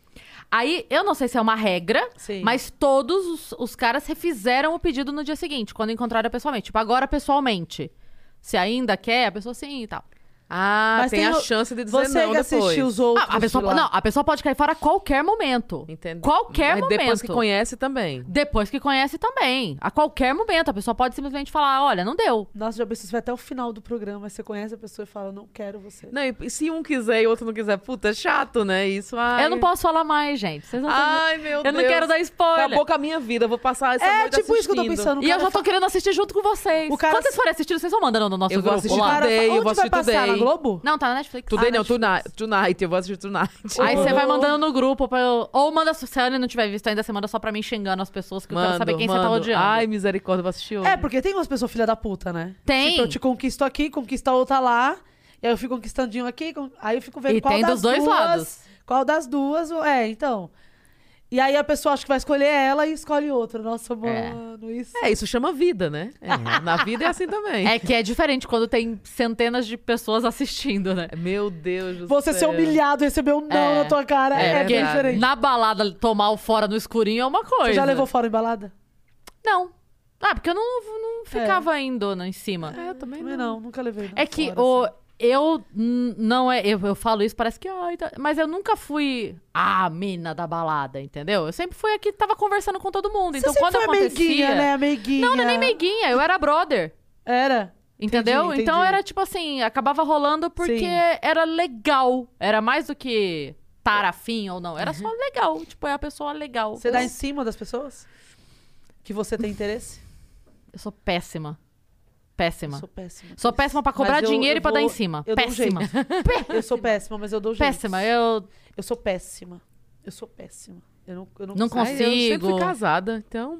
Aí, eu não sei se é uma regra, Sim. mas todos os caras refizeram o pedido no dia seguinte, quando encontraram pessoalmente. Tipo, agora pessoalmente. Se ainda quer, a pessoa sim e tal. Ah, Mas tem a o- chance de dizer Você não que depois. assistiu os outros. A pessoa, de lá. não, a pessoa pode cair fora a qualquer momento. Entendeu? Qualquer Mas momento. depois que conhece também. Depois que conhece também. A qualquer momento. A pessoa pode simplesmente falar, olha, não deu. Nossa, já pensou, você vai até o final do programa, mas você conhece a pessoa e fala, não quero você. Não, e se um quiser e o outro não quiser, puta, é chato, né? Isso, ai. Eu não posso falar mais, gente. Vocês não Ai, meu Eu Deus. não quero dar spoiler. Acabou com a minha vida, eu vou passar essa É noite tipo isso que eu tô assistindo. pensando. E eu já tô querendo assistir junto com vocês. O cara- Quando vocês forem assistir, vocês vão mandando no nosso Eu vou grupo assistir lá. Today, eu Onde vou vai assistir passar, Today. na Globo? Não, tá na Netflix. Today não, Netflix. Tonight, eu vou assistir Tonight. Aí você vai Oh. mandando no grupo pra eu... Ou manda, se a Anne não tiver visto ainda, você manda só pra mim xingando as pessoas, que eu quero saber quem você tá odiando. Ai, misericórdia, eu vou assistir hoje. É, porque tem umas pessoas filha da puta, né? Tem. Tipo, eu te conquisto aqui, conquista a outra lá. E aí eu fico conquistando de um aqui, aí eu fico vendo E qual tem das dos dois duas... lados. Qual das duas... então... E aí a pessoa acha que vai escolher ela e escolhe outra. Nossa, mano, isso... Isso chama vida, né? Na vida é assim também. É que é diferente quando tem centenas de pessoas assistindo, né? Meu Deus do Você céu. ser humilhado e receber um não na tua cara é bem verdade. diferente. Na balada, tomar o fora no escurinho é uma coisa. Você já levou fora em balada? Não. Porque eu não ficava indo em cima. Eu também Também não, nunca levei. É que fora, assim. não é. Eu falo isso, parece que. Mas eu nunca fui a mina da balada, entendeu? Eu sempre fui a que tava conversando com todo mundo. Então Você quando sempre foi acontecia. meiguinha, né? Meiguinha. Não é nem meiguinha, eu era brother. Era. Entendeu? Entendi, Então entendi. era tipo assim, acabava rolando porque Sim. era legal. Era mais do que estar afim ou não. Era só legal. Tipo, é a pessoa legal. Você dá em cima das pessoas? Que você tem interesse? Eu sou péssima. Péssima. Eu sou péssima. Sou péssima pra cobrar Mas eu- dinheiro eu e pra dar vou- em cima. eu dou um Péssima. Eu sou péssima, mas eu dou jeito. Péssima. Eu Eu sou péssima. Eu sou péssima. Eu Não consigo. Eu sempre fui consigo. casada, então...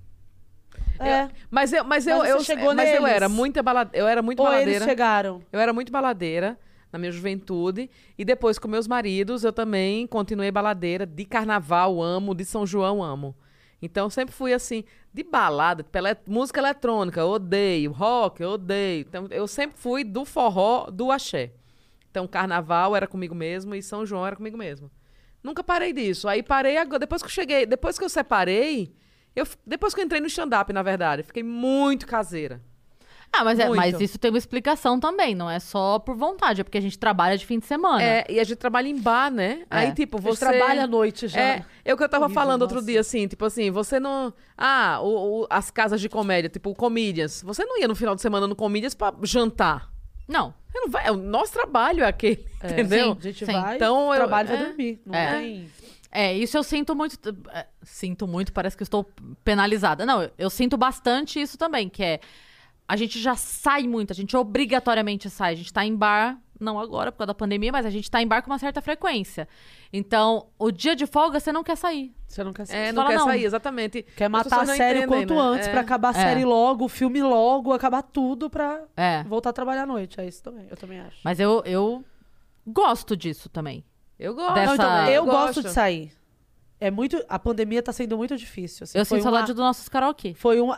É. Mas eu você chegou mas eu neles. era muito eu era muito Ou eles baladeira. chegaram. Eu era muito baladeira na minha juventude. E depois, com meus maridos, eu também continuei baladeira. De carnaval, amo. De São João, amo. Então, sempre fui assim, de balada, tipo, música eletrônica, odeio. Rock, odeio. Então, eu sempre fui do forró, do axé. Então, carnaval era comigo mesmo e São João era comigo mesmo. Nunca parei disso. Aí parei agora. Depois que eu separei, depois que eu entrei no stand-up, na verdade, fiquei muito caseira. Mas Muito. isso tem uma explicação também, não é só por vontade, é porque a gente trabalha de fim de semana. E a gente trabalha em bar, né? Aí, tipo, Você você... trabalha à noite já. É o que eu tava Horrível, falando outro nossa. dia, assim, tipo assim, você não... as casas de comédia, tipo, o Comedians. Você não ia no final de semana no Comedians pra jantar. Não. Você não vai, o nosso trabalho é aquele, entendeu? A gente Sim. vai, Então, trabalha e vai dormir. Não É. tem... Isso eu sinto muito. Sinto muito, parece que eu estou penalizada. Não, eu sinto bastante isso também, que é. A gente já sai muito, a gente obrigatoriamente sai. A gente tá em bar, não agora por causa da pandemia, mas a gente tá em bar com uma certa frequência. Então, o dia de folga você não quer sair. Você não quer sair. Não fala, quer não. sair, exatamente. Quer As matar pessoas a não série o entendem, quanto né? antes pra acabar a série logo, o filme logo, acabar tudo pra voltar a trabalhar à noite. É isso também, eu também acho. Mas eu gosto disso também. Eu gosto. Dessa- Não, então, eu gosto. gosto de sair. É muito, a pandemia tá sendo muito difícil. Assim, Eu foi sinto saudade do nossos karaokê.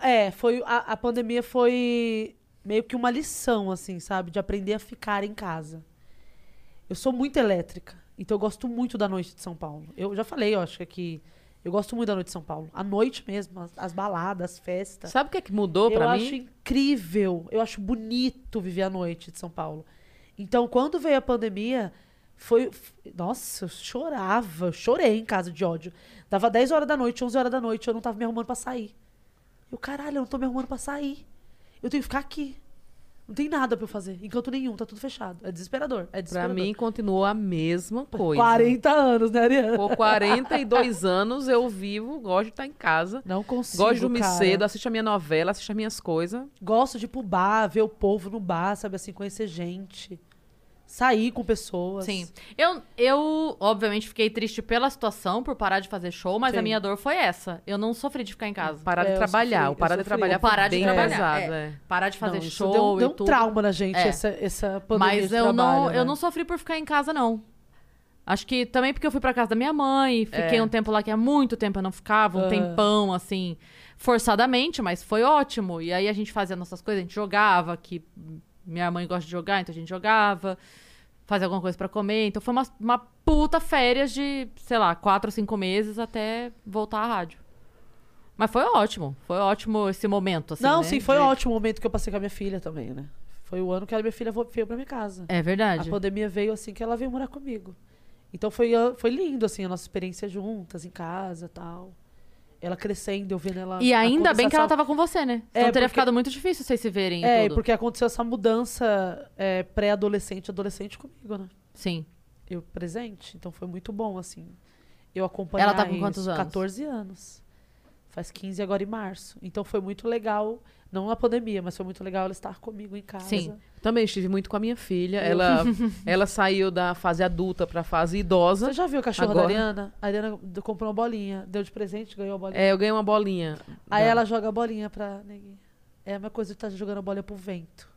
a pandemia foi meio que uma lição, assim, sabe? De aprender a ficar em casa. Eu sou muito elétrica, então eu gosto muito da noite de São Paulo. Eu já falei, eu acho que eu gosto muito da noite de São Paulo. À noite mesmo, as baladas, as festas. Sabe o que é que mudou pra Eu mim? acho incrível, eu acho bonito viver a noite de São Paulo. Então, quando veio a pandemia, nossa, eu chorei em casa de ódio. Dava 10 horas da noite, 11 horas da noite, eu não tava me arrumando pra sair. Caralho, eu não tô me arrumando pra sair. Eu tenho que ficar aqui. Não tem nada pra eu fazer, em canto nenhum, tá tudo fechado. É desesperador, Pra desesperador. mim, continuou a mesma coisa. 40 anos, né, Ariana? Por 42 anos eu vivo, gosto de estar em casa. Não consigo, Gosto de dormir cara. cedo, assisto a minha novela, assisto as minhas coisas. Gosto de ir pro bar, ver o povo no bar, sabe assim, conhecer gente. Sair com pessoas. Sim. Eu, obviamente, fiquei triste pela situação, por parar de fazer show, mas Sim. a minha dor foi essa. Eu não sofri de ficar em casa. Parar de eu trabalhar. sofri, O parar eu de sofri. trabalhar O parar foi de bem trabalhar, pesado. é. É. Parar de fazer Não, isso show deu e um tudo. trauma na gente, É. essa pandemia Mas de eu trabalho, né? não sofri por ficar em casa, não. Acho que também porque eu fui pra casa da minha mãe, fiquei um tempo lá que há muito tempo eu não ficava, um tempão, assim, forçadamente, mas foi ótimo. E aí a gente fazia nossas coisas, a gente jogava, que minha mãe gosta de jogar, então a gente jogava, fazia alguma coisa pra comer. Então foi uma puta férias de, sei lá, 4 ou 5 meses até voltar à rádio. Mas foi ótimo esse momento, assim, Não, né? sim, foi De- ótimo o momento que eu passei com a minha filha também, né? Foi o ano que a minha filha veio pra minha casa. É verdade. A pandemia veio assim que ela veio morar comigo. Então foi lindo, assim, a nossa experiência juntas, em casa e tal. Ela crescendo, eu vendo ela... E ainda bem que ela aconteceu tava com você, né? É, Então teria porque- ficado muito difícil vocês se verem e essa- tudo. porque aconteceu essa mudança pré-adolescente, adolescente comigo, né? Sim. Eu presente. Então foi muito bom, assim. Eu acompanhar Ela tá com isso. quantos anos? 14 anos. Faz 15 agora em março. Então foi muito legal, não na pandemia, mas foi muito legal ela estar comigo em casa. Sim. Também estive muito com a minha filha. Eu- Ela saiu da fase adulta pra fase idosa. Você já viu a cachorra Agora? da Ariana? A Ariana comprou uma bolinha, deu de presente, ganhou a bolinha. Eu ganhei uma bolinha. Aí da- ela joga a bolinha pra neguinha. É a mesma coisa de estar jogando a bolinha pro vento.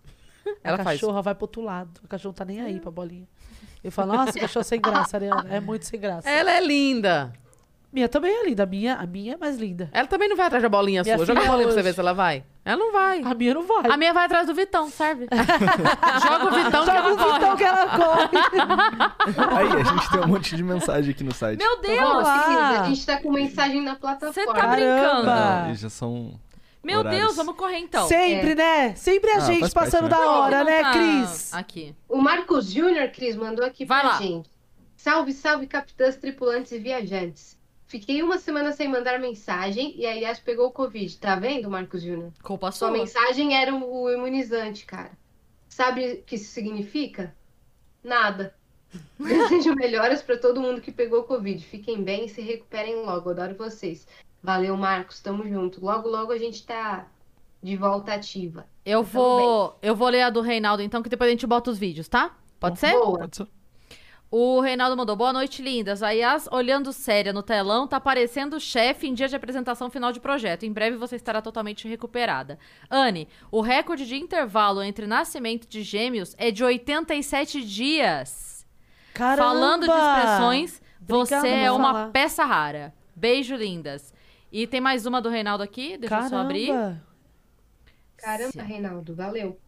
Ela a faz. cachorra vai pro outro lado. A cachorra não tá nem aí pra bolinha. Eu falo, nossa, cachorro sem graça, Ariana. É muito sem graça. Ela é linda. Minha também é linda. A minha é mais linda. Ela também não vai atrás da bolinha Minha sua. Joga a filha bolinha pra você hoje. ver se ela vai. Ela não vai. A minha não vai. A minha vai atrás do Vitão, serve. Joga o Vitão que Joga ela o Vitão corre. que ela corre. Aí, a gente tem um monte de mensagem aqui no site. Meu Ó, Deus! lá. querida, a gente tá com mensagem na plataforma. Você tá Caramba. brincando. Não, e já são Meu horários. Deus, vamos correr então. Sempre, né? Sempre a gente faz parte, passando né? da hora, Não né, tá Cris? Aqui. O Marcos Júnior, Cris, mandou aqui Vai pra lá. gente. Salve, salve, capitãs, tripulantes e viajantes. Fiquei uma semana sem mandar mensagem e a Yas pegou o Covid. Tá vendo, Marcos Júnior? Culpa Sua sua. mensagem era o imunizante, cara. Sabe o que isso significa? Nada. Desejo melhoras pra todo mundo que pegou Covid. Fiquem bem e se recuperem logo. Adoro vocês. Valeu, Marcos. Tamo junto. Logo, logo a gente tá de volta ativa. Eu vou ler a do Reinaldo então, que depois a gente bota os vídeos, tá? Pode ser? Boa. Pode ser? O Reinaldo mandou, boa noite, lindas. A Yas, olhando séria no telão, tá parecendo o chefe em dia de apresentação final de projeto. Em breve você estará totalmente recuperada. Anne, o recorde de intervalo entre nascimento de gêmeos é de 87 dias. Caramba! Falando de expressões, Obrigada, você é vou uma falar. peça rara. Beijo, lindas. E tem mais uma do Reinaldo aqui, deixa eu só abrir. Caramba! Caramba, Reinaldo. Valeu.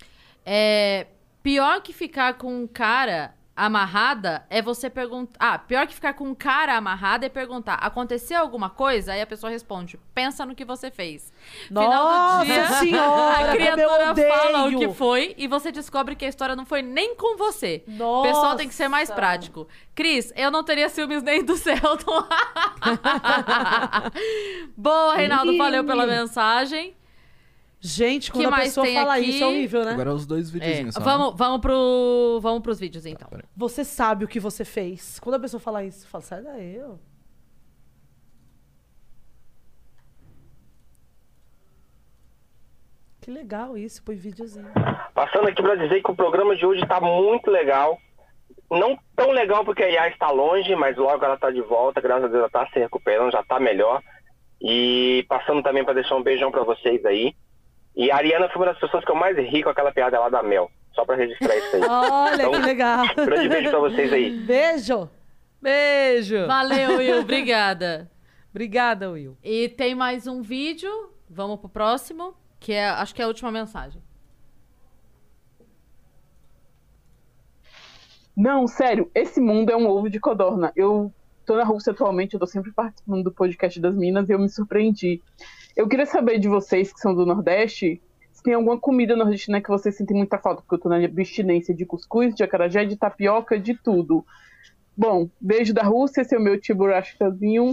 Pior que ficar com um cara amarrada é você perguntar. Ah, pior que ficar com um cara amarrado é perguntar: aconteceu alguma coisa? Aí a pessoa responde: pensa no que você fez. Nossa Final do dia, senhora, a como eu criatura odeio. fala o que foi e você descobre que a história não foi nem com você. O pessoal tem que ser mais Nossa. prático. Cris, eu não teria ciúmes nem do Celton. Boa, Reinaldo, valeu pela mensagem. Gente, quando Que a mais pessoa tem fala aqui? isso é horrível, né? Agora os dois videozinhos só. Vamos pros vídeos então. Peraí. Você sabe o que você fez. Quando a pessoa fala isso, fala, sai daí, ó. Que legal isso, põe videozinho. Passando aqui para dizer que o programa de hoje está muito legal. Não tão legal porque a Yas está longe, mas logo ela está de volta. Graças a Deus ela está se recuperando, já está melhor. E passando também para deixar um beijão para vocês aí. E a Ariana foi uma das pessoas que eu mais ri com aquela piada lá da Mel. Só para registrar isso aí. Olha, Então, que legal. grande beijo para vocês aí. Beijo. Beijo. Valeu, Will. Obrigada. Obrigada, Will. E tem mais um vídeo. Vamos pro próximo, que é, acho que é a última mensagem. Não, sério, esse mundo é um ovo de codorna. Eu tô na Rússia atualmente, eu tô sempre participando do podcast das Minas e eu me surpreendi. Eu queria saber de vocês que são do Nordeste, se tem alguma comida nordestina que vocês sentem muita falta, porque eu tô na abstinência de cuscuz, de acarajé, de tapioca, de tudo. Bom, beijo da Rússia, esse é o meu tiburashkazinho.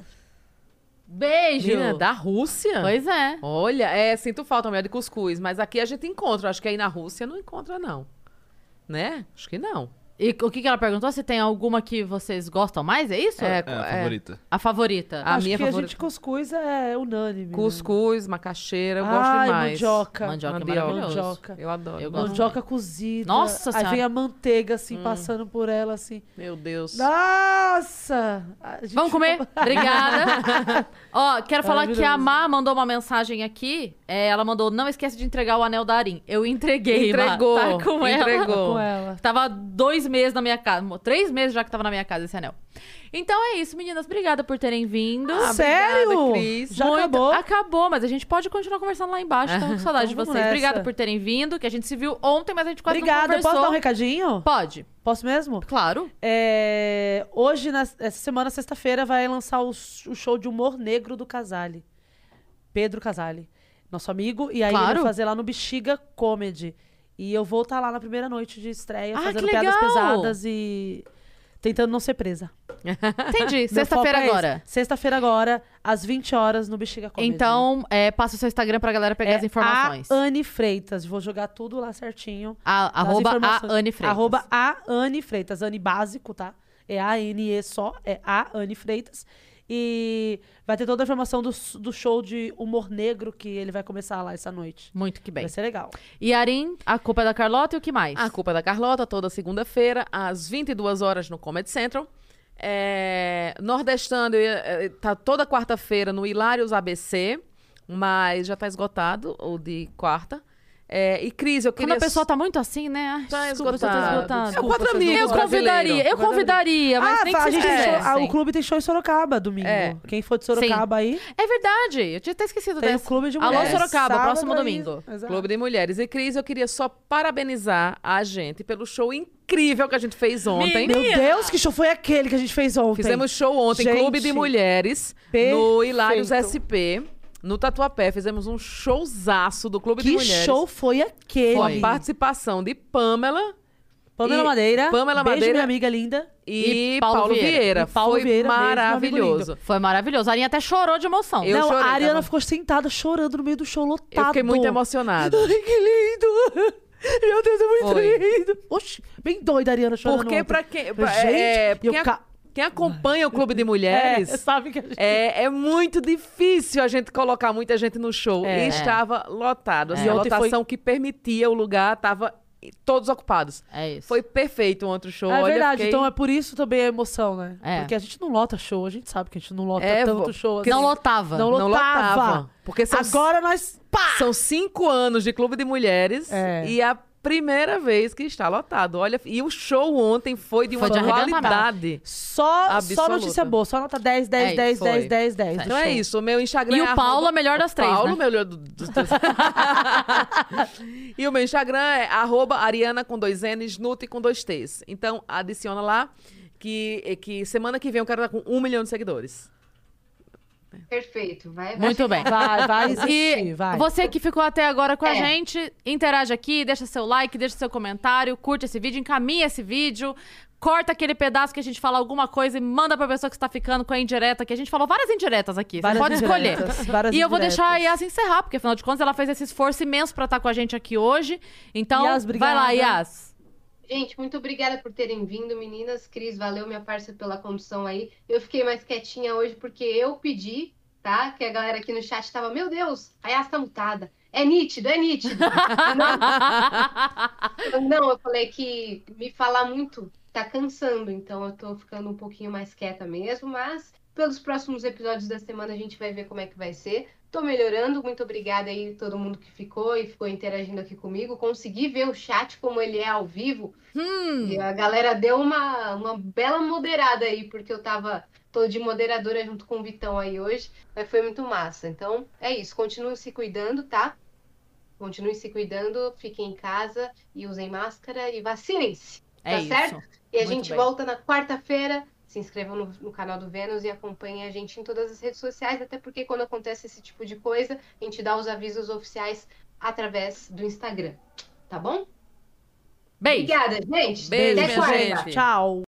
Beijo! Menina, da Rússia? Pois é. Olha, sinto falta mesmo de cuscuz, mas aqui a gente encontra. Acho que aí na Rússia não encontra, não. Né? Acho que não. E o que ela perguntou? Se tem alguma que vocês gostam mais, é isso? É, É, a favorita. A favorita. A Acho minha que favorita. a gente cuscuz é unânime. né? Cuscuz, macaxeira, eu gosto Ai, demais. mandioca. Mandioca é Mandioca. maravilhoso. Mandioca. Eu adoro. Eu gosto. Mandioca cozida. Nossa Aí Senhora. vem a manteiga, assim, passando por ela, assim. Meu Deus. Nossa! A gente Vamos comer? ficou- Obrigada. Ó, quero falar que a Maravilhoso. Má mandou uma mensagem aqui. Ela mandou, não esquece de entregar o anel da Arim. Eu entreguei, Entregou. Má. Tá com ela. Entregou. com ela. Tava 2 meses na minha casa. 3 meses já que tava na minha casa esse anel. Então é isso, meninas. Obrigada por terem vindo. Sério? obrigada, Cris. Já Muito- acabou? Acabou, mas a gente pode continuar conversando lá embaixo. Tô com saudade de Então vocês. vamos Obrigada nessa. por terem vindo, que a gente se viu ontem, mas a gente quase não Obrigada. conversou. Posso dar um recadinho? Pode. Posso mesmo? Claro. Hoje, essa semana, sexta-feira, vai lançar o show de humor negro do Casale. Pedro Casale, nosso amigo. E aí Claro. ele vai fazer lá no Bexiga Comedy. E eu vou estar lá na primeira noite de estreia, Ah, fazendo que piadas legal! pesadas e tentando não ser presa. Entendi. Meu Sexta-feira foco é agora. esse. Sexta-feira agora, às 20 horas, no Bexiga Comedy. Então, passa o seu Instagram pra galera pegar as informações. A Anne Freitas. Vou jogar tudo lá certinho. Arroba a Anne Freitas. Arroba a Anne Freitas. Anne básico, tá? É A-N-E só. É a Anne Freitas. E vai ter toda a informação do show de humor negro que ele vai começar lá essa noite. Muito que bem. Vai ser legal. E Arim, a culpa é da Carlota e o que mais? A culpa é da Carlota, toda segunda-feira, às 22 horas no Comedy Central. Nordestando, tá toda quarta-feira no Hilários ABC, mas já tá esgotado o de quarta. E Cris, eu queria... Quando a pessoa tá muito assim, né? Ai, Tá desculpa, esgotado. você tá esgotado. Desculpa, 4 amigos Eu brasileiros. convidaria, mas nem que a vocês gente tem show, quisessem. o clube tem show em Sorocaba domingo. É. Quem for de Sorocaba aí, É verdade, eu tinha até esquecido tem o dessa. clube de Alô, mulheres. Sorocaba, Sábado próximo aí. domingo. Exato. Clube de Mulheres. E Cris, eu queria só parabenizar a gente pelo show incrível que a gente fez ontem. Meu Deus, que show foi aquele que a gente fez ontem? Fizemos show ontem, Gente, Clube de Mulheres, no perfeito. Hilários SP, no Tatuapé. Fizemos um showzaço do Clube de Que Mulheres. show foi aquele? Com a participação de Pamela Pamela e- Madeira. Pamela Beijo, Madeira. minha amiga linda. e, E Paulo Paulo Vieira. Vieira. E Paulo Foi Vieira, beijo, meu amigo maravilhoso. Foi maravilhoso. A Arinha até chorou de emoção. Eu Não, chorei, a Ariana tava- ficou sentada chorando no meio do show lotado. Eu fiquei muito emocionada. Ai, que lindo! Meu Deus, é muito Foi. lindo. Oxi, bem doida a Ariana chorando. Porque ontem. pra quem... Gente, pra- quem acompanha o Clube de Mulheres... sabe que a gente... É muito difícil a gente colocar muita gente no show. É. E estava lotado. Assim, E a ontem lotação que permitia o lugar estava todos ocupados. É isso. Foi perfeito ontem o show. É Olha, verdade, fiquei- então é por isso também a emoção, né? É. Porque a gente não lota show, a gente sabe que a gente não lota É, tanto show assim. Não lotava. Não Não lotava. lotava. Porque são, Agora nós... Pá! são 5 anos de Clube de Mulheres É. e a primeira vez que está lotado. Olha, e o show ontem foi de uma Foi de arrebentar. qualidade. Só Absoluta. notícia boa, só nota 10, 10, É, 10, foi. 10, 10, 10. Então é isso. O meu Instagram E é o Paulo arroba- é melhor das três, Paulo, né? melhor dos três. E o meu Instagram é @Ariana com 2 N's, Nuti com 2 T's. Então, adiciona lá que semana que vem eu quero estar com 1 milhão de seguidores. Perfeito, vai. Muito bem. Vai existir, E vai. você que ficou até agora com a É. gente, interage aqui, deixa seu like, deixa seu comentário, curte esse vídeo, encaminha esse vídeo, corta aquele pedaço que a gente fala alguma coisa e manda pra pessoa que está ficando com a indireta, que a gente falou várias indiretas aqui, você Várias pode escolher. indiretas, várias E eu vou deixar a indiretas. Yas encerrar, porque afinal de contas ela fez esse esforço imenso pra estar com a gente aqui hoje. Então, Yas, vai lá, obrigada. Yas. Gente, muito obrigada por terem vindo, meninas. Cris, valeu, minha parça, pela condução aí. Eu fiquei mais quietinha hoje porque eu pedi, tá? Que a galera aqui no chat tava, meu Deus, a Yas tá mutada. É nítido, é nítido. Não, eu falei que me falar muito tá cansando, então eu tô ficando um pouquinho mais quieta mesmo, mas pelos próximos episódios da semana a gente vai ver como é que vai ser. Tô melhorando, muito obrigada aí todo mundo que ficou e ficou interagindo aqui comigo. Consegui ver o chat como ele é ao vivo. E a galera deu uma bela moderada aí, porque eu tô de moderadora junto com o Vitão aí hoje, mas foi muito massa. Então, é isso. Continuem se cuidando, tá? Continuem se cuidando, fiquem em casa e usem máscara e vacinem-se. É Tá isso. certo? E a Muito gente bem. volta na quarta-feira. Se inscrevam no canal do Vênus e acompanhem a gente em todas as redes sociais, até porque quando acontece esse tipo de coisa, a gente dá os avisos oficiais através do Instagram. Tá bom? Beijo. Obrigada, gente. Beijo, Até minha quarta. gente. Tchau.